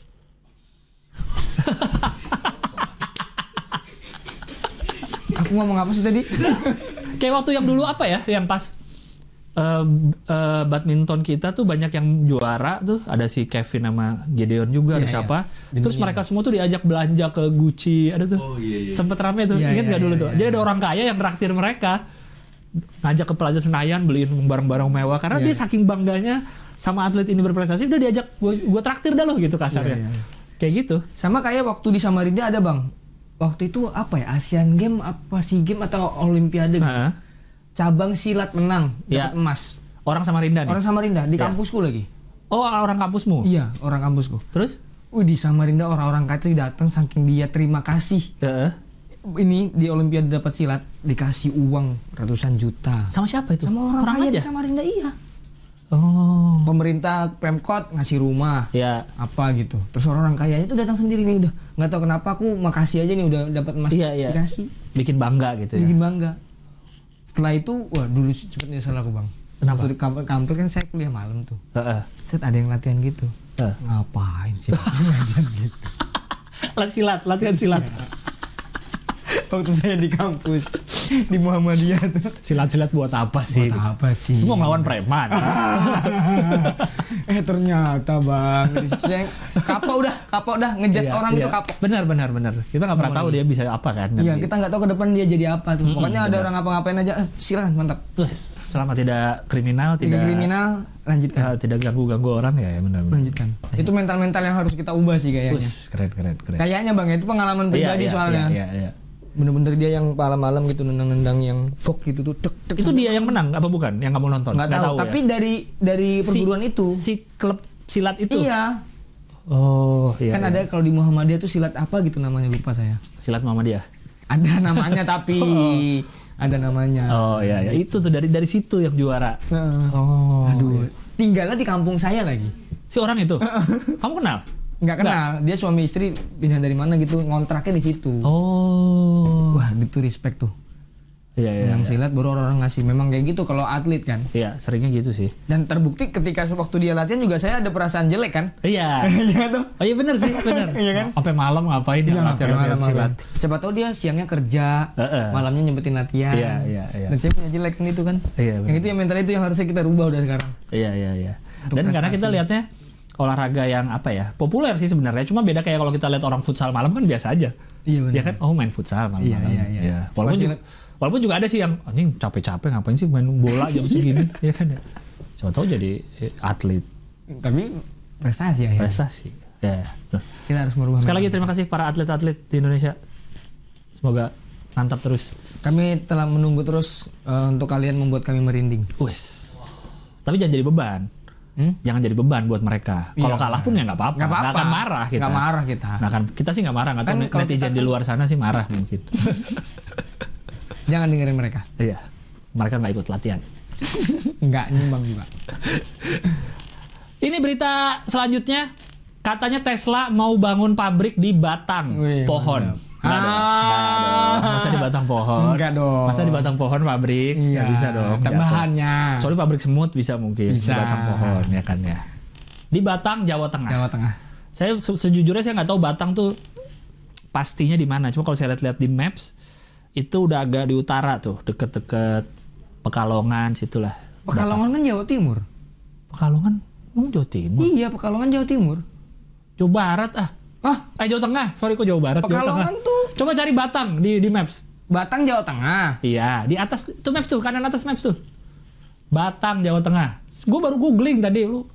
Aku ngomong apa sih tadi? Kayak waktu yang dulu apa ya, yang pas badminton kita tuh banyak yang juara tuh, ada si Kevin sama Gideon juga, ada siapa. Terus mereka semua tuh diajak belanja ke Gucci, ada tuh. Oh, iya. Sempet rame tuh, inget gak dulu tuh? Jadi ada orang kaya yang traktir mereka, ngajak ke Plaza Senayan beliin barang-barang mewah karena dia saking bangganya sama atlet ini berprestasi, udah diajak gue traktir dah loh gitu kasarnya. Kayak gitu. Sama kayak waktu di Samarinda ada bang. Waktu itu apa ya, Asian Game apa SEA Game atau Olimpiade cabang silat menang dapat emas. Orang Samarinda nih? Orang Samarinda di kampusku lagi. Oh, orang kampusmu? Iya, orang kampusku. Terus? Di Samarinda orang-orang kaya datang saking dia terima kasih. Ini di Olimpiade dapat silat dikasih uang ratusan juta. Sama siapa itu? Sama orang kaya di Samarinda, iya. Oh. Pemerintah Pemkot ngasih rumah, apa gitu. Terus orang kaya itu datang sendiri nih, udah nggak tahu kenapa aku makasih aja nih udah dapat emas dikasih. Bikin bangga gitu ya. Bikin bangga. Setelah itu, wah dulu cepet nyesel aku bang. Kenapa? Waktu di kampus kan saya kuliah malam tuh. Set ada yang latihan gitu. Ngapain sih? Latihan silat. Waktu saya di kampus di Muhammadiyah tuh. Silat-silat buat apa sih? Buat apa sih? Lu mau ngelawan preman? Ternyata bang, kapok udah ngejudge orang itu kapok. Benar. Kita nggak pernah tahu dia bisa apa kan? Iya, kita nggak tahu ke depan dia jadi apa tuh. Pokoknya ada orang ngapa-ngapain aja, silakan mantap. Selama tidak kriminal, lanjutkan. Tidak ganggu orang ya benar. Lanjutkan. Itu mental-mental yang harus kita ubah sih kayaknya. Keren. Kayaknya bang, itu pengalaman pribadi soalnya. Iya. Bener-bener dia yang malam-malam gitu nendang-nendang yang pok gitu tuh. Itu dia yang menang apa bukan? Yang kamu nonton? Nggak tahu. Tapi dari perguruan itu. Si klub silat itu. Iya. Oh iya. Kan ada kalau di Muhammadiyah tuh silat apa gitu namanya, lupa saya. Silat Muhammadiyah. Ada namanya tapi ada namanya. Oh iya. Itu tuh dari situ yang juara. Aduh. Tinggalnya di kampung saya lagi. Si orang itu. Kamu kenal? Nggak kenal. Dia suami istri pindah dari mana gitu, ngontraknya di situ. Oh. Wah, itu respect tuh. Iya. Yang silat baru orang ngasih. Memang kayak gitu kalau atlet kan. Iya, seringnya gitu sih. Dan terbukti ketika waktu dia latihan juga saya ada perasaan jelek kan? Iya. Iya tuh. Oh iya benar sih, benar. Iya kan? Sampai malam ngapain ya latihan silat. Siapa tahu dia siangnya kerja, malamnya nyempetin latihan. Iya. Dan saya punya jelek kan itu kan. Iya. Yang itu yang mental itu yang harusnya kita rubah udah sekarang. Iya. Dan karena kita lihatnya olahraga yang apa ya, populer sih sebenarnya, cuma beda kayak kalau kita lihat orang futsal malam kan biasa aja. Iya benar. Ya kan, main futsal malam-malam. Iya. Walaupun Walaupun juga ada sih yang anjing capek-capek ngapain sih main bola jam segini ya kan ya. Coba tahu jadi atlet. Tapi prestasi ya. Prestasi. Ya. Kita harus merubah. Sekali lagi terima kasih para atlet-atlet di Indonesia. Semoga mantap terus. Kami telah menunggu terus untuk kalian membuat kami merinding. Wes. Tapi jangan jadi beban. Jangan jadi beban buat mereka. Kalau kalah pun ya nggak apa-apa. Nggak akan marah kita. Nggak marah kita. Nah kan kita sih nggak marah. Nggak tahu netizen di luar sana sih marah mungkin. Jangan dengerin mereka. Iya. Mereka nggak ikut latihan. Nggak nyumbang juga. Ini berita selanjutnya. Katanya Tesla mau bangun pabrik di batang pohon. Nggak dong. Masa di batang pohon? Enggak dong. Masa di batang pohon pabrik? Nggak bisa dong. Tambahannya. Soalnya pabrik semut bisa mungkin. Bisa. Di batang pohon ya kan ya. Di Batang, Jawa Tengah. Jawa Tengah. Saya sejujurnya saya nggak tahu Batang tuh pastinya di mana. Cuma kalau saya lihat-lihat di Maps itu udah agak di utara tuh, deket-deket Pekalongan situlah. Pekalongan kan Jawa Timur. Pekalongan? Jawa Timur? Iya, Pekalongan Jawa Timur. Jawa Barat Jawa Tengah. Sorry kok Jawa Barat. Pekalongan Jawa Tengah. tuh. Coba cari Batang di Maps. Batang Jawa Tengah. Iya, di atas itu Maps tuh, kanan atas Maps tuh. Batang Jawa Tengah. Gue baru googling tadi lu.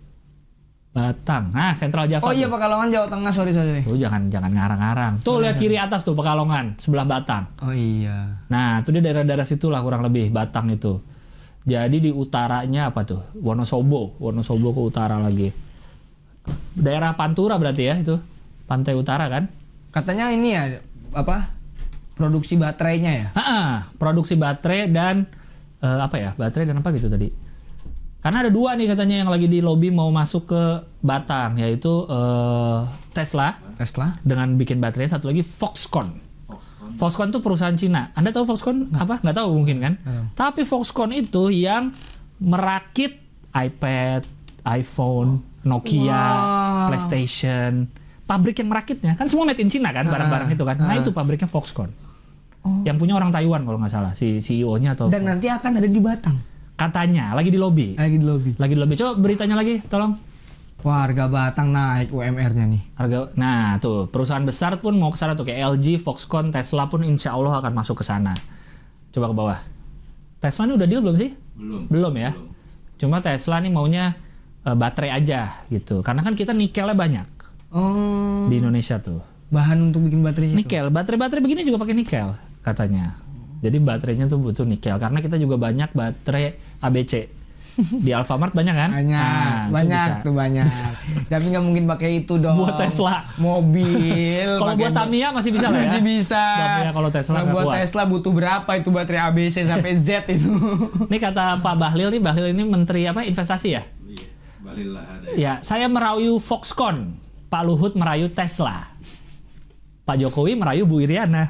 Batang. Nah, Sentral Java. Oh iya, Pekalongan Jawa Tengah. Sorry. Tuh jangan ngarang-ngarang. Tuh lihat kiri atas tuh Pekalongan, sebelah Batang. Oh iya. Nah, itu dia daerah-daerah situlah kurang lebih Batang itu. Jadi di utaranya apa tuh? Wonosobo ke utara lagi. Daerah Pantura berarti ya itu. Pantai utara kan? Katanya ini ya produksi baterainya ya? Produksi baterai dan baterai dan apa gitu tadi. Karena ada dua nih katanya yang lagi di lobby mau masuk ke Batang, yaitu Tesla dengan bikin baterai, satu lagi Foxconn. Foxconn itu perusahaan Cina. Anda tahu Foxconn apa? Nggak tahu mungkin kan? Tapi Foxconn itu yang merakit iPad, iPhone, Nokia, PlayStation. Pabrik yang merakitnya kan semua made in China kan, barang-barang itu kan. Nah itu pabriknya Foxconn. Yang punya orang Taiwan kalau nggak salah, si CEO-nya atau. Dan nanti akan ada di Batang. Katanya lagi di lobby. Coba beritanya lagi, tolong. Warga Batang naik UMR-nya nih. Nah tuh perusahaan besar pun mau ke sana tuh, kayak LG, Foxconn, Tesla pun insya Allah akan masuk ke sana. Coba ke bawah. Tesla ini udah deal belum sih? Belum ya. Cuma Tesla nih maunya baterai aja gitu. Karena kan kita nikelnya banyak. Di Indonesia tuh. Bahan untuk bikin baterainya nikel. Baterai begini juga pakai nikel katanya. Jadi baterainya tuh butuh nikel karena kita juga banyak baterai ABC. Di Alfamart banyak kan? Banyak. Tapi nggak mungkin pakai itu dong. Buat Tesla. Mobil. Kalau buat Tamiya masih bisa lah ya? Masih bisa. Tamiya kalau Tesla nggak buat kuat. Tesla butuh berapa itu baterai ABC sampai Z itu? Ini kata Pak Bahlil nih, Bahlil ini Menteri Investasi ya? Iya, Bahlil lah ada. Ya, saya merayu Foxconn, Pak Luhut merayu Tesla, Pak Jokowi merayu Bu Iriana.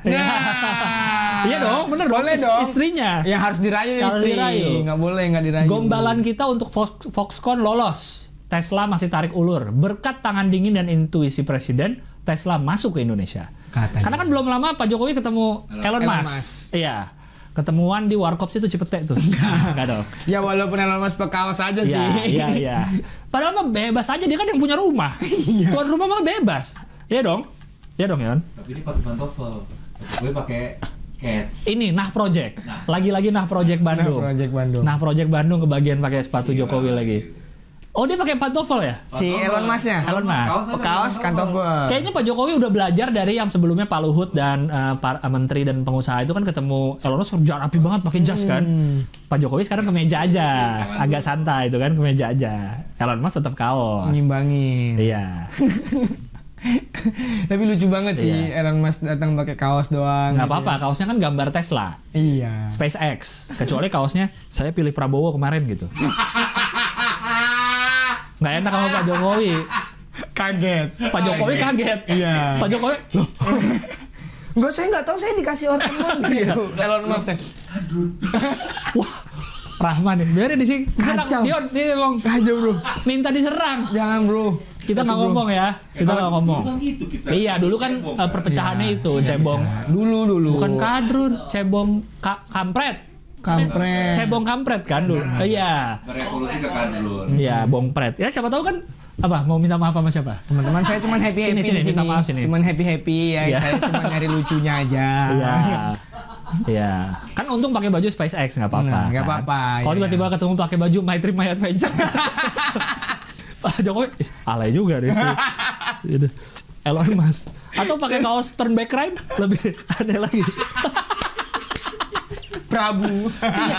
Iya dong, bener dong. Boleh dong. Istrinya. Yang harus dirayu istri. Nggak boleh nggak dirayu. Gombalan kita untuk Foxconn lolos. Tesla masih tarik ulur. Berkat tangan dingin dan intuisi Presiden, Tesla masuk ke Indonesia. Katanya. Karena kan belum lama Pak Jokowi ketemu Elon Musk. Iya. Ketemuan di Warkop itu Cipete tuh. Enggak dong. Ya walaupun Elon Musk pekaos aja sih. Iya. Padahal mah bebas aja, dia kan yang punya rumah. Tuan rumah malah bebas. Iya dong, Yon. Tapi ini pakai pantofel. Gue pakai Cats. Ini Project. Lagi-lagi Project Bandung. Project Bandung kebagian pakai sepatu Jokowi lagi. Oh, dia pakai pantofel ya? Si Elon Musk-nya. Elon Musk. Kaos, pantofel. Kayaknya Pak Jokowi udah belajar dari yang sebelumnya Pak Luhut dan para menteri dan pengusaha itu kan ketemu Elon Musk kerja rapi banget pakai jas kan. Pak Jokowi sekarang kemeja aja, agak santai itu kan, kemeja aja. Elon Musk tetap kaos. Nyimbangin. Iya. Tapi lucu banget sih Elon Musk datang pakai kaos doang. Nggak apa-apa, kaosnya kan gambar Tesla. Iya. SpaceX. Kecuali kaosnya saya pilih Prabowo kemarin gitu. Nggak enak sama Pak Jokowi. Kaget. Pak Jokowi kaget. Iya. Pak Jokowi, loh. Enggak, saya nggak tahu, saya dikasih orang gitu. Elon Musk. Wah, Rahman nih, biarin di sini. Kacau. Dion, ini bang. Kacau bro. Minta diserang. Jangan bro. Kita nggak ngomong ya. Kita nggak ngomong. Iya, dulu kan perpecahannya itu cebong. Dulu. Bukan kadrun, cebong kampret. Cebong kampret kan dulu. Iya. Berevolusi ke kadrun. Iya, bongpret. Ya siapa tahu kan apa mau minta maaf sama siapa? Teman-teman saya cuma happy di sini. Minta maaf sini. Cuman happy ya. Saya cuma nyari lucunya aja. Iya. Ya, kan untung pakai baju SpaceX nggak apa-apa. Nggak kan? apa-apa. Kalau iya. tiba-tiba ketemu pakai baju My Trip My Adventure, Pak Jokowi alay juga deh sih. Elon Musk. Atau pakai kaos Turn Back Crime lebih aneh lagi. Prabu.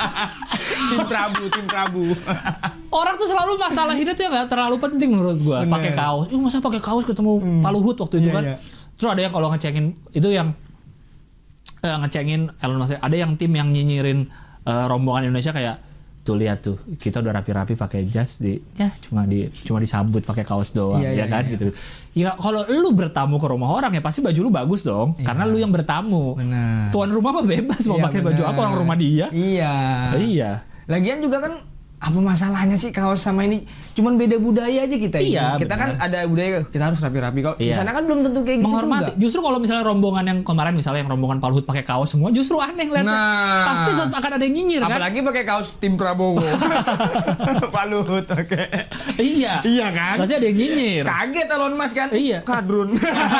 tim Prabu. Orang tuh selalu masalah ini tuh nggak terlalu penting menurut gua. Pakai kaos. Masa pakai kaos ketemu Pak Luhut waktu itu kan? Iya. Terus ada yang kalau ngecengin itu yang ngecengin Elon Musk. Ada yang tim yang nyinyirin rombongan Indonesia kayak tuh lihat tuh kita udah rapi-rapi pakai jas cuma disambut pakai kaos doang kan gitu. Ya kalau lu bertamu ke rumah orang ya pasti baju lu bagus dong karena lu yang bertamu. Benar. Tuan rumah mah bebas mau pakai baju apa orang rumah dia. Iya. Lagian juga kan apa masalahnya sih kaos sama ini? Cuman beda budaya aja kita ini. Kita kan ada budaya kita harus rapi-rapi. Kalau di sana kan belum tentu kayak gitu menghormati. Juga. Justru kalau misalnya rombongan yang kemarin misalnya yang rombongan Pak Luhut pakai kaos semua justru aneh lihatnya. Pasti tetap akan ada yang nyinyir kan. Apalagi pakai kaos tim Prabowo. Pak Luhut oke. Iya kan? Pasti ada yang nyinyir. Kaget Elon Musk kan? Iya. Kadrun.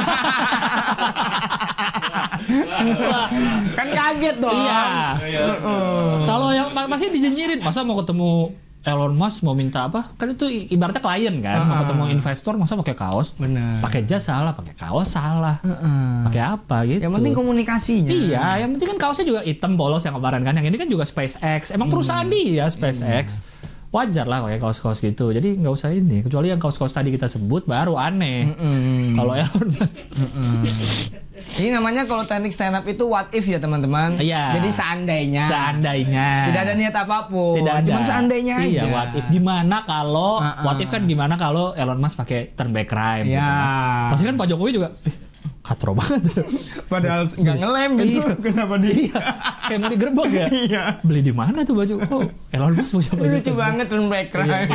Kan kaget dong. Iya. Kalau yang pasti dinyinyirin. Masa mau ketemu Elon Musk mau minta apa? Kan itu ibaratnya klien kan, mau ketemu investor masa pakai kaos? Benar. Pakai jas salah, pakai kaos salah. Pakai apa gitu. Yang penting komunikasinya. Iya, yang penting kan kaosnya juga hitam polos yang kemarin kan. Yang ini kan juga SpaceX. Emang perusahaan dia SpaceX. Wajar lah pakai kaos-kaos gitu. Jadi nggak usah ini. Kecuali yang kaos-kaos tadi kita sebut baru aneh. Kalau Elon Musk. Ini namanya kalau teknik stand up itu what if ya teman-teman. Iya. Jadi seandainya. Tidak ada niat apapun. Tidak ada. Cuma seandainya aja. Iya, what if gimana kalau what if kan gimana kalau Elon Musk pakai Turn Back Crime gitu kan. Pasti kan Pak Jokowi juga katro banget. Padahal nggak ngelem gitu. Kenapa dia? Kayak mau digerebek ya? Iya. Beli di mana tuh baju? Oh, Elon Musk punya baju. Lucu banget Turn Back Crime.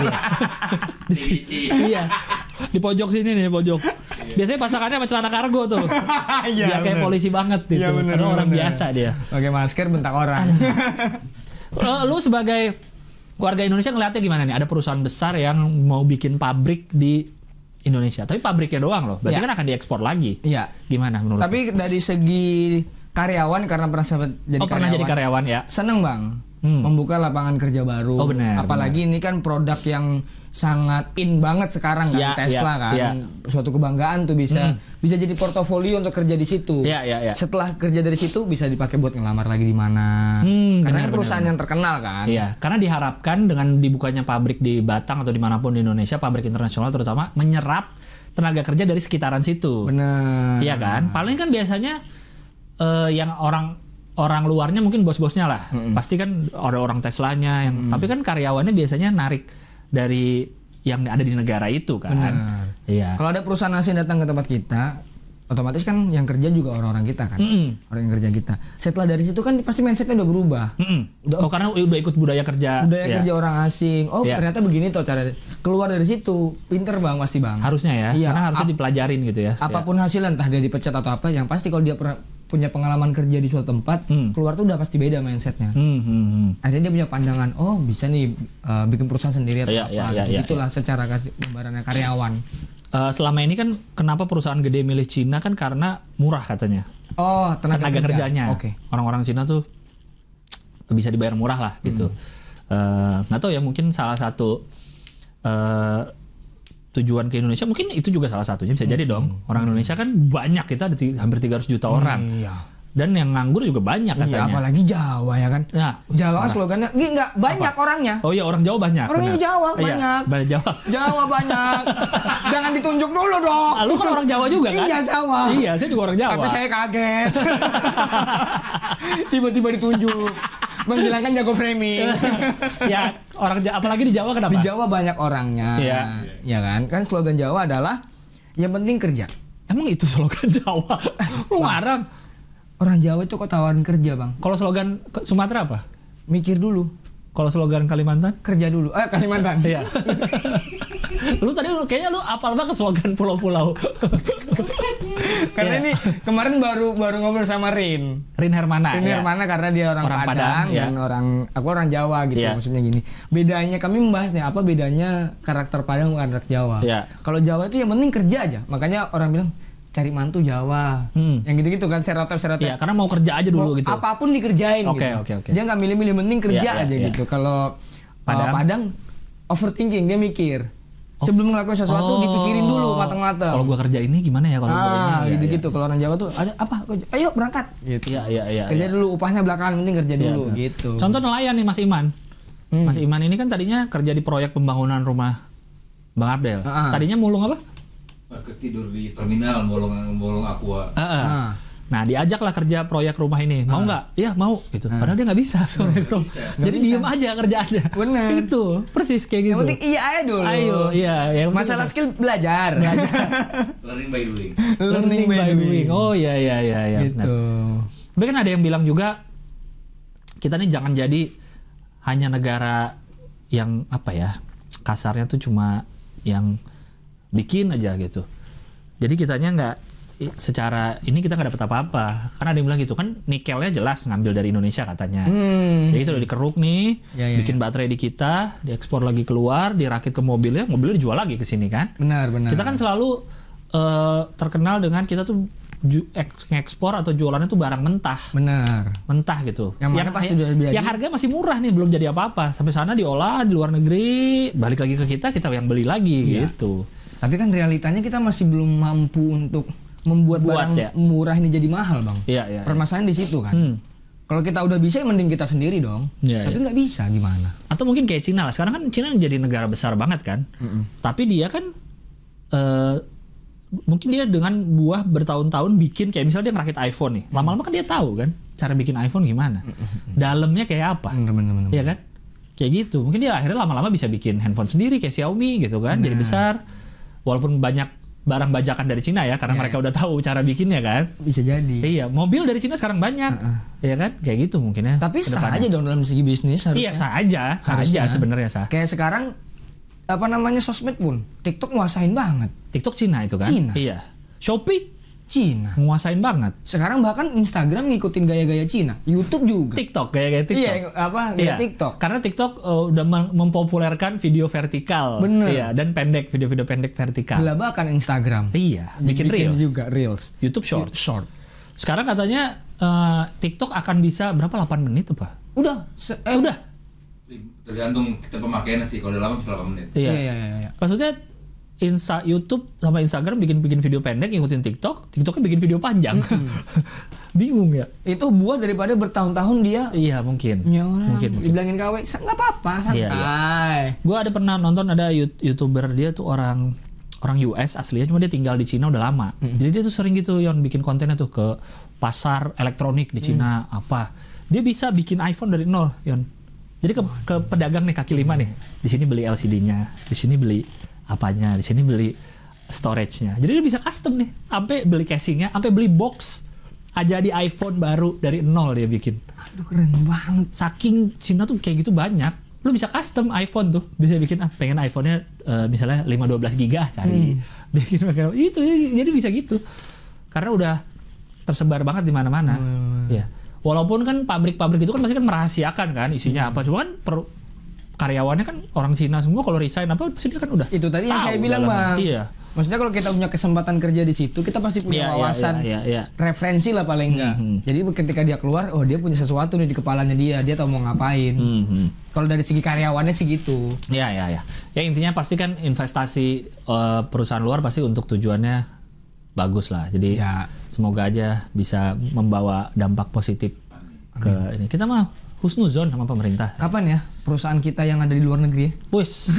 Iya. Di pojok sini nih, pojok. Biasanya pasangannya sama celana kargo tuh. Biar kayak polisi banget gitu. Karena orang biasa dia. Pakai masker bentak orang. Lu sebagai warga Indonesia ngeliatnya gimana nih? Ada perusahaan besar yang mau bikin pabrik di Indonesia. Tapi pabriknya doang loh. Berarti kan akan diekspor lagi. Iya. Gimana menurut Tapi dari segi karyawan karena pernah jadi karyawan ya. Seneng bang. Membuka lapangan kerja baru. Oh benar. Apalagi ini kan produk yang sangat in banget sekarang kan Tesla kan. Suatu kebanggaan tuh bisa jadi portofolio untuk kerja di situ. Setelah kerja dari situ bisa dipakai buat ngelamar lagi di mana. Karena perusahaan yang terkenal kan. Iya, karena diharapkan dengan dibukanya pabrik di Batang atau dimanapun di Indonesia, pabrik internasional terutama menyerap tenaga kerja dari sekitaran situ. Benar. Iya kan? Paling kan biasanya yang orang luarnya mungkin bos-bosnya lah. Pasti kan ada orang Teslanya yang tapi kan karyawannya biasanya narik dari yang ada di negara itu kan. Iya. Kalau ada perusahaan asing datang ke tempat kita, otomatis kan yang kerja juga orang-orang kita kan. Orang yang kerja kita. Setelah dari situ kan pasti mindsetnya udah berubah. Karena udah ikut budaya kerja. Kerja orang asing. Ternyata begini tuh cara keluar dari situ. Pinter bang pasti bang. Harusnya ya. Iya. Karena harusnya dipelajarin gitu ya. Apapun hasilnya entah dia dipecat atau apa, yang pasti kalau dia punya pengalaman kerja di suatu tempat, keluar tuh udah pasti beda mindsetnya. Akhirnya dia punya pandangan, oh bisa nih bikin perusahaan sendiri atau apa. Itulah secara gambarannya karyawan. Selama ini kan kenapa perusahaan gede milih Cina kan karena murah katanya. Oh, tenaga kerjanya. Okay. Orang-orang Cina tuh bisa dibayar murah lah gitu. Nggak tahu ya, mungkin salah satu tujuan ke Indonesia mungkin itu juga salah satunya, bisa jadi dong. Orang Indonesia kan banyak, kita ada hampir 300 juta orang. Dan yang nganggur juga banyak katanya. Apalagi Jawa ya kan. Nah, Jawa slogannya nggak banyak orangnya. Oh iya, orang Jawa banyak. Orangnya Jawa banyak. Banyak Jawa. Jawa banyak. Jangan ditunjuk dulu dong. Lu kan orang Jawa juga kan? Iya, Jawa. Iya, saya juga orang Jawa. Tapi saya kaget. Tiba-tiba ditunjuk. Menghilangkan jago framing. Ya, orang Jawa, apalagi di Jawa kenapa? Di Jawa banyak orangnya. Ya kan? Kan slogan Jawa adalah yang penting kerja. Emang itu slogan Jawa? Lu ngarang. Orang Jawa itu kok tawarin kerja, Bang. Kalau slogan Sumatera apa? Mikir dulu. Kalau slogan Kalimantan? Kerja dulu. Kalimantan. Iya. Lu tadi kayaknya lu apal banget slogan pulau-pulau. Karena ini kemarin baru ngobrol sama Rin Hermana. Hermana karena dia orang Padang dan aku orang Jawa gitu. Maksudnya gini. Bedanya kami membahas nih, apa bedanya karakter Padang dengan karakter Jawa. Kalau Jawa itu yang penting kerja aja. Makanya orang bilang cari mantu Jawa. Yang gitu-gitu kan stereotip. Iya, karena mau kerja aja dulu gitu. Apapun dikerjain Oke. Dia nggak milih-milih, penting kerja aja gitu. Kalau Padang overthinking, dia mikir. Sebelum ngelakuin sesuatu dipikirin dulu matang-matang. Kalau gua kerja ini gimana ya kalau gitu-gitu. Kalau orang Jawa tuh ada apa? Ayo berangkat gitu. Iya. Kerja dulu, upahnya belakangan, penting kerja dulu gitu. Contoh nelayan nih Mas Iman. Mas Iman ini kan tadinya kerja di proyek pembangunan rumah Bang Abdel. Tadinya mulung apa? Tidur di terminal bolong aqua. Nah, diajaklah kerja proyek rumah ini. Mau nggak? Iya, mau gitu. Padahal dia nggak bisa. Jadi diem aja kerjaannya. Bener. Itu persis kayak gitu. Yang penting iya aja dulu. Ayo, iya. Masalah skill belajar. Learning by doing. Learning by doing. Oh iya. Gitu. Tapi kan ada yang bilang juga kita nih jangan jadi hanya negara yang apa ya, kasarnya tuh cuma yang bikin aja gitu. Jadi kitanya nggak secara ini kita nggak dapat apa-apa, karena ada yang bilang gitu kan, nikelnya jelas ngambil dari Indonesia katanya. Jadi itu udah dikeruk nih, bikin baterai di kita, diekspor lagi keluar, dirakit ke mobilnya dijual lagi ke sini kan. Benar. Kita kan selalu terkenal dengan kita tuh ngekspor atau jualannya tuh barang mentah. Benar. Mentah gitu. Yang pasti udah biasa. Yang harga masih murah nih, belum jadi apa-apa. Sampai sana diolah di luar negeri, balik lagi ke kita yang beli lagi gitu. Tapi kan realitanya kita masih belum mampu untuk membuat barang murah ini jadi mahal, Bang. Iya. Permasalahan di situ kan. Kalau kita udah bisa, mending kita sendiri dong. Tapi nggak bisa, gimana? Atau mungkin kayak Cina lah. Sekarang kan Cina jadi negara besar banget kan. Tapi dia kan mungkin dia dengan buah bertahun-tahun bikin, kayak misalnya dia ngerakit iPhone nih. Lama-lama kan dia tahu kan cara bikin iPhone gimana. Dalamnya kayak apa. Bener. Iya kan? Kayak gitu. Mungkin dia akhirnya lama-lama bisa bikin handphone sendiri kayak Xiaomi gitu kan. Jadi besar. Walaupun banyak barang bajakan dari Cina ya, karena mereka udah tahu cara bikinnya kan. Bisa jadi. Iya, mobil dari Cina sekarang banyak. Iya kan? Kayak gitu mungkin ya. Tapi sah aja dong dalam segi bisnis harusnya. Iya, sah aja sebenarnya sah. Kayak sekarang sosmed pun TikTok nguasain banget. TikTok Cina itu kan? Cina. Iya. Shopee Cina. Nguasain banget. Sekarang bahkan Instagram ngikutin gaya-gaya Cina. YouTube juga. TikTok, gaya-gaya TikTok. Iya, TikTok. Karena TikTok udah mempopulerkan video vertikal. Bener. Iya, dan video-video pendek vertikal. Gelabakan Instagram. Iya, bikin Reels. Juga Reels. YouTube Short. Sekarang katanya TikTok akan bisa berapa, 8 menit apa? Udah. Udah. Tergantung kita pemakaiannya sih, kalau udah lama bisa 8 menit. Iya. Maksudnya YouTube sama Instagram bikin video pendek ngikutin TikToknya bikin video panjang. Bingung ya? Itu buah daripada bertahun-tahun dia. Iya, mungkin. Mungkin. Dibilangin KW, nggak apa-apa, santai. Iya. Gue ada pernah nonton, ada YouTuber, dia tuh orang US aslinya, cuma dia tinggal di Cina udah lama. Jadi dia tuh sering gitu yang bikin kontennya tuh ke pasar elektronik di Cina apa. Dia bisa bikin iPhone dari nol, Yon. Jadi ke pedagang nih kaki lima nih. Di sini beli LCD-nya, di sini beli apanya, di sini beli storage-nya. Jadi dia bisa custom nih, sampai beli casing-nya, sampai beli box aja di iPhone baru dari nol dia bikin. Aduh, keren banget. Saking Cina tuh kayak gitu banyak. Lu bisa custom iPhone tuh, bisa bikin pengen iPhone-nya misalnya 512 giga cari. Bikin itu, jadi bisa gitu. Karena udah tersebar banget di mana-mana. Ya. Walaupun kan pabrik-pabrik itu kan pasti kan merahasiakan kan isinya apa. Cuma kan karyawannya kan orang Cina semua, kalau resign apa pasti dia kan udah. Itu tadi yang saya bilang, Bang. Iya. Maksudnya kalau kita punya kesempatan kerja di situ, kita pasti punya wawasan, referensi lah paling enggak. Jadi ketika dia keluar, oh dia punya sesuatu nih di kepalanya dia tahu mau ngapain. Kalau dari segi karyawannya sih gitu. Iya. Ya intinya pasti kan investasi perusahaan luar pasti untuk tujuannya bagus lah. Jadi semoga aja bisa membawa dampak positif ke ini. Kita mah husnuzon sama pemerintah. Kapan ya perusahaan kita yang ada di luar negeri ya? Wis.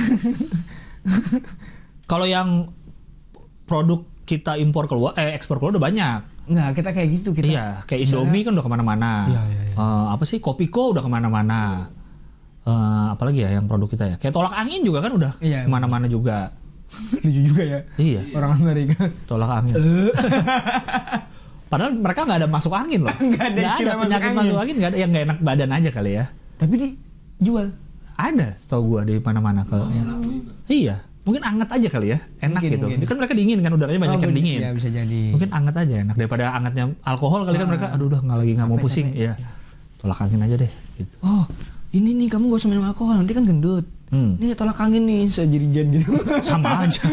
Kalau yang produk kita impor keluar, ekspor keluar udah banyak. Nggak, kita kayak gitu kita. Iya, kayak Indomie kan udah kemana-mana. Iya. Apa sih, Kopiko udah kemana-mana. Apalagi ya yang produk kita ya. Kayak tolak angin juga kan udah kemana-mana juga. Lucu juga ya. Iya. Orang Amerika. Tolak angin. Padahal mereka nggak ada masuk angin loh. Nggak ada istilah masuk angin, nggak ada, yang nggak enak badan aja kali ya. Tapi dijual. Ada, setahu gua di mana-mana kalau. Iya. Mungkin anget aja kali ya, enak gitu. Mungkin. Kan mereka dingin kan, udaranya banyak yang dingin. Iya, bisa jadi. Mungkin anget aja enak daripada angetnya alkohol kali kan mereka. Aduh udah nggak mau pusing. Iya. Tolak angin aja deh. Gitu. Oh, ini nih kamu gak usah minum alkohol, nanti kan gendut. Nih tolak angin nih sejerigen gitu. Sama aja.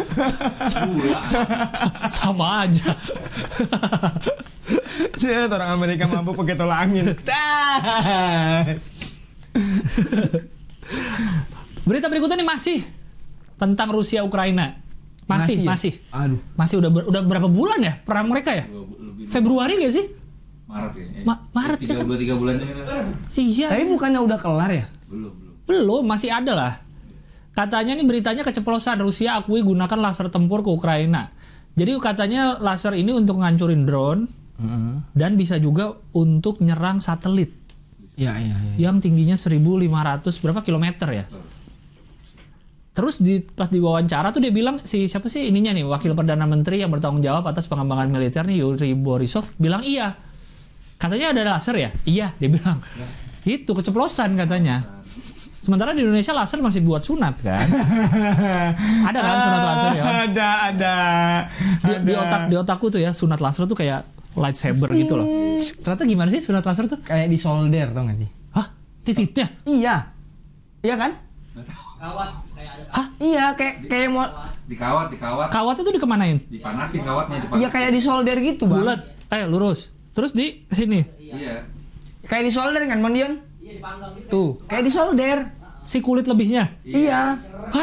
Sama aja. Saya orang Amerika mampu pakai tolak angin. Berita berikutnya nih masih tentang Rusia Ukraina. Masih. Aduh. Masih udah berapa bulan ya perang mereka ya? Februari nggak sih? Maret ya. Maret ya. 2-3 bulan ini kan. Iya. Tapi bukannya udah kelar ya? Belum, masih ada lah. Katanya nih beritanya keceplosan, Rusia akui gunakan laser tempur ke Ukraina. Jadi katanya laser ini untuk ngancurin drone dan bisa juga untuk nyerang satelit. Iya. Yang tingginya 1.500 berapa kilometer ya? Terus pas diwawancara tuh dia bilang siapa sih ininya nih wakil perdana menteri yang bertanggung jawab atas pengembangan militer nih Yuri Borisov bilang iya. Katanya ada laser ya? Iya, dia bilang. Itu keceplosan katanya. Sementara di Indonesia laser masih buat sunat kan? Ada kan sunat laser ya? Ada. Di otakku tuh ya sunat laser tuh kayak lightsaber gitu loh. Ternyata gimana sih sunat laser tuh? Kayak di solder tau gak sih? Hah? Titiknya? Iya kan? Kawat kayak ada. Hah? Iya kayak mau Dikawat. Kawat itu dikemanain? Dipanasin kawatnya. Iya kayak di solder gitu bang. Bulat. Lurus. Terus di sini. Iya. Kayak di solder kan Bang Dion? Iya dipanggang gitu. Tuh kayak di solder. Si kulit lebihnya. Iya. Hah?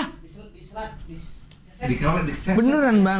Dikawat, diseset. Beneran bang.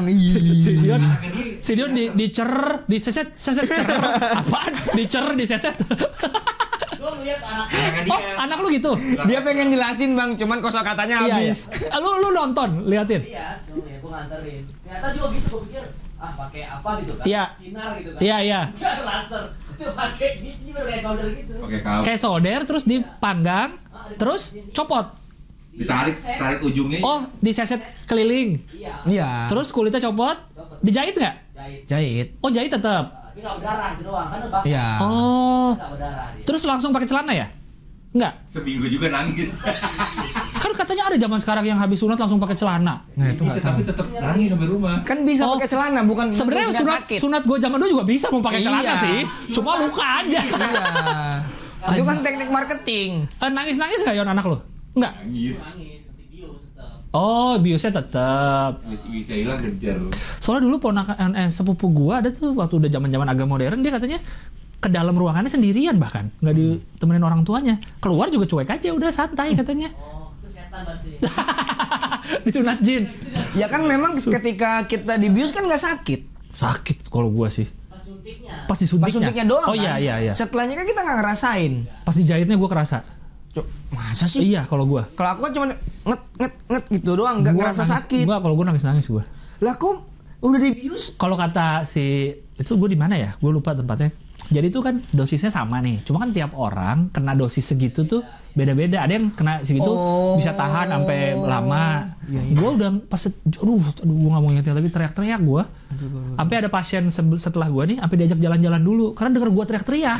Si Dion diseset cer. Apaan? Diseset. Gua ngeliat Anak lu gitu? Dia pengen jelasin bang, cuman kosakatanya habis. Iya. Lu nonton, liatin. Iya, gua nganterin. Ternyata juga gitu, gua pikir pakai apa gitu kan? Iya. Sinar gitu kan? Iya. Enggak ada laser. Itu pakai ini baru kayak solder gitu. Pakai kawat. Kayak solder terus dipanggang, terus copot. Tarik ujungnya. Oh, diseset keliling. Iya. Terus kulitnya copot, dijahit nggak? Jahit. Oh, jahit tetap. Tapi nggak berdarah gitu doang kan bakar. Iya. Oh. Nggak berdarah dia. Terus langsung pakai celana ya? Enggak. Seminggu juga nangis. Kan katanya ada zaman sekarang yang habis sunat langsung pakai celana. Nah itu Bisa, tapi tetap nangis sampai rumah. kan bisa pakai celana bukan Sebenarnya sunat gue zaman dulu juga bisa mau pakai celana Iya. sih. Cuma luka aja. Iya. Itu kan teknik marketing. Nangis-nangis nggak Yon anak lo? Enggak. Nangis. Seperti bius tetap. Oh, biusnya tetap. Bisa hilang kejar. Soalnya dulu ponakan sepupu gua ada tuh waktu udah zaman-zaman agak modern dia katanya ke dalam ruangannya sendirian bahkan nggak ditemenin orang tuanya. Keluar juga cuek aja udah santai katanya. Oh, itu setan berarti. Disunat jin. Ya kan memang ketika kita dibius kan nggak sakit. Sakit kalau gua sih. Pas suntiknya. Pas disuntiknya. Pas suntiknya doang Oh kan? iya. Setelahnya kan kita nggak ngerasain. Pas dijahitnya gua kerasa. Masa sih? Iya kalau gua. Kalau aku kan cuma nget gitu doang, nggak ngerasa sakit. Gua kalau gua nangis gua. Lah kok udah dibius? Kalau kata si itu gua di mana ya? Gua lupa tempatnya. Jadi itu kan dosisnya sama nih. Cuma kan tiap orang kena dosis segitu tuh beda-beda. Ada yang kena segitu bisa tahan sampai lama. Gua udah pas aduh gua nggak mau ingetin lagi teriak-teriak gua. Sampai ada pasien setelah gua nih sampai diajak jalan-jalan dulu karena denger gua teriak-teriak.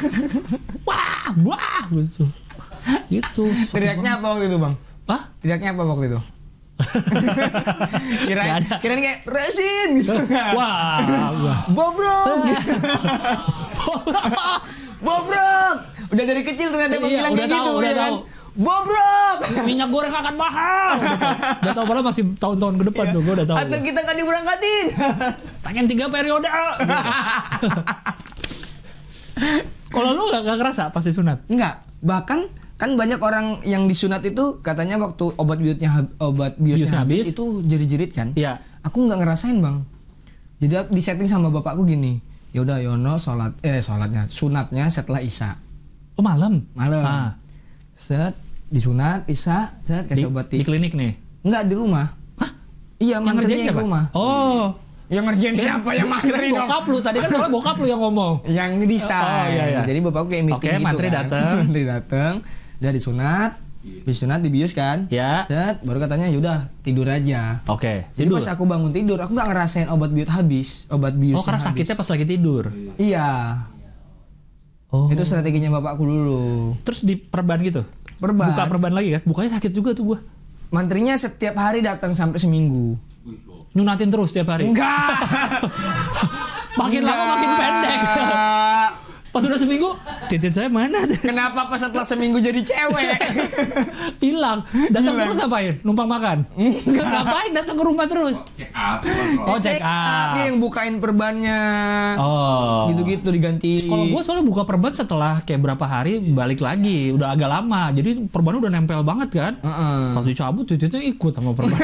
Wah gitu. Gitu. Teriaknya apa waktu itu bang? Hah? Teriaknya apa waktu itu? kirain kayak resin gitu. Wah. Bobrok. Bobrok. Udah dari kecil ternyata bang bilang kayak gitu. Udah kan? tahu. Bobrok. Minyak goreng akan mahal. Udah tahu padahal masih tahun-tahun ke depan tuh. Gue udah tahu. Atau kita kan diberangkatin. Pengen 3 periode. Kalau lu nggak kerasa pas disunat? Enggak. Bahkan kan banyak orang yang disunat itu katanya waktu obat biusnya habis itu jerit-jerit kan? Iya. Aku nggak ngerasain bang. Jadi disetting sama bapakku gini. Ya udah Yono sunatnya setelah Isya. Oh malam. Set disunat Isya, set kasih obat di klinik nih. Enggak di rumah. Hah? Iya, yang ngerjain di rumah. Oh. Yang ngerjain siapa yang mantri dong? Bokap lu tadi kan soalnya bokap lu yang ngomong. Yang desain. Iya. Jadi bapakku kayak meeting gitu mantri kan. Mantri datang. Udah disunat. Disunat dibius kan? Ya. Set, baru katanya yaudah tidur aja. Oke. Jadi pas aku bangun tidur, aku nggak ngerasain obat bius habis. Obat bius. Oh karena sakitnya pas lagi tidur. Iya. Oh. Itu strateginya bapakku dulu. Terus diperban gitu? Perban. Buka perban lagi kan? Bukanya sakit juga tuh gua. Mantrinya setiap hari datang sampai seminggu. Nyunatin terus tiap hari? Enggak. Makin lama makin pendek. Pas udah seminggu, titit saya mana? Kenapa pas setelah seminggu jadi cewek? Hilang. Datang terus ngapain? Numpang makan? Ngapain datang ke rumah terus? Check up. Oh, check up. Dia yang bukain perbannya. Oh. Gitu-gitu diganti. Kalau gue soalnya buka perban setelah kayak berapa hari balik lagi, udah agak lama. Jadi perbannya udah nempel banget kan. Pas dicabut titiknya ikut sama perban.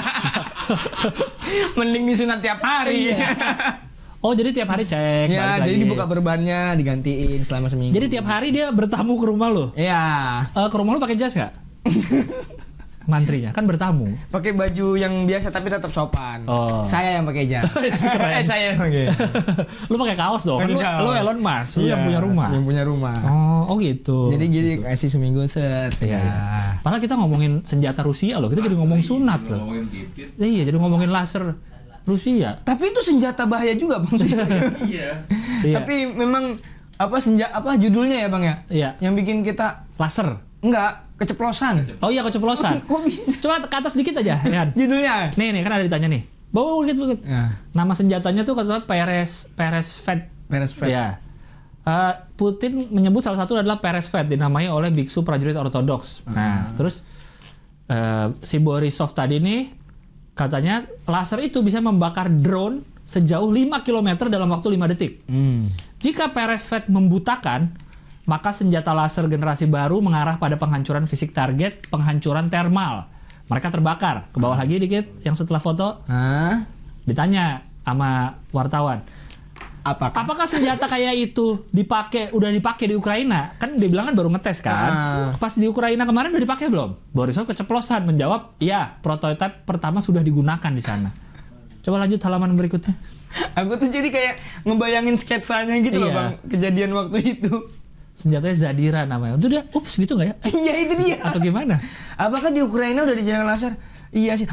Mending disunat tiap hari. Oh, jadi tiap hari cek. Ya, jadi dibuka perbannya, digantiin selama seminggu. Jadi tiap hari dia bertamu ke rumah lo. Iya. Ke rumah lo pakai jas nggak? Mantrinya kan bertamu. Pakai baju yang biasa tapi tetap sopan. Oh. Saya yang pakai jas. Saya yang pakai. Lu pakai kaos dong. Kan lu Elon Musk, lu yang punya rumah. Yang punya rumah. Oh gitu. Jadi gini kasih seminggu set. Iya. Padahal kita ngomongin senjata Rusia loh. Kita jadi ngomong sunat loh. Ngomongin titit. Iya, jadi ngomongin laser Rusia. Tapi itu senjata bahaya juga, Bang. Iya. Tapi memang apa judulnya ya, Bang ya? Iya. Yang bikin kita Laser. enggak keceplosan. Oh iya, keceplosan. Kok bisa? Coba ke atas dikit aja, ya kan? Judulnya. Nih kan ada ditanya nih. Bawa dikit. Ya. Nama senjatanya tuh kata Peresvet. Ya. Putin menyebut salah satu adalah Peresvet, dinamai oleh biksu prajurit ortodoks. Nah, terus si Borisov tadi nih katanya laser itu bisa membakar drone sejauh 5 km dalam waktu 5 detik. Jika Peresvet membutakan, maka senjata laser generasi baru mengarah pada penghancuran fisik target, penghancuran termal. Mereka terbakar. Ke bawah lagi dikit, yang setelah foto. Ditanya sama wartawan. Apakah senjata kayak itu udah dipakai di Ukraina? Kan dia bilang kan baru ngetes kan. Pas di Ukraina kemarin udah dipakai belum? Borisov keceplosan menjawab, iya, prototipe pertama sudah digunakan di sana. Coba lanjut halaman berikutnya. Aku tuh jadi kayak ngebayangin sketsanya gitu loh, Bang. Kejadian waktu itu. Senjatanya Zadira namanya. Itu dia, ups gitu nggak ya? Iya, itu dia. Atau gimana? Apakah di Ukraina udah diserang laser? Iya sih.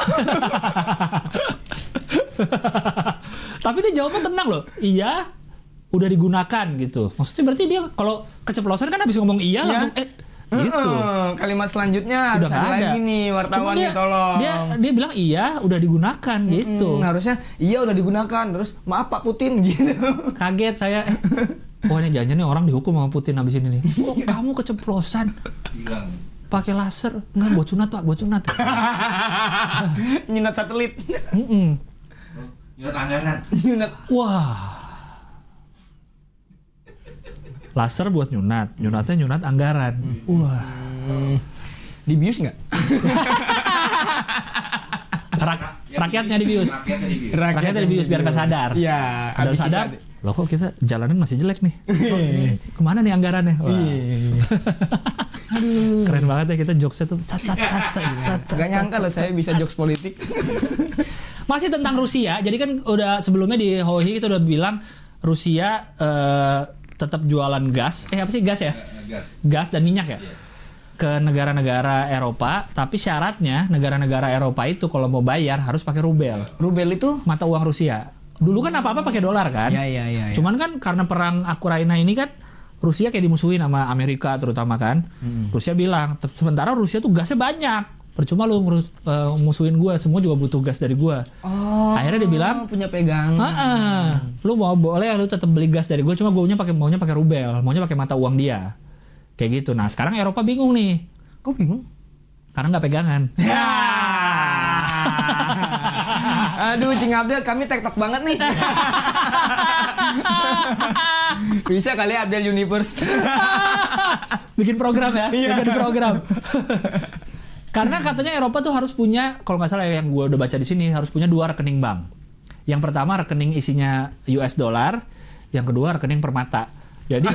Tapi dia jawabnya tenang loh. Iya, udah digunakan gitu. Maksudnya berarti dia kalau keceplosan kan habis ngomong iya langsung gitu. Kalimat selanjutnya harus ada lagi nih, wartawan nih tolong. Dia bilang iya, udah digunakan gitu. Harusnya iya udah digunakan. Terus maaf Pak Putin gitu. Kaget saya. Oh ini jangan nih orang dihukum sama Putin habis ini nih. Oh kamu keceplosan. Hilang. Pakai laser. Enggak, buat sunat Pak, buat sunat. Nyunat satelit. Nyunat anggaran. Wah. Laser buat nyunat. Nyunatnya nyunat anggaran. Wah. Dibius nggak? Rakyatnya dibius. Rakyatnya dibius biar nggak sadar. Iya. Sadar. Loh kok kita jalanan masih jelek nih. Kemana nih anggarannya? Wah. Keren banget ya kita jokesnya tuh. Gak nyangka loh saya bisa jokes politik. Masih tentang Rusia. Jadi kan udah sebelumnya di Hohi kita udah bilang Rusia tetap jualan gas. Apa sih gas ya? Gas dan minyak ya? Ke negara-negara Eropa, tapi syaratnya negara-negara Eropa itu kalau mau bayar harus pakai rubel. Rubel itu mata uang Rusia. Dulu kan apa-apa pakai dolar kan? Iya. Cuman kan karena perang Ukraina ini kan Rusia kayak dimusuhin sama Amerika terutama kan. Rusia bilang, sementara Rusia tuh gasnya banyak. Percuma lu musuhin gue, semua juga butuh gas dari gue. Akhirnya dia bilang punya pegangan. Lu boleh lu tetap beli gas dari gue, cuma gue maunya pakai rubel, maunya pakai mata uang dia. Kayak gitu. Nah sekarang Eropa bingung nih. Kok bingung? Karena nggak pegangan. Aduh, Cing Abdel, kami tektok banget nih. Bisa kali Abdel Universe. Bikin program ya? Bikin program. Karena katanya Eropa tuh harus punya, kalau nggak salah yang gue udah baca di sini, harus punya 2 rekening bank. Yang pertama rekening isinya US dollar, yang kedua rekening permata. Jadi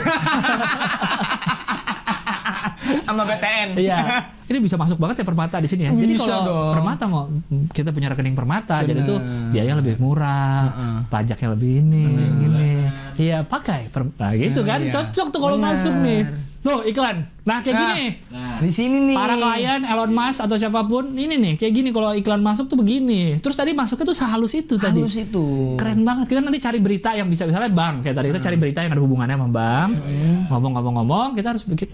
sama BTN. Iya. Ini bisa masuk banget ya permata di sini ya. Jadi kalau permata mau kita punya rekening permata, jadi tuh biaya lebih murah, pajaknya lebih ini. Iya, pakai nah gitu kan. Cocok tuh kalau masuk nih. Tuh iklan. Nah kayak gini. Nah, di sini nih. Para klien Elon Musk atau siapapun ini nih kayak gini kalau iklan masuk tuh begini. Terus tadi masuknya tuh sehalus itu tadi. Halus itu. Keren banget. Kita nanti cari berita yang bisa misalnya bank kayak tadi kita cari berita yang ada hubungannya sama bank. Ngomong-ngomong kita harus bikin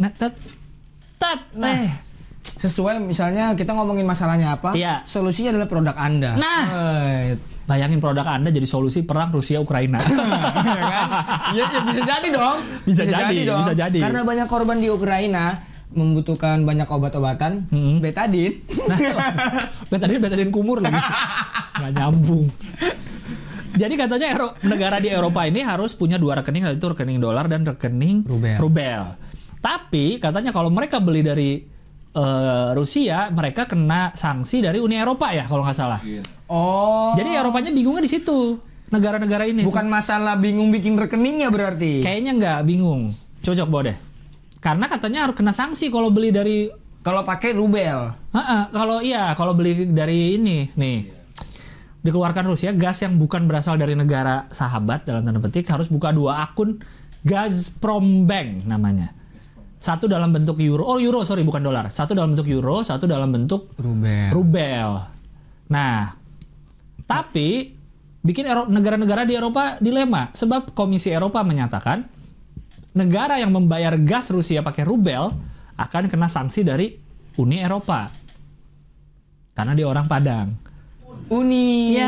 sesuai misalnya kita ngomongin masalahnya apa, solusinya adalah produk Anda. bayangin produk Anda jadi solusi perang Rusia Ukraina. Ya bisa jadi dong. Bisa jadi. Karena banyak korban di Ukraina membutuhkan banyak obat-obatan, betadin. Nah, betadin kumur lagi. Nggak nyambung. Jadi katanya negara di Eropa ini harus punya 2 rekening, yaitu rekening dolar dan rekening rubel. Tapi katanya kalau mereka beli dari Rusia, mereka kena sanksi dari Uni Eropa ya kalau nggak salah. Oh. Jadi Eropanya bingungnya di situ. Negara-negara ini. Bukan masalah bingung bikin rekeningnya berarti. Kayaknya nggak bingung. Cocok bawa deh. Karena katanya harus kena sanksi kalau beli dari. Kalau pakai rubel. Kalau beli dari ini nih. Dikeluarkan Rusia, gas yang bukan berasal dari negara sahabat dalam tanda petik harus buka 2 akun Gazprom Bank namanya. Satu dalam bentuk euro, bukan dolar. Satu dalam bentuk euro, satu dalam bentuk rubel. Nah, tapi bikin negara-negara di Eropa dilema. Sebab Komisi Eropa menyatakan negara yang membayar gas Rusia pakai rubel akan kena sanksi dari Uni Eropa. Karena dia orang Padang. Uni. Ya.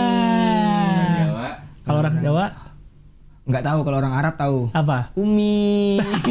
Kalau orang Jawa? Nggak tahu, kalau orang Arab tahu. Apa? Umi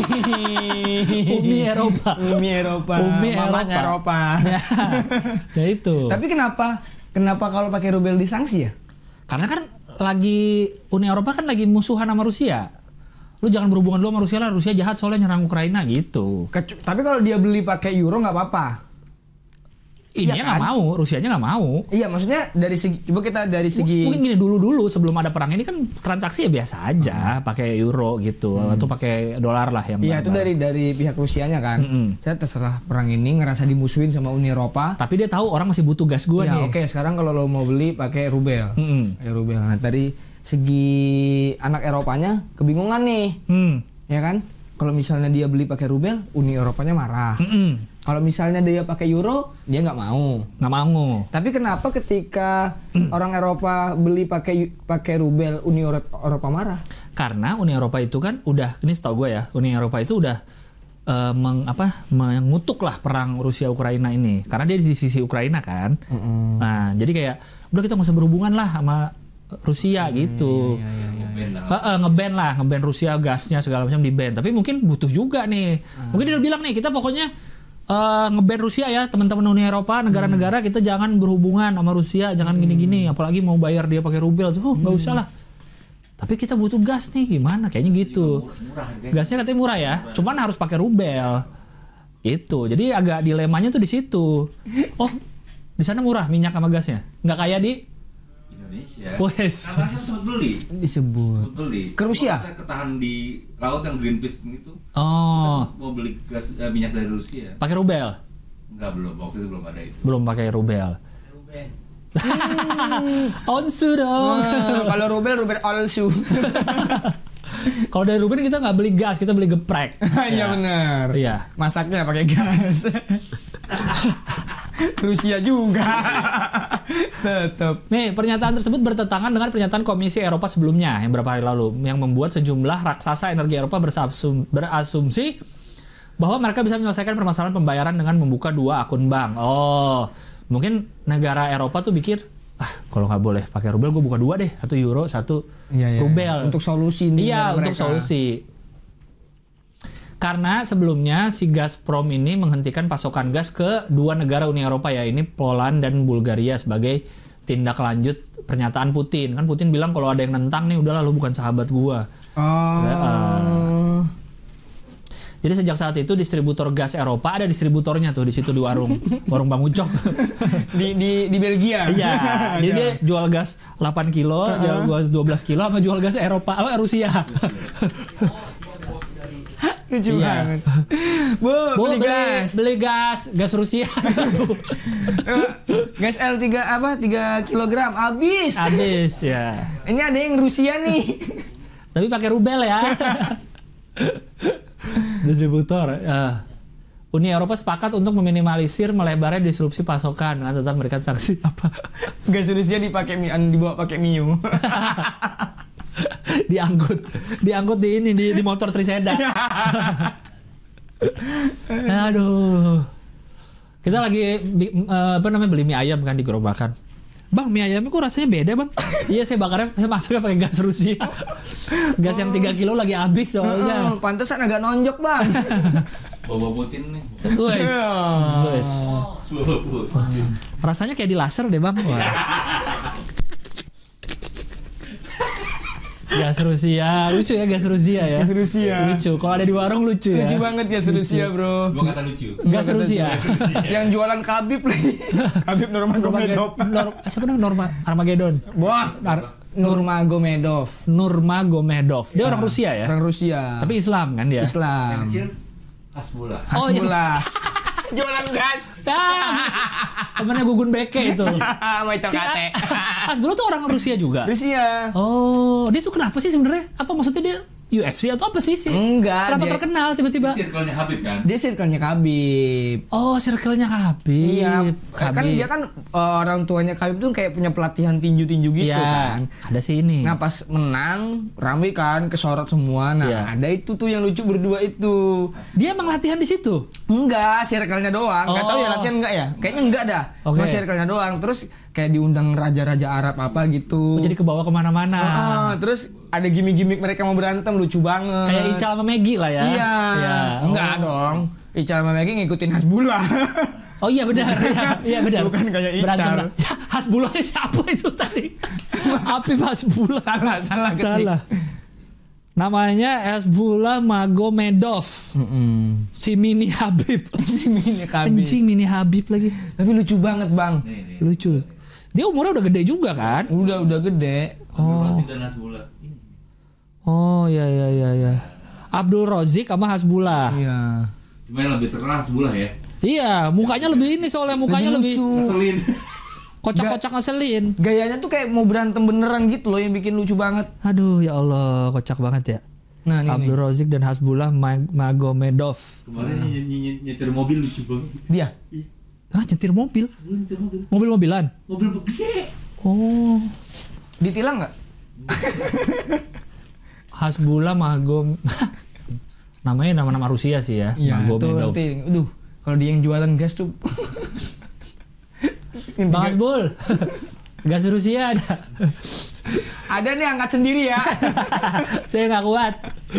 Eropa. Mamanya Eropa. Ya itu. Tapi kenapa kalau pakai rubel disanksi ya? Karena kan Uni Eropa kan lagi musuhan sama Rusia. Lu jangan berhubungan dulu sama Rusia lah, Rusia jahat soalnya nyerang Ukraina gitu. Tapi kalau dia beli pakai euro nggak apa-apa. Ini nggak mau, Rusianya nggak mau. Iya, maksudnya coba dari segi mungkin gini dulu sebelum ada perang ini kan transaksi ya biasa aja, pakai euro gitu atau pakai dolar lah yang. Iya, itu dari pihak Rusianya kan. Saya terserah perang ini ngerasa dimusuhin sama Uni Eropa. Tapi dia tahu orang masih butuh gas gua nih. Oke, sekarang kalau lo mau beli pakai rubel. Rubel. Nah, dari segi anak Eropanya kebingungan nih. Ya kan? Kalau misalnya dia beli pakai rubel, Uni Eropanya marah. Kalau misalnya dia pakai euro, dia nggak mau. Tapi kenapa ketika orang Eropa beli pakai rubel, Uni Eropa marah? Karena Uni Eropa itu kan udah, ini setahu gue ya, Uni Eropa itu udah mengutuk lah perang Rusia Ukraina ini. Karena dia di sisi Ukraina kan. Nah, jadi kayak udah kita nggak usah berhubungan lah sama Rusia gitu. Nge-ban Rusia gasnya segala macam di-ban. Tapi mungkin butuh juga nih. Mungkin dia bilang nih, kita pokoknya nge-ban Rusia ya, teman-teman Uni Eropa, negara-negara kita jangan berhubungan sama Rusia, jangan gini-gini, apalagi mau bayar dia pakai rubel tuh, nggak usah lah. Tapi kita butuh gas nih, gimana? Kayaknya gitu. Gasnya katanya murah ya, cuman harus pakai rubel. Itu. Jadi agak dilemanya tuh di situ. Oh, di sana murah minyak sama gasnya, nggak kayak di Indonesia. Karena kita sempat beli. Ke Rusia. Kita ketahan di laut yang Greenpeace itu. Oh. Kita mau beli gas minyak dari Rusia. Pakai rubel? Enggak, belum. Waktu itu belum ada itu. Belum pakai rubel. Onsu dong. Kalau rubel onsu. Kalau dari rubel kita nggak beli gas, kita beli geprek. Iya benar. Iya. Masaknya pakai gas. Rusia juga. Tetap. Nih, pernyataan tersebut bertentangan dengan pernyataan Komisi Eropa sebelumnya yang beberapa hari lalu yang membuat sejumlah raksasa energi Eropa berasumsi bahwa mereka bisa menyelesaikan permasalahan pembayaran dengan membuka 2 akun bank. Oh, mungkin negara Eropa tuh pikir, kalau nggak boleh pakai rubel, gue buka 2 deh, 1 euro, 1 rubel. Untuk solusi nih. Iya, untuk solusi. Karena sebelumnya si Gazprom ini menghentikan pasokan gas ke 2 negara Uni Eropa ya, ini Poland dan Bulgaria sebagai tindak lanjut pernyataan Putin. Kan Putin bilang kalau ada yang nentang nih, udahlah lu bukan sahabat gua. Jadi sejak saat itu distributor gas Eropa ada distributornya tuh di situ di warung Bang Ucok. di Belgia. Iya. Jadi dia jual gas 8 kilo, jual gas 12 kilo sama jual gas Rusia. Lucu banget. Beli gas Rusia. Gas L3 3 kilogram habis ya. Ini ada yang Rusia nih. Tapi pakai rubel ya. Distributor. Uni Eropa sepakat untuk meminimalisir melebarnya disrupsi pasokan dengan tetap memberikan sanksi apa? Gas Rusia dibawa pakai Mio. diangkut di motor Triseda. Aduh. Kita lagi beli mie ayam kan di gerobakan. Bang, mie ayamnya kok rasanya beda, Bang? Iya, saya masaknya pakai gas Rusia. Gas yang 3 kilo lagi habis soalnya. Pantesan agak nonjok, Bang. Bawa Putin nih. Wes. Rasanya kayak di laser deh, Bang. Wah. Gas Rusia, lucu ya gas Rusia ya. Gas Rusia. Lucu. Kalau ada di warung lucu ya. Lucu banget gas Rusia, Bro. Dua kata lucu. Gas Rusia. Yang jualan Khabib lagi. Khabib Nurmagomedov. Siapa namanya? Armageddon. Wah, Nurmagomedov. Nurmagomedov. Dia orang Rusia ya? Orang Rusia. Tapi Islam kan dia? Islam. Yang kecil Hasbullah. Oh, iya. Hasbullah. Jualan gas. Temannya Gugun Beke itu. Sama Cokate. Hasbullah tuh orang Rusia juga? Rusia. Oh, dia tuh kenapa sih sebenarnya? Apa maksudnya dia UFC atau apa sih? Enggak. Kenapa terkenal tiba-tiba? Circle-nya Habib kan? Dia circle-nya Khabib. Oh, circle-nya Khabib. Iya. Khabib. Kan dia kan orang tuanya Khabib tuh kayak punya pelatihan tinju-tinju gitu ya, kan. Ada sih ini. Nah pas menang rame kan kesorot semua. Nah ya. ada itu tuh yang lucu berdua itu. Dia emang latihan di situ? Enggak, circle-nya doang. Enggak tahu ya latihan enggak ya? Kayaknya enggak dah. Oke. Cuma circle-nya doang. Terus kayak diundang raja-raja Arab apa gitu. Jadi kebawa kemana-mana. Terus ada gimmick-gimmick mereka mau berantem lucu banget. Kayak Ical sama Maggie lah ya. Iya. Ya. Enggak dong. Ical sama Maggie ngikutin Hasbullah. Oh iya benar. Iya benar. Bukan kayak Ical. Ya, Hasbullahnya siapa itu tadi? Habib Hasbullah. Salah ketik. Salah. Namanya Hasbullah Magomedov. Si mini Habib. Si mini Habib. Anjing mini Habib lagi. Tapi lucu banget, Bang. Nih. Lucu. Dia umurnya udah gede juga kan? Udah gede. Oh. Rozik dan Hasbullah. Oh ya. Abdul Rozik sama Hasbullah. Iya. Cuma yang lebih terkenal Hasbullah ya. Iya, mukanya lebih ini soalnya mukanya lebih lucu. Ngeselin. kocak-kocak ngeselin. Gayanya tuh kayak mau berantem beneran gitu loh yang bikin lucu banget. Aduh ya Allah, kocak banget ya. Nah, ini Abdul Rozik dan Hasbullah Magomedov. Kemarin nyetir mobil lucu banget. dia. Nyetir mobil? Nyetir mobil. Mobil-mobilan? Mobil gede. Oh. Ditilang nggak? Hasbullah namanya nama-nama Rusia sih ya. Iya, itu Magomedov. nanti. Aduh, kalau dia yang jualan gas tuh. Bang Hasbul. Gas Rusia ada. Ada nih angkat sendiri ya. Saya nggak kuat.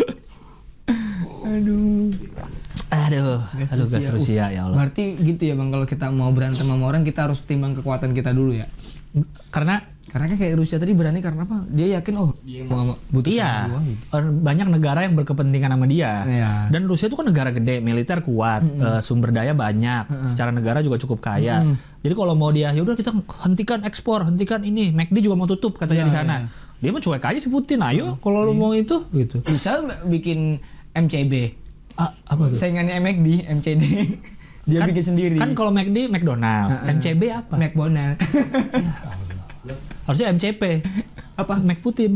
Aduh, gas Rusia ya Allah. Berarti gitu ya Bang, kalau kita mau berantem sama orang kita harus timbang kekuatan kita dulu ya. Karena kan kayak Rusia tadi berani karena apa? Dia yakin dia mau butuh sama gua gitu. Banyak negara yang berkepentingan sama dia. Iya. Dan Rusia itu kan negara gede, militer kuat, sumber daya banyak, secara negara juga cukup kaya. Jadi kalau mau dia, ya udah kita hentikan ekspor, hentikan ini. McD juga mau tutup katanya di sana. Dia mah cuek aja si Putin. Ayo kalau lu mau itu gitu. Bisa bikin MCB. Apa tuh? Saingannya McD, MCD. Dia bikin sendiri. Kan kalau McD, McDonald. MCB apa? McDonald. Harusnya MCP. Apa? Mac Putin.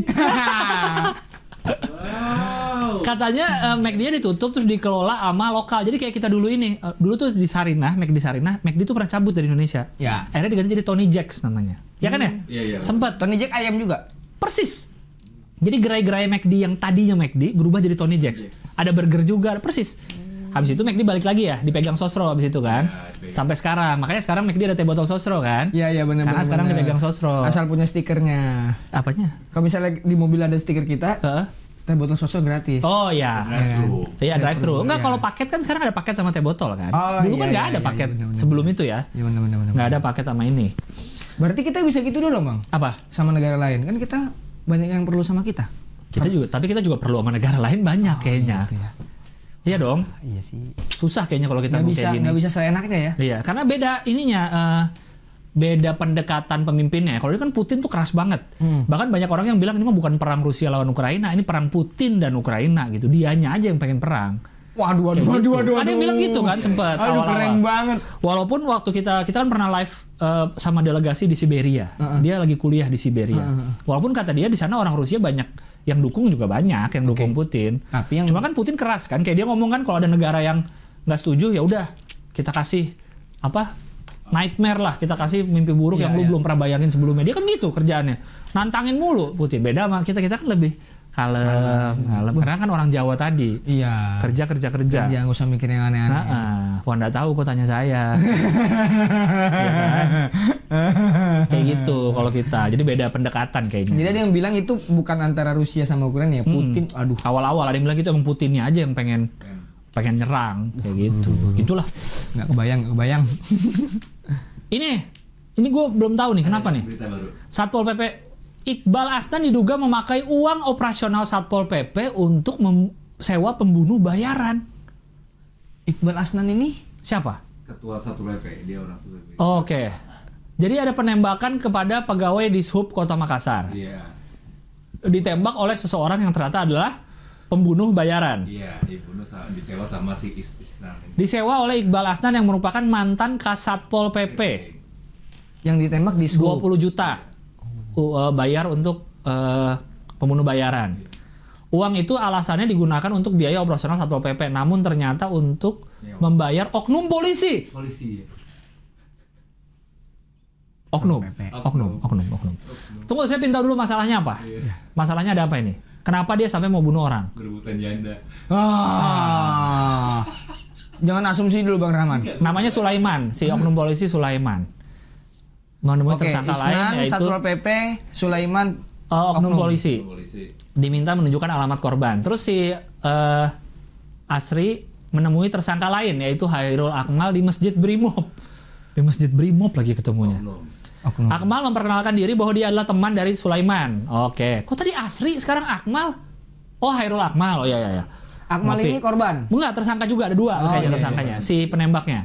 Katanya McD-nya ditutup terus dikelola sama lokal. Jadi kayak kita dulu ini. Dulu tuh di Sarinah, McD tuh pernah cabut dari Indonesia. Ya. Akhirnya diganti jadi Tony Jacks namanya. Ya kan ya? Iya. Sempet. Tony Jack ayam juga. Persis. Jadi gerai-gerai McD yang tadinya McD berubah jadi Tony Jacks. Ada burger juga, persis. Habis itu McD balik lagi ya, dipegang Sosro habis itu kan. Sampai sekarang. Makanya sekarang McD ada teh botol Sosro kan. Iya benar. Karena sekarang dipegang Sosro. Asal punya stikernya. Apanya? Kalau misalnya di mobil ada stiker kita, teh botol Sosro gratis. Oh iya. Drive-thru. Iya drive-thru. Enggak, iya. kalau paket kan sekarang ada paket sama teh botol kan. Oh, Dulu kan iya, nggak ada iya, paket bener. sebelum itu ya. Iya benar. Nggak ada paket sama ini. Berarti kita bisa gitu dulu Bang. Apa? Sama negara lain. Kan kita banyak yang perlu sama kita. Tapi kita juga perlu sama negara lain banyak kayaknya. Gitu ya. Iya dong. Iya sih. Susah kayaknya kalau kita Nggak mau bisa, kayak gini. nggak bisa seenaknya ya. Iya, karena beda ininya. Beda pendekatan pemimpinnya. Kalau ini kan Putin tuh keras banget. Bahkan banyak orang yang bilang ini mah bukan perang Rusia lawan Ukraina, ini perang Putin dan Ukraina gitu. Dianya aja yang pengen perang. Waduh. Ada yang bilang gitu kan sempat Aduh awal-awal. keren banget. Walaupun waktu kita kan pernah live sama delegasi di Siberia. Dia lagi kuliah di Siberia. Walaupun kata dia di sana orang Rusia banyak yang dukung juga banyak yang dukung Putin. Tapi Cuma kan Putin keras kan, kayak dia ngomong kan kalau ada negara yang nggak setuju ya udah kita kasih nightmare lah, kita kasih mimpi buruk yang lu belum pernah bayangin sebelumnya. Dia kan gitu kerjaannya, nantangin mulu Putin. Beda sama kita kan lebih kalem. Karena kan orang Jawa tadi. Iya. Kerja. Nggak usah mikir yang aneh-aneh. Wah, nggak tahu kok tanya saya. Ya kan? Kayak gitu kalau kita. Jadi beda pendekatan kayaknya. Jadi ada yang bilang itu bukan antara Rusia sama Ukraina ya. Putin, aduh. Awal-awal ada yang bilang itu emang Putinnya aja yang pengen nyerang kayak gitu. Gitulah. Nggak kebayang. Ini gue belum tahu nih kenapa nih. Satpol PP Iqbal Asnan diduga memakai uang operasional Satpol PP untuk sewa pembunuh bayaran. Iqbal Asnan ini siapa? Ketua Satpol PP, dia orang Satpol PP. Oke. Jadi ada penembakan kepada pegawai Dishub Kota Makassar. Iya. Ditembak oleh seseorang yang ternyata adalah pembunuh bayaran. Iya, disewa sama si Asnan. Disewa oleh Iqbal Asnan yang merupakan mantan Kasatpol PP. Yang ditembak di 20 juta. Bayar untuk pembunuh bayaran. Uang itu alasannya digunakan untuk biaya operasional Satpol PP, namun ternyata untuk membayar oknum polisi. Oknum. Tunggu, saya pinta dulu masalahnya apa? Masalahnya ada apa ini? Kenapa dia sampai mau bunuh orang? Berebutan janda. Jangan asumsi dulu Bang Rahman. Namanya Sulaiman, si oknum polisi Sulaiman. Menemui tersangka lain yaitu Satpol PP, Sulaiman, oknum polisi. Diminta menunjukkan alamat korban. Terus si Asri menemui tersangka lain yaitu Hairul Akmal di Masjid Brimob. Di Masjid Brimob lagi ketemunya. Akmal memperkenalkan diri bahwa dia adalah teman dari Sulaiman. Oke. Kok tadi Asri sekarang Akmal? Oh, Hairul Akmal. Oh iya. Akmal ini korban? Enggak, tersangka juga ada dua kayaknya tersangkanya. Si penembaknya.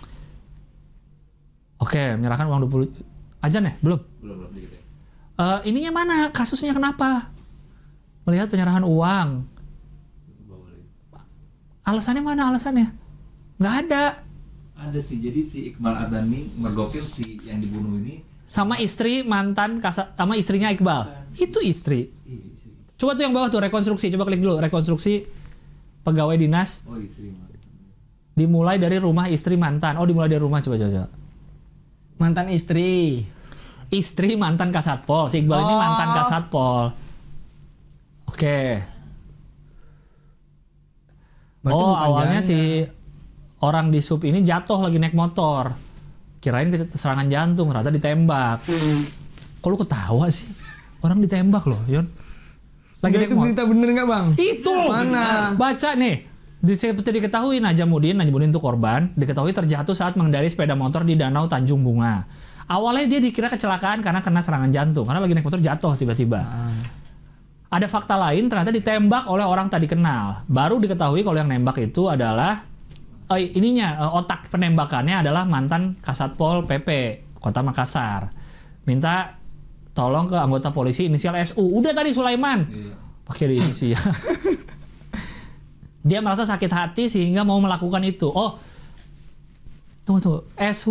Oke, menyerahkan uang 20. Ajan ya? Belum dikit ya. Ininya mana? Kasusnya kenapa? Melihat penyerahan uang. Alasannya mana alasannya? Nggak ada. Ada sih, jadi si Iqbal Adnan ini mergokin si yang dibunuh ini sama istri sama istrinya Iqbal. Itu istri. Coba tuh yang bawah tuh rekonstruksi, coba klik dulu rekonstruksi pegawai dinas. Oh, istri. Dimulai dari rumah istri mantan. Oh, dimulai dari rumah, coba. Mantan istri mantan Kasatpol. Si Iqbal ini mantan Kasatpol. Oke. Awalnya si orang di sub ini jatuh lagi naik motor. Kirain serangan jantung, ternyata ditembak. Kok lu ketawa sih? Orang ditembak loh, Yon. Lagi naik motor. Itu berita bener nggak Bang? Itu. Mana? Baca nih. Seperti diketahui Najamudin itu korban, diketahui terjatuh saat mengendari sepeda motor di Danau Tanjung Bunga. Awalnya dia dikira kecelakaan karena kena serangan jantung, karena lagi naik motor jatuh tiba-tiba. Ada fakta lain, ternyata ditembak oleh orang tak dikenal. Baru diketahui kalau yang nembak itu adalah otak penembakannya adalah mantan Kasatpol PP Kota Makassar. Minta tolong ke anggota polisi inisial SU. Udah tadi Sulaiman. Pakai di inisial. Dia merasa sakit hati sehingga mau melakukan itu. Oh, tunggu.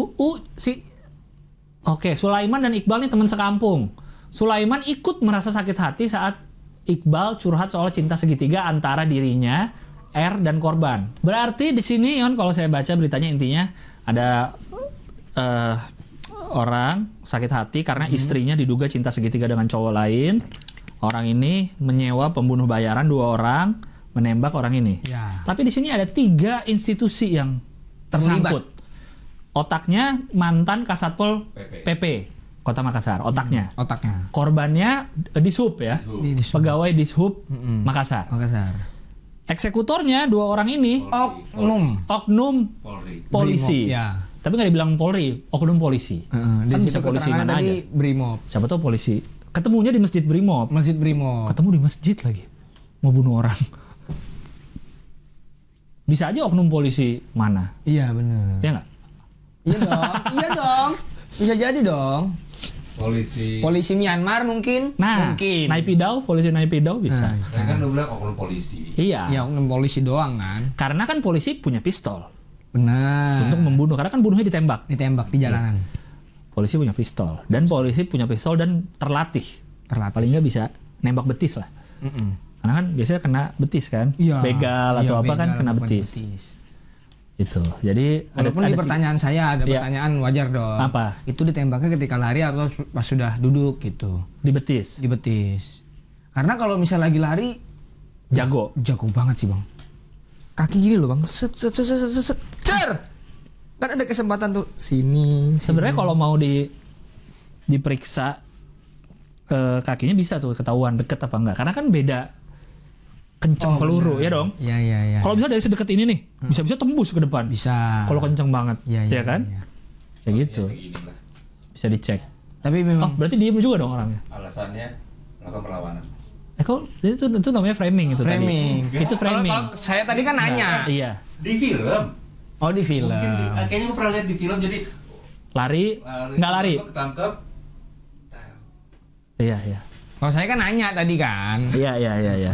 Sulaiman dan Iqbal ini teman sekampung. Sulaiman ikut merasa sakit hati saat Iqbal curhat soal cinta segitiga antara dirinya, R dan korban. Berarti di sini, Yon, kalau saya baca beritanya intinya ada orang sakit hati karena istrinya diduga cinta segitiga dengan cowok lain. Orang ini menyewa pembunuh bayaran 2 orang. Menembak orang ini. Ya. Tapi di sini ada 3 institusi yang tersangkut. Otaknya mantan Kasatpol PP Kota Makassar. Otaknya. Korbannya Dishub ya. Pegawai Dishub Makassar. Eksekutornya 2 orang ini oknum polisi. Ya. Tapi nggak dibilang Polri, oknum polisi. Kan bisa polisi mana aja. Brimob. Siapa tahu polisi. Ketemunya di Masjid Brimob. Ketemu di masjid lagi. Mau bunuh orang. Bisa aja oknum polisi mana? Iya benar. Iya nggak? Iya dong. Bisa jadi dong. Polisi Myanmar mungkin. Mungkin. Polisi Naipidau bisa. Saya kan udah bilang oknum polisi. Iya. Ya oknum polisi doang kan. Karena kan polisi punya pistol. Benar. Untuk membunuh. Karena kan bunuhnya ditembak di jalanan. Ya. Polisi punya pistol dan terlatih. Paling nggak bisa nembak betis lah. Karena kan biasanya kena betis kan, begal atau apa kan kena betis. Itu. Jadi walaupun di pertanyaan saya ada pertanyaan wajar dong. Apa? Itu ditembaknya ketika lari atau pas sudah duduk gitu? Di betis. Karena kalau misalnya lagi lari jago banget sih bang. Kaki gini loh bang, set, kan ada kesempatan tuh sini. Sebenarnya kalau mau diperiksa kakinya bisa tuh ketahuan deket apa enggak, karena kan beda kenceng peluru ya dong. Iya. Kalau misalnya dari sedekat ini nih, bisa tembus ke depan. Bisa. Kalau kenceng banget, ya kan? Iya. Kayak gitu. Bisa dicek. Tapi memang. Berarti diem juga dong orangnya. Alasannya melakukan perlawanan. Kok itu namanya framing itu framing. tadi. Itu framing. Kalau saya tadi kan nanya. Iya. Di film. Oh di film. Kayaknya gue pernah lihat di film, jadi lari. Nggak lari. Ketangkep. Iya. Kalau saya kan nanya tadi kan. Iya.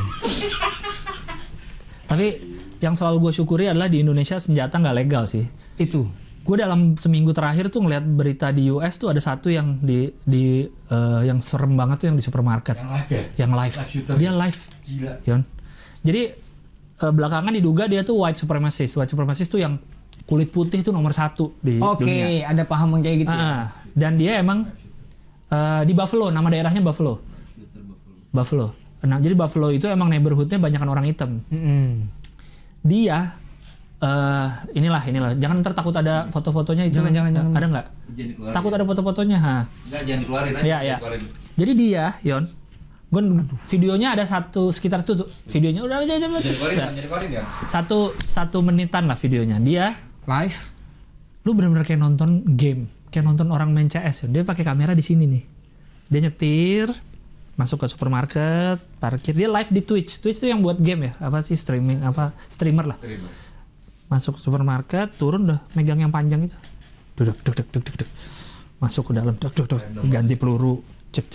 Tapi yang selalu gue syukuri adalah di Indonesia senjata nggak legal sih. Itu. Gue dalam seminggu terakhir tuh ngeliat berita di US tuh ada satu yang yang serem banget tuh yang di supermarket. Yang live ya? Yang live. Dia live. Gila. Yon. Jadi belakangan diduga dia tuh white supremacist. White supremacist tuh yang kulit putih tuh nomor 1 di dunia. Oke, ada paham kayak gitu. Dan dia emang di Buffalo, nama daerahnya Buffalo. Nah, jadi Buffalo itu emang neighborhoodnya banyakan orang hitam. Dia inilah jangan ntar takut ada foto-fotonya itu. Jangan. Ada nggak? Takut ada fotonya. Enggak, jangan dikeluarin aja. Iya. Jadi dia, Yon, videonya ada sekitar itu tuh. Videonya udah jangan dikeluarin ya. Satu menitan lah videonya. Dia live. Lu benar-benar kayak nonton game, kayak nonton orang main CS. Dia pakai kamera di sini nih. Dia nyetir, masuk ke supermarket, parkir. Dia live di Twitch. Twitch tuh yang buat game ya, apa sih streamer lah. Masuk ke supermarket, turun dah, megang yang panjang itu. Duduk. Masuk ke dalam, ganti peluru, cek.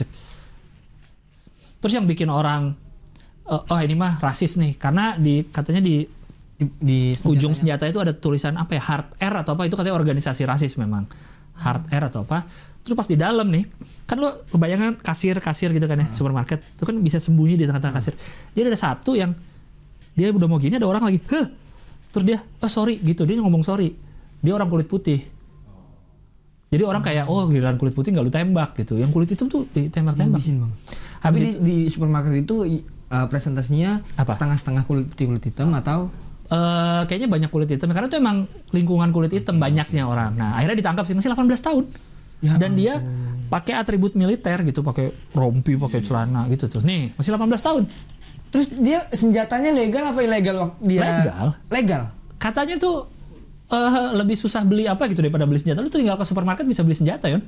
Terus yang bikin orang, ini mah rasis nih, karena katanya di ujung senjata itu ada tulisan apa ya, Hard R atau apa, itu katanya organisasi rasis memang. Hard R atau apa. Terus pas di dalam nih, kan lo kebayangan kasir gitu kan ya, supermarket, itu kan bisa sembunyi di tengah-tengah kasir. Jadi ada satu yang dia udah mau gini, ada orang lagi, terus dia, sorry gitu, dia ngomong sorry. Dia orang kulit putih. Jadi orang kayak, giliran kulit putih nggak lu tembak gitu. Yang kulit hitam tuh ditembak-tembak. Tapi di supermarket itu presentasinya setengah-setengah kulit hitam atau? Kayaknya banyak kulit hitam, karena itu emang lingkungan kulit hitam banyaknya orang. Nah akhirnya ditangkap sih, masih 18 tahun. Ya, dan dia pakai atribut militer gitu, pakai rompi, pakai celana gitu tuh. Nih, masih 18 tahun. Terus dia senjatanya legal apa ilegal? Legal. Katanya tuh lebih susah beli apa gitu daripada beli senjata. Lu tuh tinggal ke supermarket bisa beli senjata, Yon.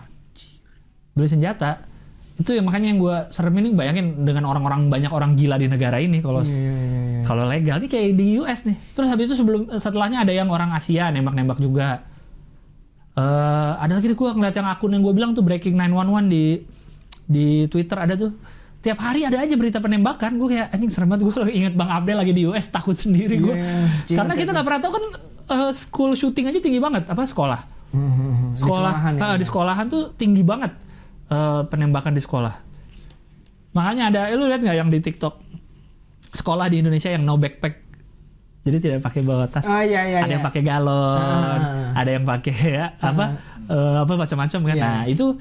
Beli senjata. Itu yang makanya yang gue serem ini, bayangin dengan banyak orang gila di negara ini kalau legal nih kayak di US nih. Terus habis itu setelahnya ada yang orang Asia nembak-nembak juga. Ada lagi gue ngeliat yang akun yang gue bilang tuh Breaking 911 di Twitter ada tuh. Tiap hari ada aja berita penembakan. Gue kayak anjing serem banget. Gue inget Bang Abdel lagi di US, takut sendiri gue. Karena kita nggak pernah tahu kan, school shooting aja tinggi banget. Apa sekolah? Di sekolahan tuh tinggi banget penembakan di sekolah. Makanya ada, lu lihat nggak yang di TikTok sekolah di Indonesia yang no backpack. Jadi tidak pakai bawa tas. Ada yang pakai galon, ada yang pakai apa macam-macam kan. Nah itu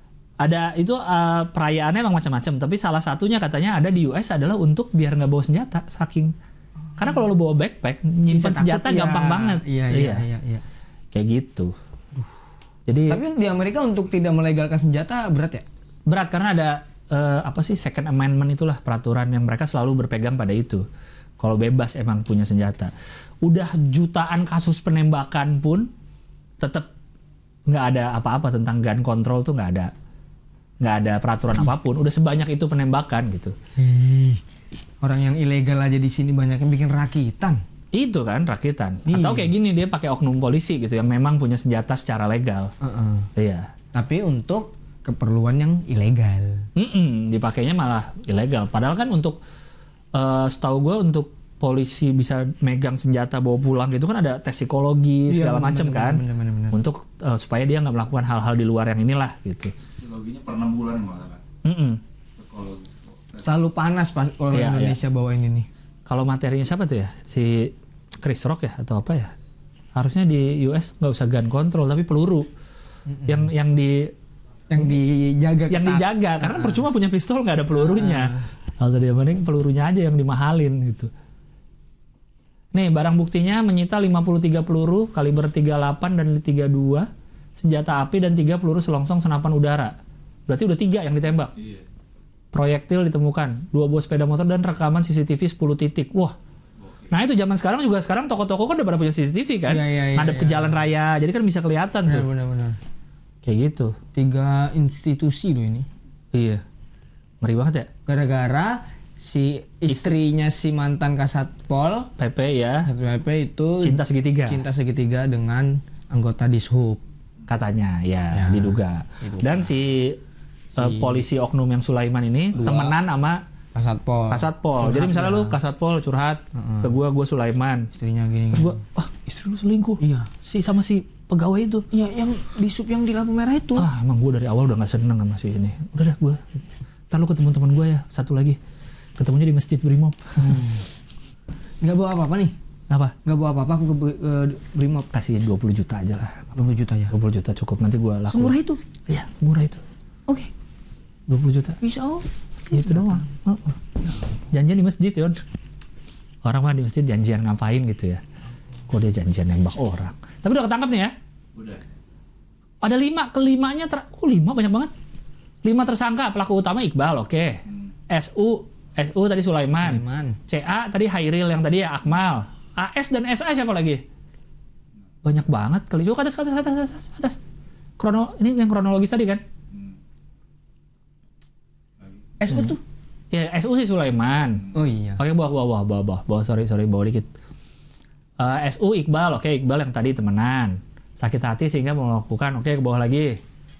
perayaannya emang macam-macam, tapi salah satunya katanya ada di US adalah untuk biar nggak bawa senjata, karena kalau lo bawa backpack nyimpan senjata gampang banget. Iya. Kayak gitu. Jadi tapi di Amerika untuk tidak melegalkan senjata berat ya? Berat karena ada Second Amendment, itulah peraturan yang mereka selalu berpegang pada itu. Kalau bebas emang punya senjata. Udah jutaan kasus penembakan pun tetap nggak ada apa-apa tentang gun control tuh, nggak ada peraturan apapun. Udah sebanyak itu penembakan gitu. Orang yang ilegal aja di sini banyak yang bikin rakitan. Itu kan rakitan. Atau kayak gini, dia pakai oknum polisi gitu yang memang punya senjata secara legal. Iya. Tapi untuk keperluan yang ilegal. Dipakainya malah ilegal. Padahal kan untuk setahu gue untuk polisi bisa megang senjata bawa pulang gitu kan ada tes psikologi segala macam kan. Bener. Untuk supaya dia nggak melakukan hal-hal di luar yang inilah gitu. Psikologinya per 6 bulan malah kan. Terlalu panas kalau Indonesia bawa ini nih. Kalau materinya siapa tuh ya? Si Chris Rock ya atau apa ya? Harusnya di US nggak usah gun control tapi peluru. Yang Yang dijaga. Yang dijaga karena percuma punya pistol nggak ada pelurunya. Kalau dia mending pelurunya aja yang dimahalin gitu. Nih barang buktinya menyita 53 peluru kaliber 38 dan 32, senjata api dan 3 peluru selongsong senapan udara. Berarti udah 3 yang ditembak. Iya. Proyektil ditemukan, 2 buah sepeda motor dan rekaman CCTV 10 titik. Wah. Nah itu zaman sekarang juga sekarang toko-toko kan udah pada punya CCTV kan, ngadep ke jalan raya, jadi kan bisa kelihatan tuh. Benar-benar. Kayak gitu. 3 institusi loh ini. Iya. Ngeri banget ya. Gara-gara si istrinya si mantan Kasatpol PP ya. PP itu cinta segitiga dengan anggota Dishub katanya ya. Diduga. Dan si polisi oknum yang Sulaiman ini temenan sama Kasatpol. Jadi misalnya lu Kasatpol curhat ke gua Sulaiman. Istrinya gini. Terus gua, istri lu selingkuh. Iya. Sama si pegawai itu. Iya, yang di sub yang di lampu merah itu. Emang gua dari awal udah gak seneng sama si ini. Udah dah gua. Ntar lu ketemu teman gua ya, satu lagi. Ketemunya di Masjid Brimob. Gak bawa apa-apa nih? Apa? Gak bawa apa-apa aku ke Brimob. Kasih 20 juta aja lah. 20 juta ya? 20 juta cukup, nanti gua laku. Semurah itu? Iya, murah itu. Oke. 20 juta. Bisa Itu doang. Janjian di masjid, Yon. Orang mah di masjid janjian ngapain gitu ya. Kok dia janjian nembak orang. Tapi udah ketangkap nih ya? Udah. Ada 5, kelimanya 5 banyak banget. 5 tersangka, pelaku utama Iqbal, oke. SU tadi Sulaiman. CA tadi Hairil yang tadi ya Akmal. AS dan SA siapa lagi? Banyak banget kali. Coba atas. Ini yang kronologis tadi kan? SU tuh? Ya, SU sih Sulaiman. Oh iya. Oke, bawah. Sorry, bawa dikit. SU Iqbal, oke, Iqbal yang tadi temenan. Sakit hati sehingga melakukan, oke, ke bawah lagi.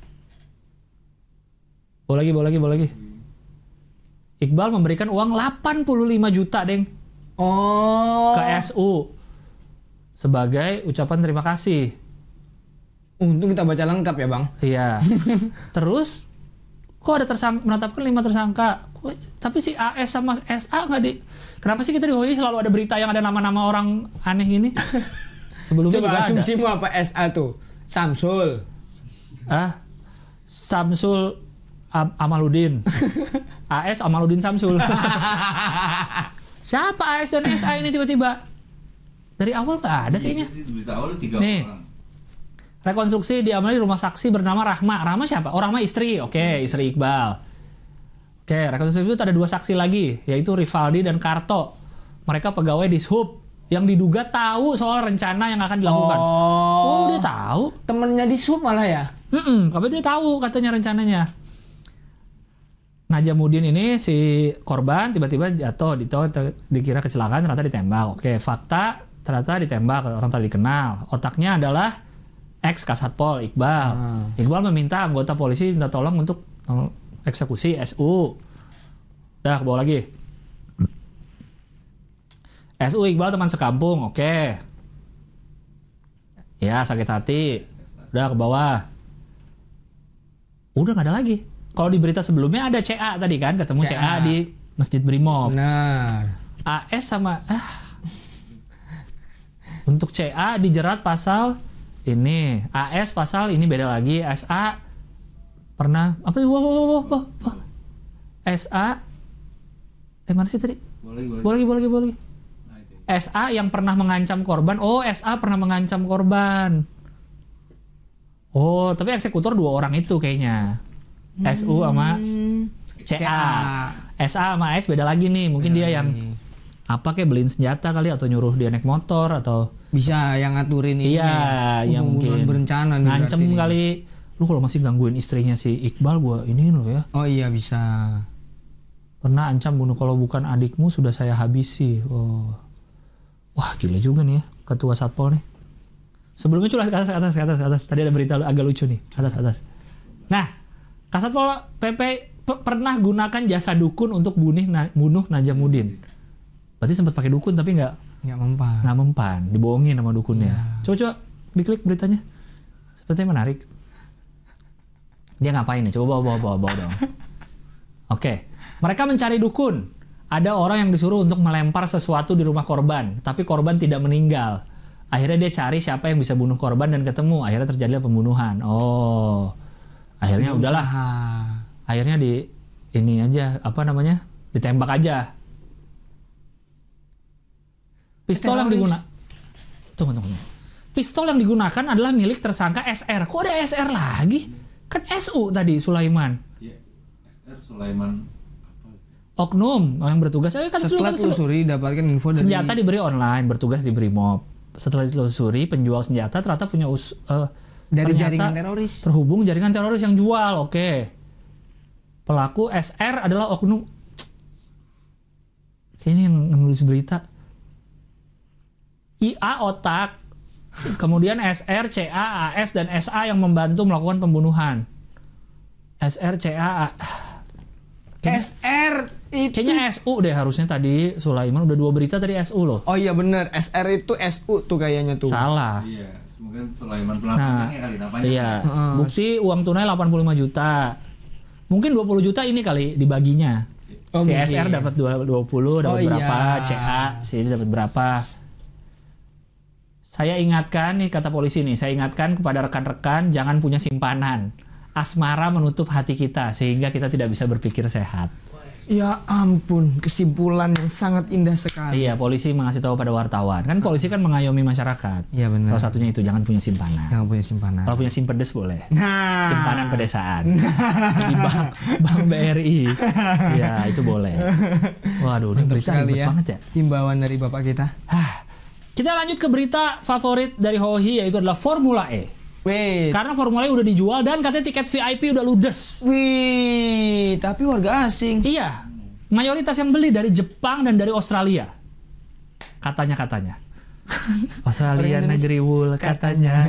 Bawa lagi. Iqbal memberikan uang 85 juta, Deng. Oh. Ke SU. Sebagai ucapan terima kasih. Untung kita baca lengkap ya, Bang. Iya. Terus kok ada menetapkan 5 tersangka? Tapi si AS sama SA nggak di... Kenapa sih kita di HOI selalu ada berita yang ada nama-nama orang aneh ini? Sebelumnya coba juga asumsimu apa SA tuh? Samsul. Samsul Amaluddin. AS Amaluddin Samsul. Siapa AS dan SA ini tiba-tiba? Dari awal nggak ada kayaknya. Nih. Rekonstruksi diamali di rumah saksi bernama Rahma. Rahma siapa? Oh, Rahma istri. Oke, istri Iqbal. Oke, rekonstruksi itu ada 2 saksi lagi, yaitu Rivaldi dan Karto. Mereka pegawai Dishub yang diduga tahu soal rencana yang akan dilakukan. Oh, dia tahu. Temennya Dishub malah ya? Tapi dia tahu katanya rencananya. Najamuddin ini si korban tiba-tiba jatuh, dikira kecelakaan, ternyata ditembak. Oke, fakta ternyata ditembak, orang tadi dikenal. Otaknya adalah ex Kasatpol Iqbal. Iqbal meminta anggota polisi minta tolong untuk eksekusi SU. Dah, ke bawah lagi. SU Iqbal teman sekampung, oke. Ya, sakit hati. Udah, ke bawah. Udah nggak ada lagi. Kalau di berita sebelumnya ada CA tadi kan, ketemu CA di Masjid Brimob. Benar. AS sama untuk CA dijerat pasal ini, AS pasal ini beda lagi. SA pernah apa sih? SA mana sih tadi? Boleh lagi. SA yang pernah mengancam korban. Oh, SA pernah mengancam korban. Oh, tapi eksekutor 2 orang itu kayaknya. SU sama CA. SA sama AS beda lagi nih. Mungkin dia yang apa kayak beliin senjata kali atau nyuruh dia naik motor atau bisa yang ngaturin ini. Iya, yang mungkin berencana nih. Ngancem kali. Lu kalau masih gangguin istrinya si Iqbal gua iniin lo ya. Oh iya bisa. Pernah ancam bunuh kalau bukan adikmu sudah saya habisi. Oh. Wah, gila juga nih ya ketua Satpol nih. Sebelumnya coba ke atas. Tadi ada berita agak lucu nih. Atas. Nah, Kasatpol PP pernah gunakan jasa dukun untuk bunuh Najamuddin. Berarti sempat pakai dukun tapi nggak mempan, dibohongin sama dukunnya. Coba diklik beritanya. Sepertinya menarik. Dia ngapain nih? Coba bawa dong. Oke. Mereka mencari dukun. Ada orang yang disuruh untuk melempar sesuatu di rumah korban, tapi korban tidak meninggal. Akhirnya dia cari siapa yang bisa bunuh korban dan ketemu. Akhirnya terjadilah pembunuhan. Oh. Akhirnya udahlah. Akhirnya ini aja, apa namanya? Ditembak aja. Pistol yang digunakan. Tunggu. Pistol yang digunakan adalah milik tersangka SR. Kok ada SR lagi? Kan SU tadi Sulaiman. Iya. SR Sulaiman oknum yang bertugas. Kan setelah telusuri dapatkan info dari senjata diberi online, bertugas di Brimob. Setelah ditelusuri penjual senjata ternyata punya dari jaringan teroris. Terhubung jaringan teroris yang jual. Oke. Pelaku SR adalah oknum. Kayaknya yang nulis berita. IA otak. Kemudian SR, CA, AS, dan SA yang membantu melakukan pembunuhan. SR, CA, SR itu kayaknya SU deh harusnya tadi. Sulaiman udah 2 berita tadi SU loh. Oh iya bener, SR itu SU tuh kayaknya tuh. Salah. Iya, mungkin Sulaiman pelampiannya kali namanya. Iya. Bukti uang tunai 85 juta. Mungkin 20 juta ini kali dibaginya. Oh, si mungkin. SR dapat 20, dapat berapa, iya. CA, si ini dapat berapa. Saya ingatkan nih, kata polisi nih, saya ingatkan kepada rekan-rekan jangan punya simpanan. Asmara menutup hati kita sehingga kita tidak bisa berpikir sehat. Ya ampun, kesimpulan yang sangat indah sekali. Iya, polisi mengasih tahu pada wartawan. Kan polisi kan mengayomi masyarakat. Iya benar. Salah satunya itu jangan punya simpanan. Jangan punya simpanan. Kalau punya simpedes boleh. Nah, Simpanan pedesaan di bank BRI. Ya, itu boleh. Waduh, ini berita sekali ribet banget ya. Himbauan dari Bapak kita. Kita lanjut ke berita favorit dari Hohi, yaitu adalah Formula E. Wait. Karena Formula E udah dijual dan katanya tiket VIP udah ludes. Wih, tapi warga asing. Iya, mayoritas yang beli dari Jepang dan dari Australia. Katanya. Australia negeri wool, katanya.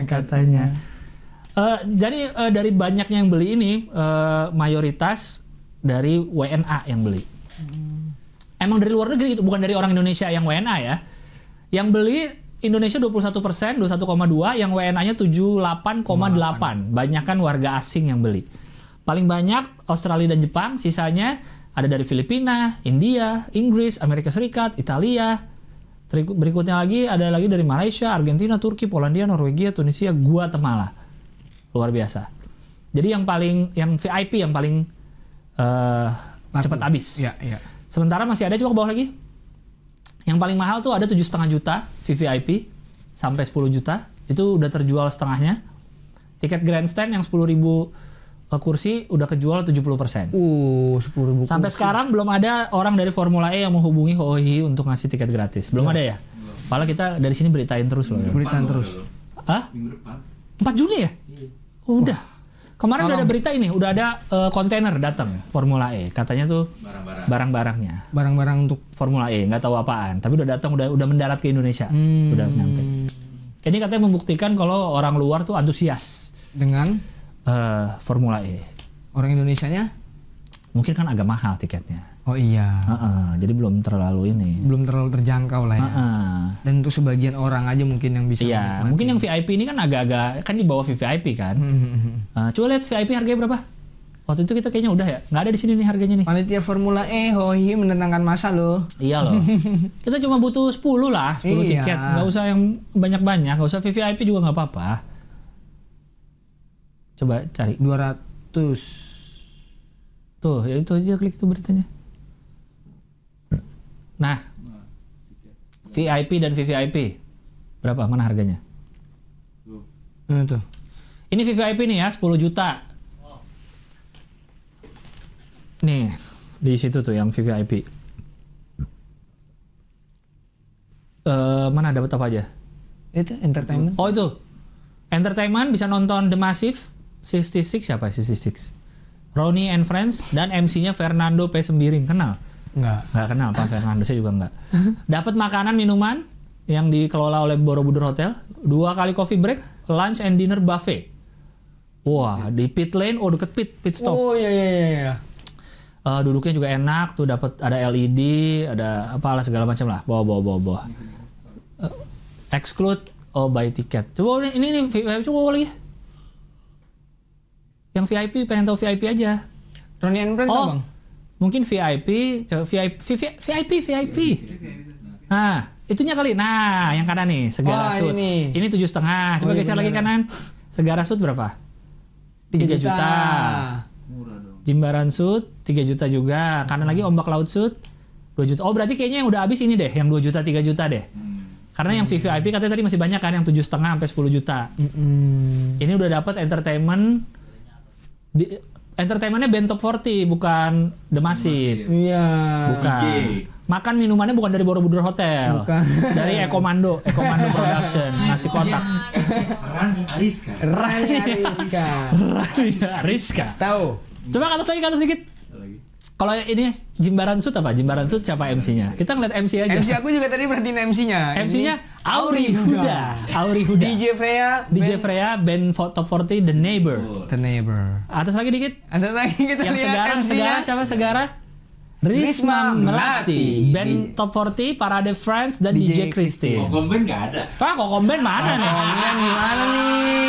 Jadi dari banyaknya yang beli ini, mayoritas dari WNA yang beli. Emang dari luar negeri gitu, bukan dari orang Indonesia yang WNA ya. Yang beli Indonesia 21%, 21,2, yang WNA-nya 78,8. Banyakan warga asing yang beli. Paling banyak Australia dan Jepang, sisanya ada dari Filipina, India, Inggris, Amerika Serikat, Italia. Berikutnya lagi ada lagi dari Malaysia, Argentina, Turki, Polandia, Norwegia, Tunisia, Guatemala. Luar biasa. Jadi yang VIP yang paling cepat habis. Iya. Sementara masih ada, coba ke bawah lagi. Yang paling mahal tuh ada 7,5 juta VVIP sampai 10 juta. Itu udah terjual setengahnya. Tiket grandstand yang 10.000 kursi udah kejual 70%. 10.000 Sampai kursi. sekarang belum ada orang dari Formula E yang menghubungi Hohi untuk ngasih tiket gratis. Belum ada ya? Padahal kita dari sini beritain terus loh. Beritain terus. Hah? Minggu depan. 4 Juni ya? Iya. Udah. Kemarin udah ada berita ini, udah ada kontainer datang Formula E. Katanya tuh barang-barangnya. Barang-barang untuk Formula E, nggak tahu apaan. Tapi udah datang, udah mendarat ke Indonesia. Udah nyampe. Ini katanya membuktikan kalau orang luar tuh antusias dengan Formula E. Orang Indonesianya? Mungkin kan agak mahal tiketnya. Oh iya. Jadi belum terlalu belum terlalu terjangkau lah ya. Dan untuk sebagian orang aja mungkin yang bisa. Iya, menikmati. mungkin yang VIP ini kan agak-agak kan di bawah VVIP kan. Coba lihat VIP harganya berapa? Waktu itu kita kayaknya udah ya, nggak ada di sini nih harganya nih. Panitia Formula E Hohi mendatangkan masa loh. Iya loh. Kita cuma butuh 10 lah, 10 Iya. tiket. Nggak usah yang banyak-banyak, nggak usah VVIP juga nggak apa-apa. Coba cari. 200. Tuh, ya itu aja, klik tuh beritanya. Nah, VIP dan VVIP berapa? Mana harganya? Tuh. Ini VVIP nih ya, 10 juta. Nih, di situ tuh yang VVIP. Mana dapat apa aja? Itu entertainment. Oh itu, entertainment bisa nonton The Massive, 66, siapa 66? Ronnie and Friends, dan MC-nya Fernando P. Sembiring. Kenal? Nggak kenal, Pak Fernando, saya juga nggak. Dapat makanan, minuman yang dikelola oleh Borobudur Hotel, 2 kali coffee break, lunch and dinner buffet. Wah, di pit lane, deket pit stop. Oh iya. Duduknya juga enak, tuh dapat ada LED, ada apalah segala macam lah. Bawa. Exclude buy tiket. Coba ini VIP, coba lagi. Yang VIP, pengen tahu VIP aja. Ronnie and Friends Bang? Mungkin VIP. Nah, itunya kali. Nah, yang kanan nih, Segara Sud. Ini 7,5. Coba geser lagi kanan. Segara Sud berapa? 3 juta. Murah dong. Jimbaran Suit 3 juta juga. Kanan lagi Ombak Laut Suit 2 juta. Oh berarti kayaknya yang udah habis ini deh, yang 2 juta 3 juta deh. Karena yang VVIP katanya tadi masih banyak kan, yang 7,5 sampai 10 juta. Ini udah dapat entertainment. Entertainmentnya band Top 40, bukan The Massive. Iya. Bukan. Makan minumannya bukan dari Borobudur Hotel. Bukan. Dari Ekomando Production. Nasi kotak. Rani Ariska. Rani Ariska. Tahu? Coba ke atas dikit. Kalau ini Jimbaran Suit apa? Jimbaran Suit siapa MC-nya? Kita ngeliat MC aja. MC aku juga tadi perhatiin MC-nya. MC-nya Auri Huda. DJ Freya, band Top 40 The Neighbor. The Neighbor. Atas lagi dikit. Ada lagi kita Yang lihat MC-nya. siapa Segara? Risma Melati. Band Top 40, Parade Friends, dan DJ Christine. Kokomben nggak ada. Pak, Kokomben mana nih? Kokomben gimana nih?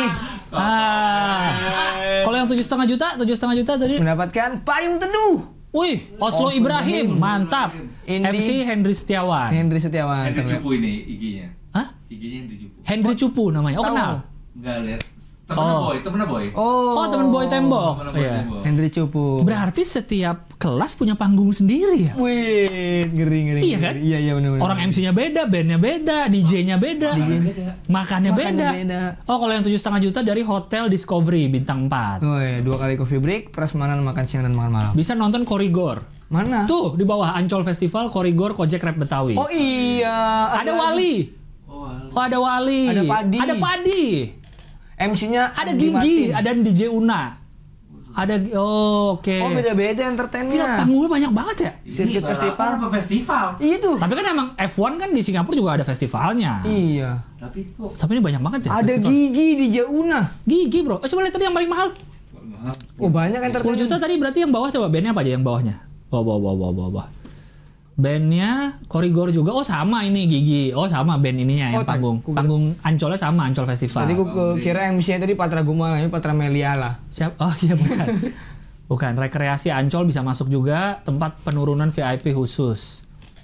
Kalau yang 7,5 juta tadi Mendapatkan payung teduh. Wih, Oslo Ibrahim, mantap. MC Hendry Setiawan. Hendry Setiawan. Hendry Cupu ini IG-nya. Hah? IG-nya Hendry Cupu. Hendry Cupu namanya. Oh, kenal. Enggak lihat. Temennya boy. Oh, temen Boy Tembok. Temennya Boy Iya. Tembok. Hendry Cupu. Berarti setiap kelas punya panggung sendiri ya? Wih, ngeri. Iya kan? Iya benar. Orang MC-nya beda, bandnya beda, DJ-nya beda, makannya beda. Oh, kalau yang 7,5 juta dari Hotel Discovery bintang 4. Oh iya, 2 kali coffee break, prasmanan makan siang dan makan malam. Bisa nonton Korigor. Mana? Tuh di bawah Ancol Festival, Korigor, Kojek Rap Betawi. Oh iya. Ada Wali. Oh, ada Wali. Ada Padi. MC-nya ada Gigi, ada DJ Una. Ada oke. Oh, beda-beda entertainnya. Gila, panggungnya banyak banget ya? Sirkuit festival. Itu. Tapi kan emang F1 kan di Singapura juga ada festivalnya. Iya. Tapi ini banyak banget ya. Ada festival. Gigi DJ Una. Gigi, Bro. Coba lihat tadi yang paling mahal. Oh, banyak entertainment. 10 juta tadi berarti yang bawah coba bandnya apa aja yang bawahnya? Bawah. Bandnya Korigor juga. Oh sama ini Gigi. Oh sama band ininya yang panggung. Panggung Ancolnya sama, Ancol Festival. Tadi gue kira MC-nya tadi Patra Gumala, ini Patra Meliala. Siapa? Oh iya bukan. Bukan, rekreasi Ancol bisa masuk juga, tempat penurunan VIP khusus.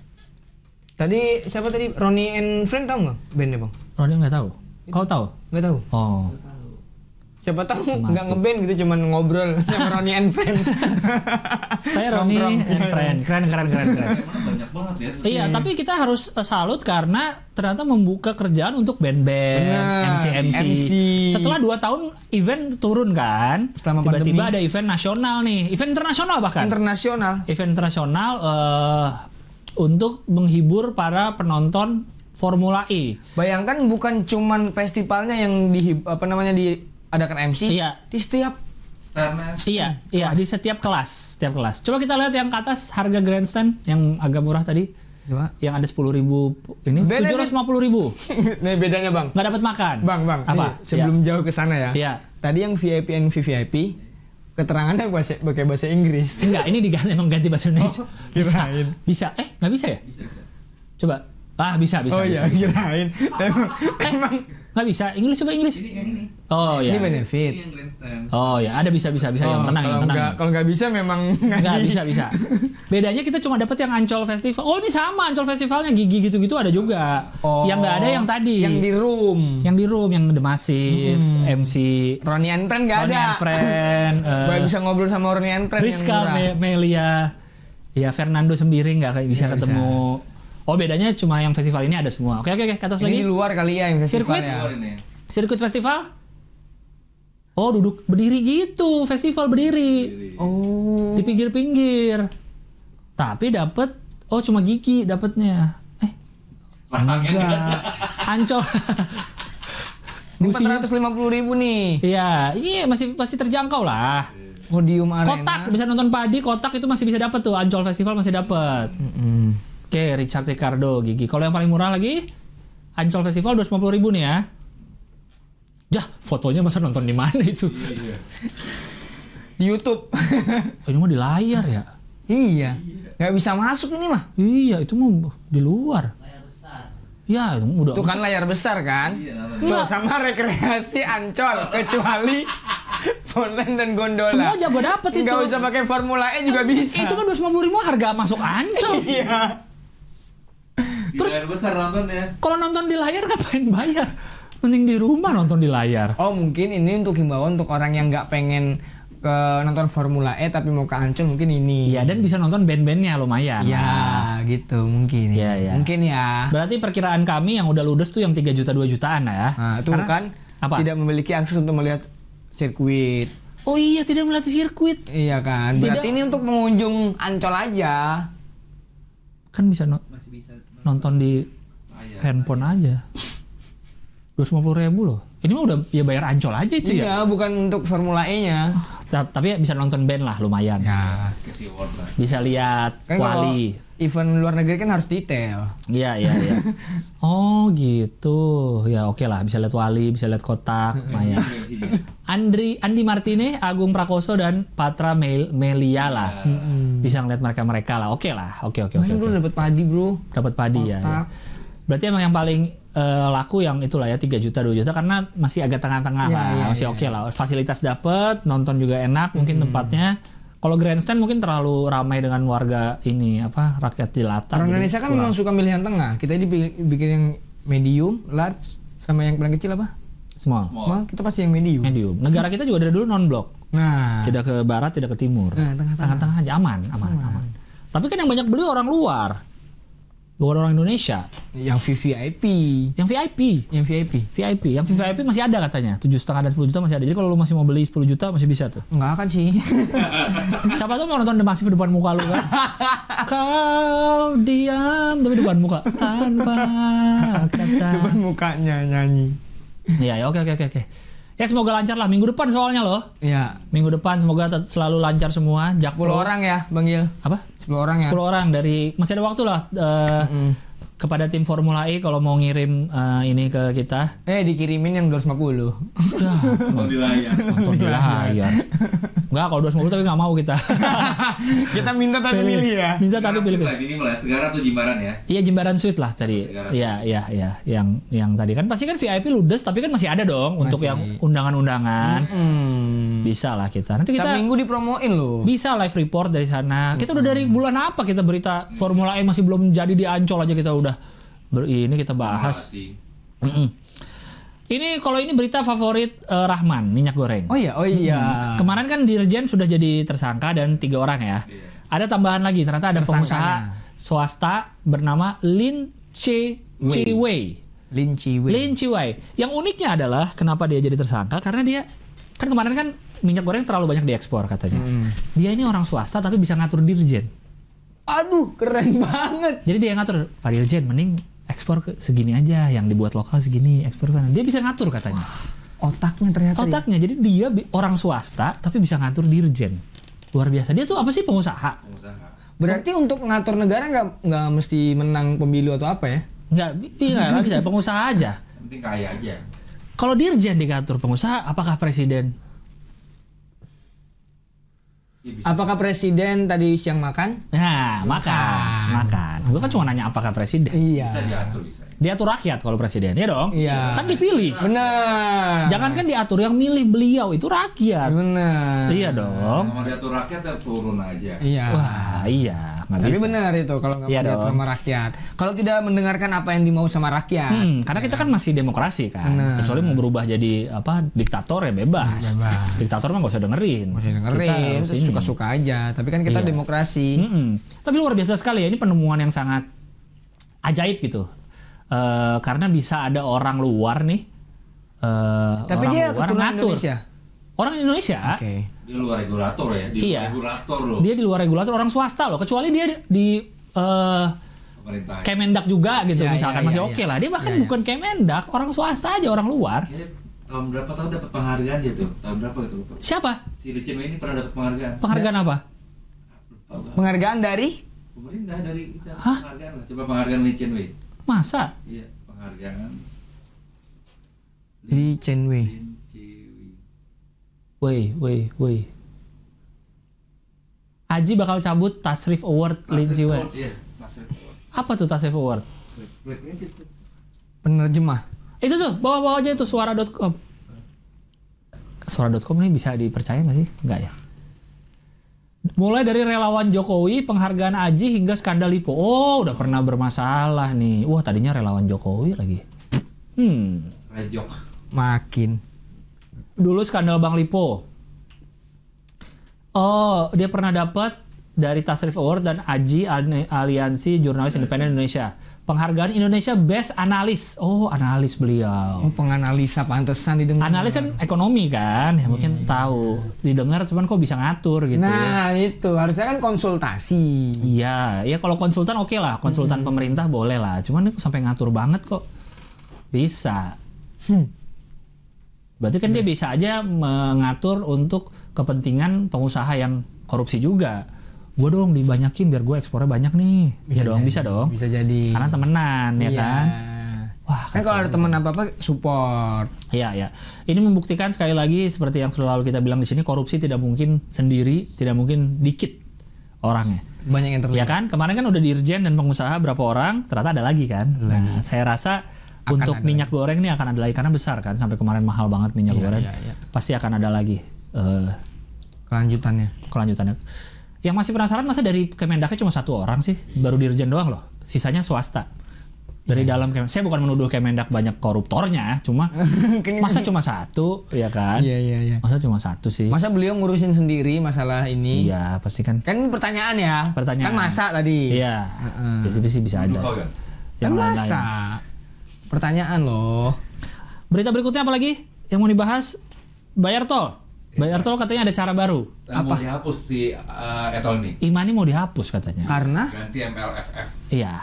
Tadi siapa tadi? Ronnie and Friend tahu nggak bandnya bang? Ronnie nggak tahu. Kau tahu? Nggak tahu. Oh. Siapa tahu nggak ngeband gitu, cuman ngobrol sama Ronnie and Friend. Saya Ronnie and Friend, keren. banyak banget ya. Iya, tapi kita harus salut karena ternyata membuka kerjaan untuk band-band, MC. Setelah 2 tahun event turun kan, tiba-tiba ada event nasional nih, event internasional bahkan. Event internasional untuk menghibur para penonton Formula E. Bayangkan bukan cuman festivalnya yang diadakan MC, di setiap di setiap kelas. Coba kita lihat yang ke atas harga grandstand yang agak murah tadi. Coba. Yang ada 10.000 ini 750.000. Nih bedanya bang. Nggak dapat makan. Bang. Apa? Sebelum jauh ke sana ya. Iya. Tadi yang VIP and VVIP keterangannya pakai bahasa Inggris. Enggak, ini ganti bahasa Indonesia. Bisa. Nggak bisa ya? Bisa. Coba. Bisa. Oh iya, kirain. Emang nggak bisa. Coba Inggris. Ini. Oh ya. Ini benefit. Ini yang grandstand. Oh ya, ada bisa yang tenang. Kalau nggak bisa memang nggak bisa. Bedanya kita cuma dapat yang Ancol Festival. Oh ini sama Ancol Festivalnya, Gigi gitu-gitu ada juga. Yang nggak ada yang tadi. Yang di room, yang The Massive, MC. Ronnie and Friend nggak ada. Ronnie and Friend. Gue bisa ngobrol sama Ronnie and Friend Rizka, yang murah. Melia, ya Fernando Sembiring nggak bisa ketemu. Oh bedanya cuma yang festival ini ada semua. Oke, ke atas lagi. Ini di luar kali ya yang festival ya. Sirkuit festival? Oh duduk berdiri gitu, festival berdiri. Oh. Di pinggir-pinggir. Tapi dapat, cuma Gigi dapatnya. Enggak. Ancol. 450.000 nih. Iya masih terjangkau lah. Podium Arena. Kotak bisa nonton Padi, kotak itu masih bisa dapat tuh. Ancol Festival masih dapat. Oke, Richard Ricardo, Gigi. Kalau yang paling murah lagi, Ancol Festival 250.000 nih ya. Jah, fotonya masa nonton di mana itu? Di YouTube. Ini mah di layar ya? Iya. Nggak bisa masuk ini mah. Iya, itu mah di luar. Layar besar. Ya, udah. Itu kan layar besar kan? Tuh sama rekreasi Ancol, kecuali Ponland dan gondola. Semua jago dapet itu. Nggak usah pakai Formula E juga bisa. Itu kan 250.000 harga masuk Ancol. Iya. Terus besar nonton ya. Kalau nonton di layar ngapain bayar? Mending di rumah nonton di layar. Oh mungkin ini untuk himbauan untuk orang yang nggak pengen ke nonton Formula E tapi mau ke Ancol mungkin ini. Iya, dan bisa nonton band-bandnya lumayan. Ya gitu mungkin. Iya. Mungkin ya. Berarti perkiraan kami yang udah ludes tuh yang 3 juta 2 jutaan lah ya. Nah, itu Karena, kan apa? tidak memiliki akses untuk melihat sirkuit. Oh iya, tidak melihat sirkuit. Iya kan. Berarti ini untuk pengunjung Ancol aja. Kan bisa nonton di handphone aja. 250.000 loh. Ini mah udah ya bayar Ancol aja itu ya. Iya, bukan untuk Formula E-nya. Tapi bisa nonton band lah lumayan. Ya. Bisa lihat Kan Wali. Event luar negeri kan harus detail. Iya. Oh gitu. Ya oke lah, bisa lihat Wali, bisa lihat kotak, lumayan. Andi Martine, Agung Prakoso dan Patra Melia lah. Bisa ngeliat mereka lah. Oke lah. Oke. Bro dapat padi, Bro. Dapat padi ya. Berarti emang yang paling laku yang itulah ya 3 juta 2 juta karena masih agak tengah-tengah lah. Masih oke lah. Fasilitas dapat, nonton juga enak, mungkin tempatnya. Kalau grandstand mungkin terlalu ramai dengan warga ini rakyat jelata. Orang Indonesia kan memang suka milih yang tengah. Kita bikin yang medium, large, sama yang paling kecil apa? Small. Kita pasti yang medium. Negara kita juga dari dulu non-blok. Nah, tidak ke barat, tidak ke timur. Tengah-tengah aja aman. Tapi kan yang banyak beli orang luar. Bukan orang Indonesia. Yang VVIP. Yang VVIP masih ada katanya. 7,5 dan 10 juta masih ada. Jadi kalau lu masih mau beli 10 juta masih bisa tuh. Enggak akan sih. Siapa tuh mau nonton The Massive depan muka lu kan? Kau diam tapi depan muka. Tanpa kata. Depan mukanya nyanyi. Iya, oke. Ya semoga lancar lah minggu depan soalnya loh. Iya. Minggu depan semoga selalu lancar semua. 10 orang ya, Bang Gil. Apa? 10 orang ya. 10 orang dari masih ada waktu lah kepada tim Formula E kalau mau ngirim ini ke kita. Dikirimin yang 250. Nonton di layar. Enggak, kalau 250 tapi nggak mau kita. Kita minta tapi milih ya. Minta tapi pilih. Minimal ya, Segara atau Jimbaran ya? Iya, Jimbaran Suite lah tadi. Iya. Yang tadi kan pasti kan VIP ludes tapi kan masih ada dong untuk yang undangan-undangan. Bisa lah kita. Nanti kita setiap minggu dipromoin loh. Bisa live report dari sana. Kita udah dari bulan apa kita berita Formula E masih belum jadi di Ancol aja kita udah ini kita bahas. Ini kalau ini berita favorit Rahman minyak goreng. Oh iya. Kemarin kan Dirjen sudah jadi tersangka dan 3 orang ya. Ada tambahan lagi ternyata ada pengusaha swasta bernama Lin Chiwei. Yang uniknya adalah kenapa dia jadi tersangka karena dia kan kemarin kan minyak goreng terlalu banyak diekspor katanya. Dia ini orang swasta tapi bisa ngatur Dirjen. Aduh, keren banget. Jadi dia ngatur, Pak Dirjen mending ekspor ke segini aja, yang dibuat lokal segini, ekspor ke sana. Dia bisa ngatur katanya. Otaknya ternyata. Jadi dia orang swasta tapi bisa ngatur Dirjen. Luar biasa. Dia tuh apa sih pengusaha. Berarti untuk ngatur negara nggak mesti menang pemilu atau apa ya? Nggak bisa. Pengusaha aja. Penting kaya aja. Kalau Dirjen diatur pengusaha, apakah presiden? Apakah presiden tadi siang makan? Nah, makan. Gue kan cuma nanya apakah presiden. Iya. Bisa diatur, bisa. Diatur rakyat kalau presiden, ya dong? Iya. Kan dipilih. Benar. Jangan kan diatur, yang milih beliau itu rakyat. Benar. Iya dong. Mau diatur rakyat ya turun aja. Iya. Wah, iya. Tapi benar itu kalau nggak mau diatur sama rakyat. Kalau tidak mendengarkan apa yang dimau sama rakyat. Karena kita kan masih demokrasi kan. Kecuali mau berubah jadi diktator ya bebas. Diktator mah nggak usah dengerin. Terus suka-suka aja. Tapi kan kita demokrasi. Tapi luar biasa sekali ya, ini penemuan yang sangat ajaib gitu. Karena bisa ada orang luar nih. Tapi dia keturunan Indonesia. Orang Indonesia. Oke. Dia luar regulator ya. Regulator loh. Dia di luar regulator, orang swasta loh. Kecuali dia di Kemendak juga gitu misalkan masih oke lah. Dia bahkan bukan Kemendak, orang swasta aja, orang luar. Tahun berapa tahun dapat penghargaan dia tuh? Tahun berapa itu? Siapa? Si Lee Chen Wei ini pernah dapat penghargaan. Penghargaan apa? Penghargaan dari? Pemerintah dari kita. Penghargaan lah. Coba penghargaan Lee Chen Wei. Masa? Iya, penghargaan Lee Chen Wei. Wei. Aji bakal cabut Tasrif Award Lin Chiwei. Iya, Tasrif Award. Apa tuh Tasrif Award? Penerjemah. Itu tuh, bawa-bawa aja tuh suara.com. Suara.com ini bisa dipercaya nggak sih? Nggak ya? Mulai dari relawan Jokowi, penghargaan Aji hingga skandal Lipo. Oh, udah pernah bermasalah nih. Wah, tadinya relawan Jokowi lagi. Rejok. Makin. Dulu skandal Bang Lipo. Oh, dia pernah dapat dari Tasrif Award dan AJI, Aliansi Jurnalis Independen Indonesia. Penghargaan Indonesia Best Analis. Oh, analis beliau. Oh, penganalisa, pantesan didengar. Analis kan ekonomi kan, ya mungkin tahu. Didengar cuman kok bisa ngatur gitu. Nah, itu harusnya kan konsultasi. Iya, ya kalau konsultan oke lah, konsultan pemerintah boleh lah. Cuman kok sampai ngatur banget kok. Bisa. Berarti kan dia bisa aja mengatur untuk kepentingan pengusaha yang korupsi juga. Gue dong dibanyakin biar gue ekspornya banyak nih. Bisa dong. Bisa jadi. Karena temenan ya kan. Wah, kan kalau ada teman apa-apa support. Iya. Ini membuktikan sekali lagi seperti yang selalu kita bilang di sini, korupsi tidak mungkin sendiri, tidak mungkin dikit orangnya. Banyak yang terlibat. Ya kan? Kemarin kan udah dirjen dan pengusaha berapa orang, ternyata ada lagi kan. Nah, saya rasa untuk minyak goreng ini akan ada lagi karena besar kan, sampai kemarin mahal banget minyak goreng. Iya. Pasti akan ada lagi kelanjutannya. Yang masih penasaran masa dari Kemendaknya cuma 1 orang sih, baru dirjen doang loh, sisanya swasta. Dari dalam Kemendak, saya bukan menuduh Kemendak banyak koruptornya, cuma masa cuma 1, ya kan? Iya. Masa cuma 1 sih? Masa beliau ngurusin sendiri masalah ini? Iya, pasti kan. Kan pertanyaan ya. Pertanyaan. Kan masa tadi. Iya. Bisa ada. Kan masa. Pertanyaan loh. Berita berikutnya apa lagi yang mau dibahas? Bayar tol. Bayar tol katanya ada cara baru. Mau dihapus di e-tol nih. Imani mau dihapus katanya. Karena? Ganti MLFF. Iya.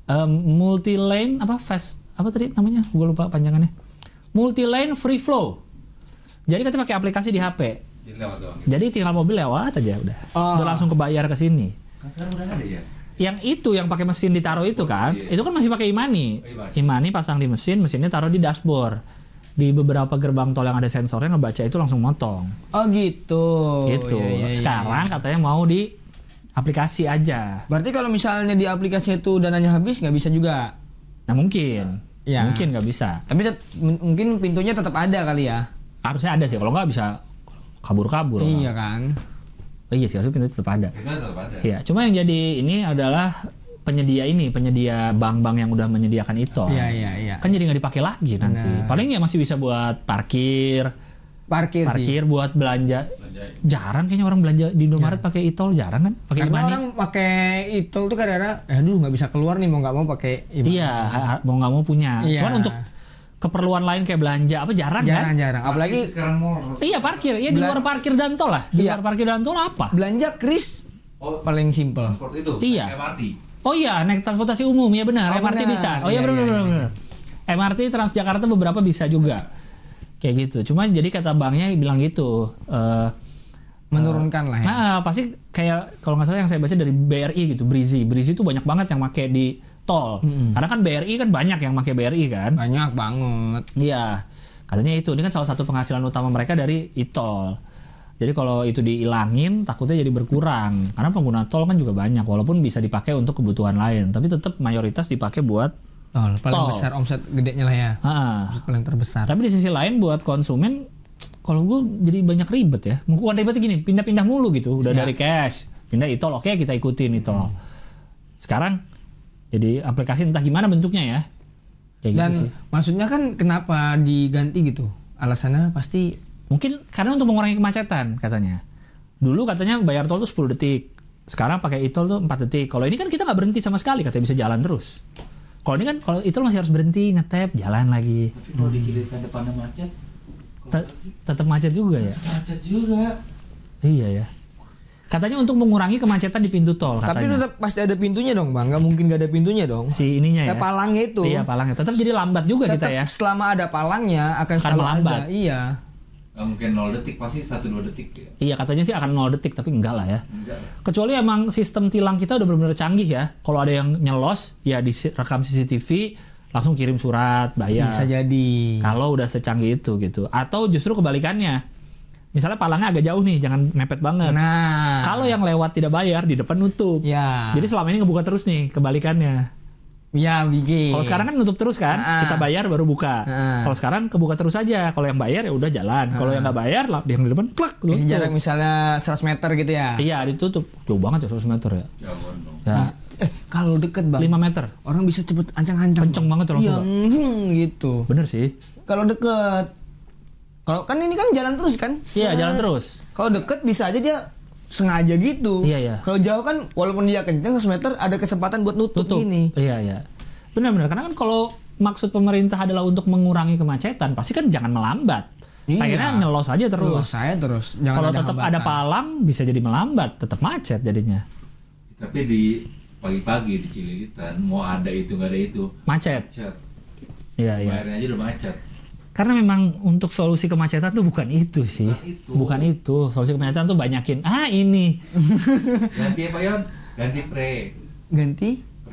Multi lane apa tadi namanya? Gue lupa panjangannya. Multi lane free flow. Jadi kita pakai aplikasi di HP. Jadi tinggal mobil lewat aja udah. Udah langsung kebayar ke sini. Kan sekarang udah ada ya. Yang itu yang pakai mesin ditaruh itu kan. Itu kan masih pakai Imani. Imani pasang di mesinnya taruh di dashboard. Di beberapa gerbang tol yang ada sensornya ngebaca itu langsung motong. Oh gitu. Gitu. Iya. Sekarang katanya mau di aplikasi aja. Berarti kalau misalnya di aplikasi itu dananya habis nggak bisa juga? Nah mungkin. Ya. Mungkin nggak bisa. Tapi mungkin pintunya tetap ada kali ya? Harusnya ada sih. Kalau nggak bisa kabur-kabur. Iya kan? Oh iya sih, harusnya pintunya tetap ada. Iya. Cuma yang jadi ini adalah penyedia bank-bank yang udah menyediakan e-tol. Iya. Kan jadi nggak dipakai lagi nanti. Paling ya masih bisa buat parkir sih. Buat belanja. Jarang kayaknya orang belanja di Indomaret pakai e-tol, jarang kan? Pakai Karena Imani. orang pakai e-tol tuh kadang-kadang, aduh nggak bisa keluar nih, mau nggak mau pakai Imani. Iya, mau nggak mau punya. Iya. Cuman untuk keperluan lain kayak belanja apa jarang kan? Jarang. Apalagi sekarang mall. Iya parkir, di luar parkir dan tol lah. Di luar parkir dan tol apa? Belanja kris paling simpel. Transport itu. Iya. MRT. Oh iya, naik transportasi umum ya benar. MRT benar. bisa. Oh iya benar. MRT Transjakarta beberapa bisa juga. Kayak gitu. Cuma jadi kata banknya bilang gitu. Menurunkan lah ya. Nah, pasti kayak kalau nggak salah yang saya baca dari BRI gitu, Brizi itu banyak banget yang pakai di tol. Karena kan BRI kan banyak yang pakai BRI kan. Banyak banget. Iya. Katanya itu, ini kan salah satu penghasilan utama mereka dari e-tol. Jadi kalau itu dihilangin, takutnya jadi berkurang. Karena pengguna tol kan juga banyak, walaupun bisa dipakai untuk kebutuhan lain. Tapi tetap mayoritas dipakai buat paling besar omset gedenya lah ya. Omset paling terbesar. Tapi di sisi lain buat konsumen, kalau gue jadi banyak ribet ya. Bukan ribetnya gini, pindah-pindah mulu gitu. Udah dari cash, pindah e-tol, oke kita ikutin e-tol. Sekarang jadi aplikasi entah gimana bentuknya ya. Kayak Dan gitu sih. maksudnya kan kenapa diganti gitu? Alasannya pasti mungkin karena untuk mengurangi kemacetan katanya. Dulu katanya bayar tol tuh 10 detik. Sekarang pakai e-tol tuh 4 detik. Kalau ini kan kita nggak berhenti sama sekali, katanya bisa jalan terus. Kalau ini kan kalau e-tol masih harus berhenti, ngetap, jalan lagi. Tapi kalau dikilirkan depannya macet, tetap macet juga ya? Macet juga. Iya ya. Katanya untuk mengurangi kemacetan di pintu tol katanya. Tapi tetap pasti ada pintunya dong bang, nggak mungkin nggak ada pintunya dong. Si ininya ya? Palangnya itu. Iya palangnya, tetap jadi lambat juga tetap kita ya? Selama ada palangnya akan selalu melambat. Ada. Iya. Nggak mungkin 0 detik, pasti 1-2 detik ya. Iya katanya sih akan 0 detik, tapi enggak lah ya. Enggak. Kecuali emang sistem tilang kita udah benar-benar canggih ya. Kalau ada yang nyelos, ya direkam CCTV, langsung kirim surat, bayar. Bisa jadi. Kalau udah secanggih itu gitu. Atau justru kebalikannya. Misalnya palangnya agak jauh nih, jangan mepet banget. Nah. Kalau yang lewat tidak bayar, di depan nutup. Ya. Jadi selama ini ngebuka terus nih, kebalikannya. Ya, bikin. Kalau sekarang kan nutup terus kan, kita bayar baru buka. Kalau sekarang kebuka terus aja. Kalau yang bayar ya udah jalan. Kalau yang nggak bayar, yang di depan klak. Jarak misalnya 100 meter gitu ya? Iya, ditutup. Jauh banget ya 100 meter ya. Jauh dong. Ya. Kalau deket bang, 5 meter. orang bisa cepet ancang-ancang. Kenceng banget tuh langsung. Iya, gitu. Bener sih. kalau deket. Kalau kan ini kan jalan terus kan? Iya, jalan terus. Kalau deket bisa aja dia sengaja gitu. Iya. Kalau jauh kan walaupun dia kencang 100 meter ada kesempatan buat nutup. Gini. Iya. Benar-benar karena kan kalau maksud pemerintah adalah untuk mengurangi kemacetan, pasti kan jangan melambat. Pengennya nyelos aja terus. Nyelos saya terus. Kalau tetap ada palang bisa jadi melambat, tetap macet jadinya. Tapi di pagi-pagi di Cililitan mau ada itu nggak ada itu macet. Iya. Bayarnya aja udah macet. Karena memang untuk solusi kemacetan tuh bukan itu sih. Bukan itu. Solusi kemacetan tuh banyakin ini. Ganti apa Yon? Ganti Ganti?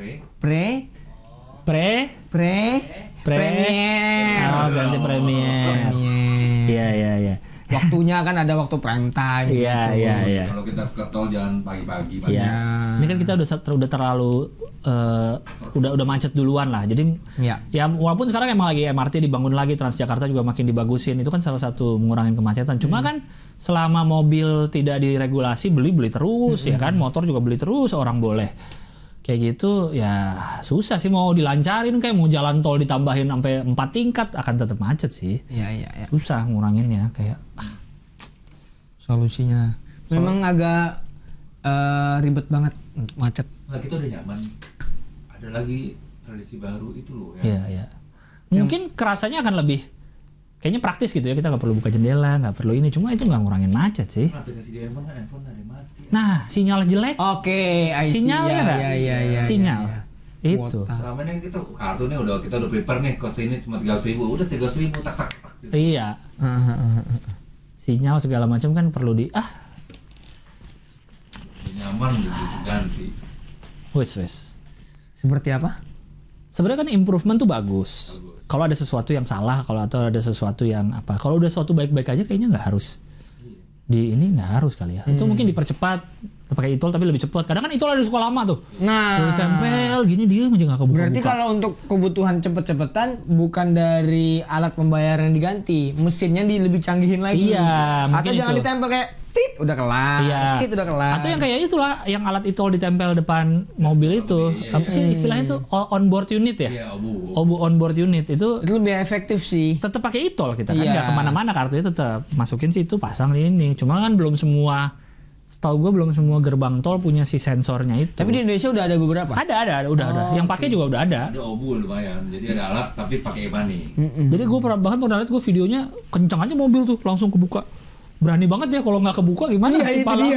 Premier. Oh, ganti premier. Iya. Waktunya kan ada waktu prime time. Iya. Kalau kita ke tol jangan pagi-pagi. Iya. Ini kan kita udah terlalu udah macet duluan lah. Jadi ya walaupun sekarang emang lagi MRT dibangun lagi, Transjakarta juga makin dibagusin. Itu kan salah satu mengurangi kemacetan. Cuma kan selama mobil tidak diregulasi beli terus ya kan, motor juga beli terus orang boleh. Kayak gitu ya susah sih mau dilancarin, kayak mau jalan tol ditambahin sampai 4 tingkat akan tetap macet sih. Iya. Susah nguranginnya kayak solusinya. Memang agak ribet banget untuk macet. Nah, kita udah nyaman. Ada lagi tradisi baru itu loh ya. Iya. Mungkin kerasanya akan lebih kayaknya praktis gitu ya, kita nggak perlu buka jendela, nggak perlu ini, cuma itu nggak ngurangin macet sih. Aplikasi di handphone kan handphone ada mati. Nah, sinyal jelek. Oke, sinyalnya nggak? Iya. Sinyal. Itu. Selama ini kita kartunya kita udah prepare nih, kos ini cuma 300.000, udah 300.000 tak. Gitu. Iya. Sinyal segala macam kan perlu nyaman gitu ganti. Wes. Seperti apa? Sebenarnya kan improvement tuh bagus. Kalau ada sesuatu yang salah, atau ada sesuatu yang apa. Kalau udah sesuatu baik-baik aja kayaknya nggak harus. Nggak harus kali ya. Itu mungkin dipercepat pakai e-tol tapi lebih cepat. Kadang kan e-tol ada suka lama tuh. Nah, ditempel gini dia aja nggak kebuka. Berarti kalau untuk kebutuhan cepet-cepetan bukan dari alat pembayaran yang diganti, mesinnya lebih canggihin lagi. Iya, atau jangan ditempel kayak tit udah kelar. Iya. Tit udah kelar. Atau yang kayak itulah yang alat e-tol ditempel depan mobil itu. Apa sih istilahnya tuh onboard unit ya? Iya, OBU onboard unit itu lebih efektif sih. Tetap pakai e-tol kita kan nggak kemana-mana, kartunya tetap masukin situ, pasang ini. Cuma kan belum semua, setahu gue belum semua gerbang tol punya si sensornya itu. Tapi di Indonesia udah ada beberapa. Ada, udah ada. Yang pakai juga udah ada. Ada OBU lumayan. Jadi ada alat tapi pakai e-money. Jadi gue bahkan pernah lihat, gue videonya kencang aja mobil tuh langsung kebuka. Berani banget ya, kalau nggak kebuka gimana? Iya, itu dia.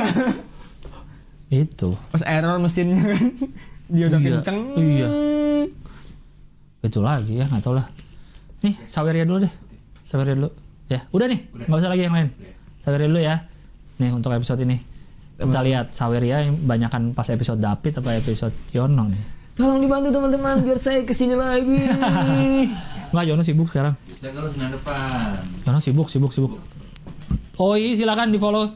Itu. Pas error mesinnya kan, dia udah kenceng. Iya. Itu lagi ya, nggak tahu lah. Nih, Saweria dulu deh. Saweria dulu. Ya, udah nih, nggak usah lagi yang lain. Saweria dulu ya. Nih untuk episode ini. Kita lihat Saweria yang banyakan pas episode David apa episode Yono nih. Tolong dibantu teman-teman biar saya kesini lagi. Nggak, Yono sibuk sekarang. Bisa kalau Senin depan. Yono sibuk. Oi, silakan di follow.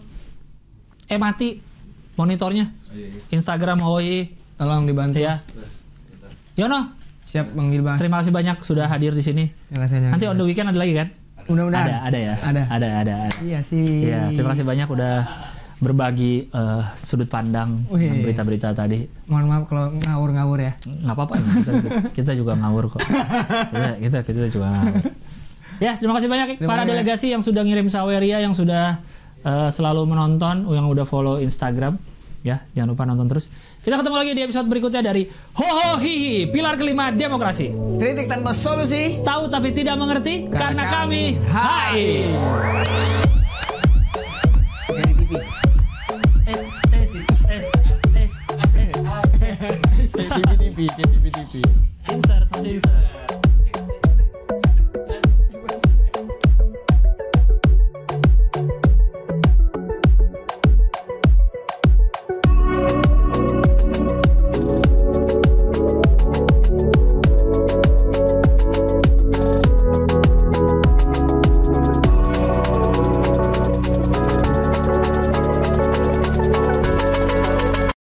Mati monitornya. Instagram Oi. Tolong dibantu. Ya. Yono. Siap Bang Gilbas. Terima kasih banyak sudah hadir di sini. Terima kasih. Nanti on the weekend ada lagi kan? Mudah-mudahan. Ada ya. Ada. Iya sih. Iya, terima kasih banyak udah berbagi sudut pandang berita-berita tadi. Mohon maaf kalau ngawur-ngawur ya. Nggak apa-apa, kita juga ngawur kok. Kita juga ngawur. Ya, terima kasih banyak para delegasi yang sudah ngirim Saweria, yang sudah selalu menonton, yang udah follow Instagram. Ya, jangan lupa nonton terus. Kita ketemu lagi di episode berikutnya dari Ho Hihi, pilar kelima demokrasi. Kritik tanpa solusi, tahu tapi tidak mengerti karena kami HI. TV.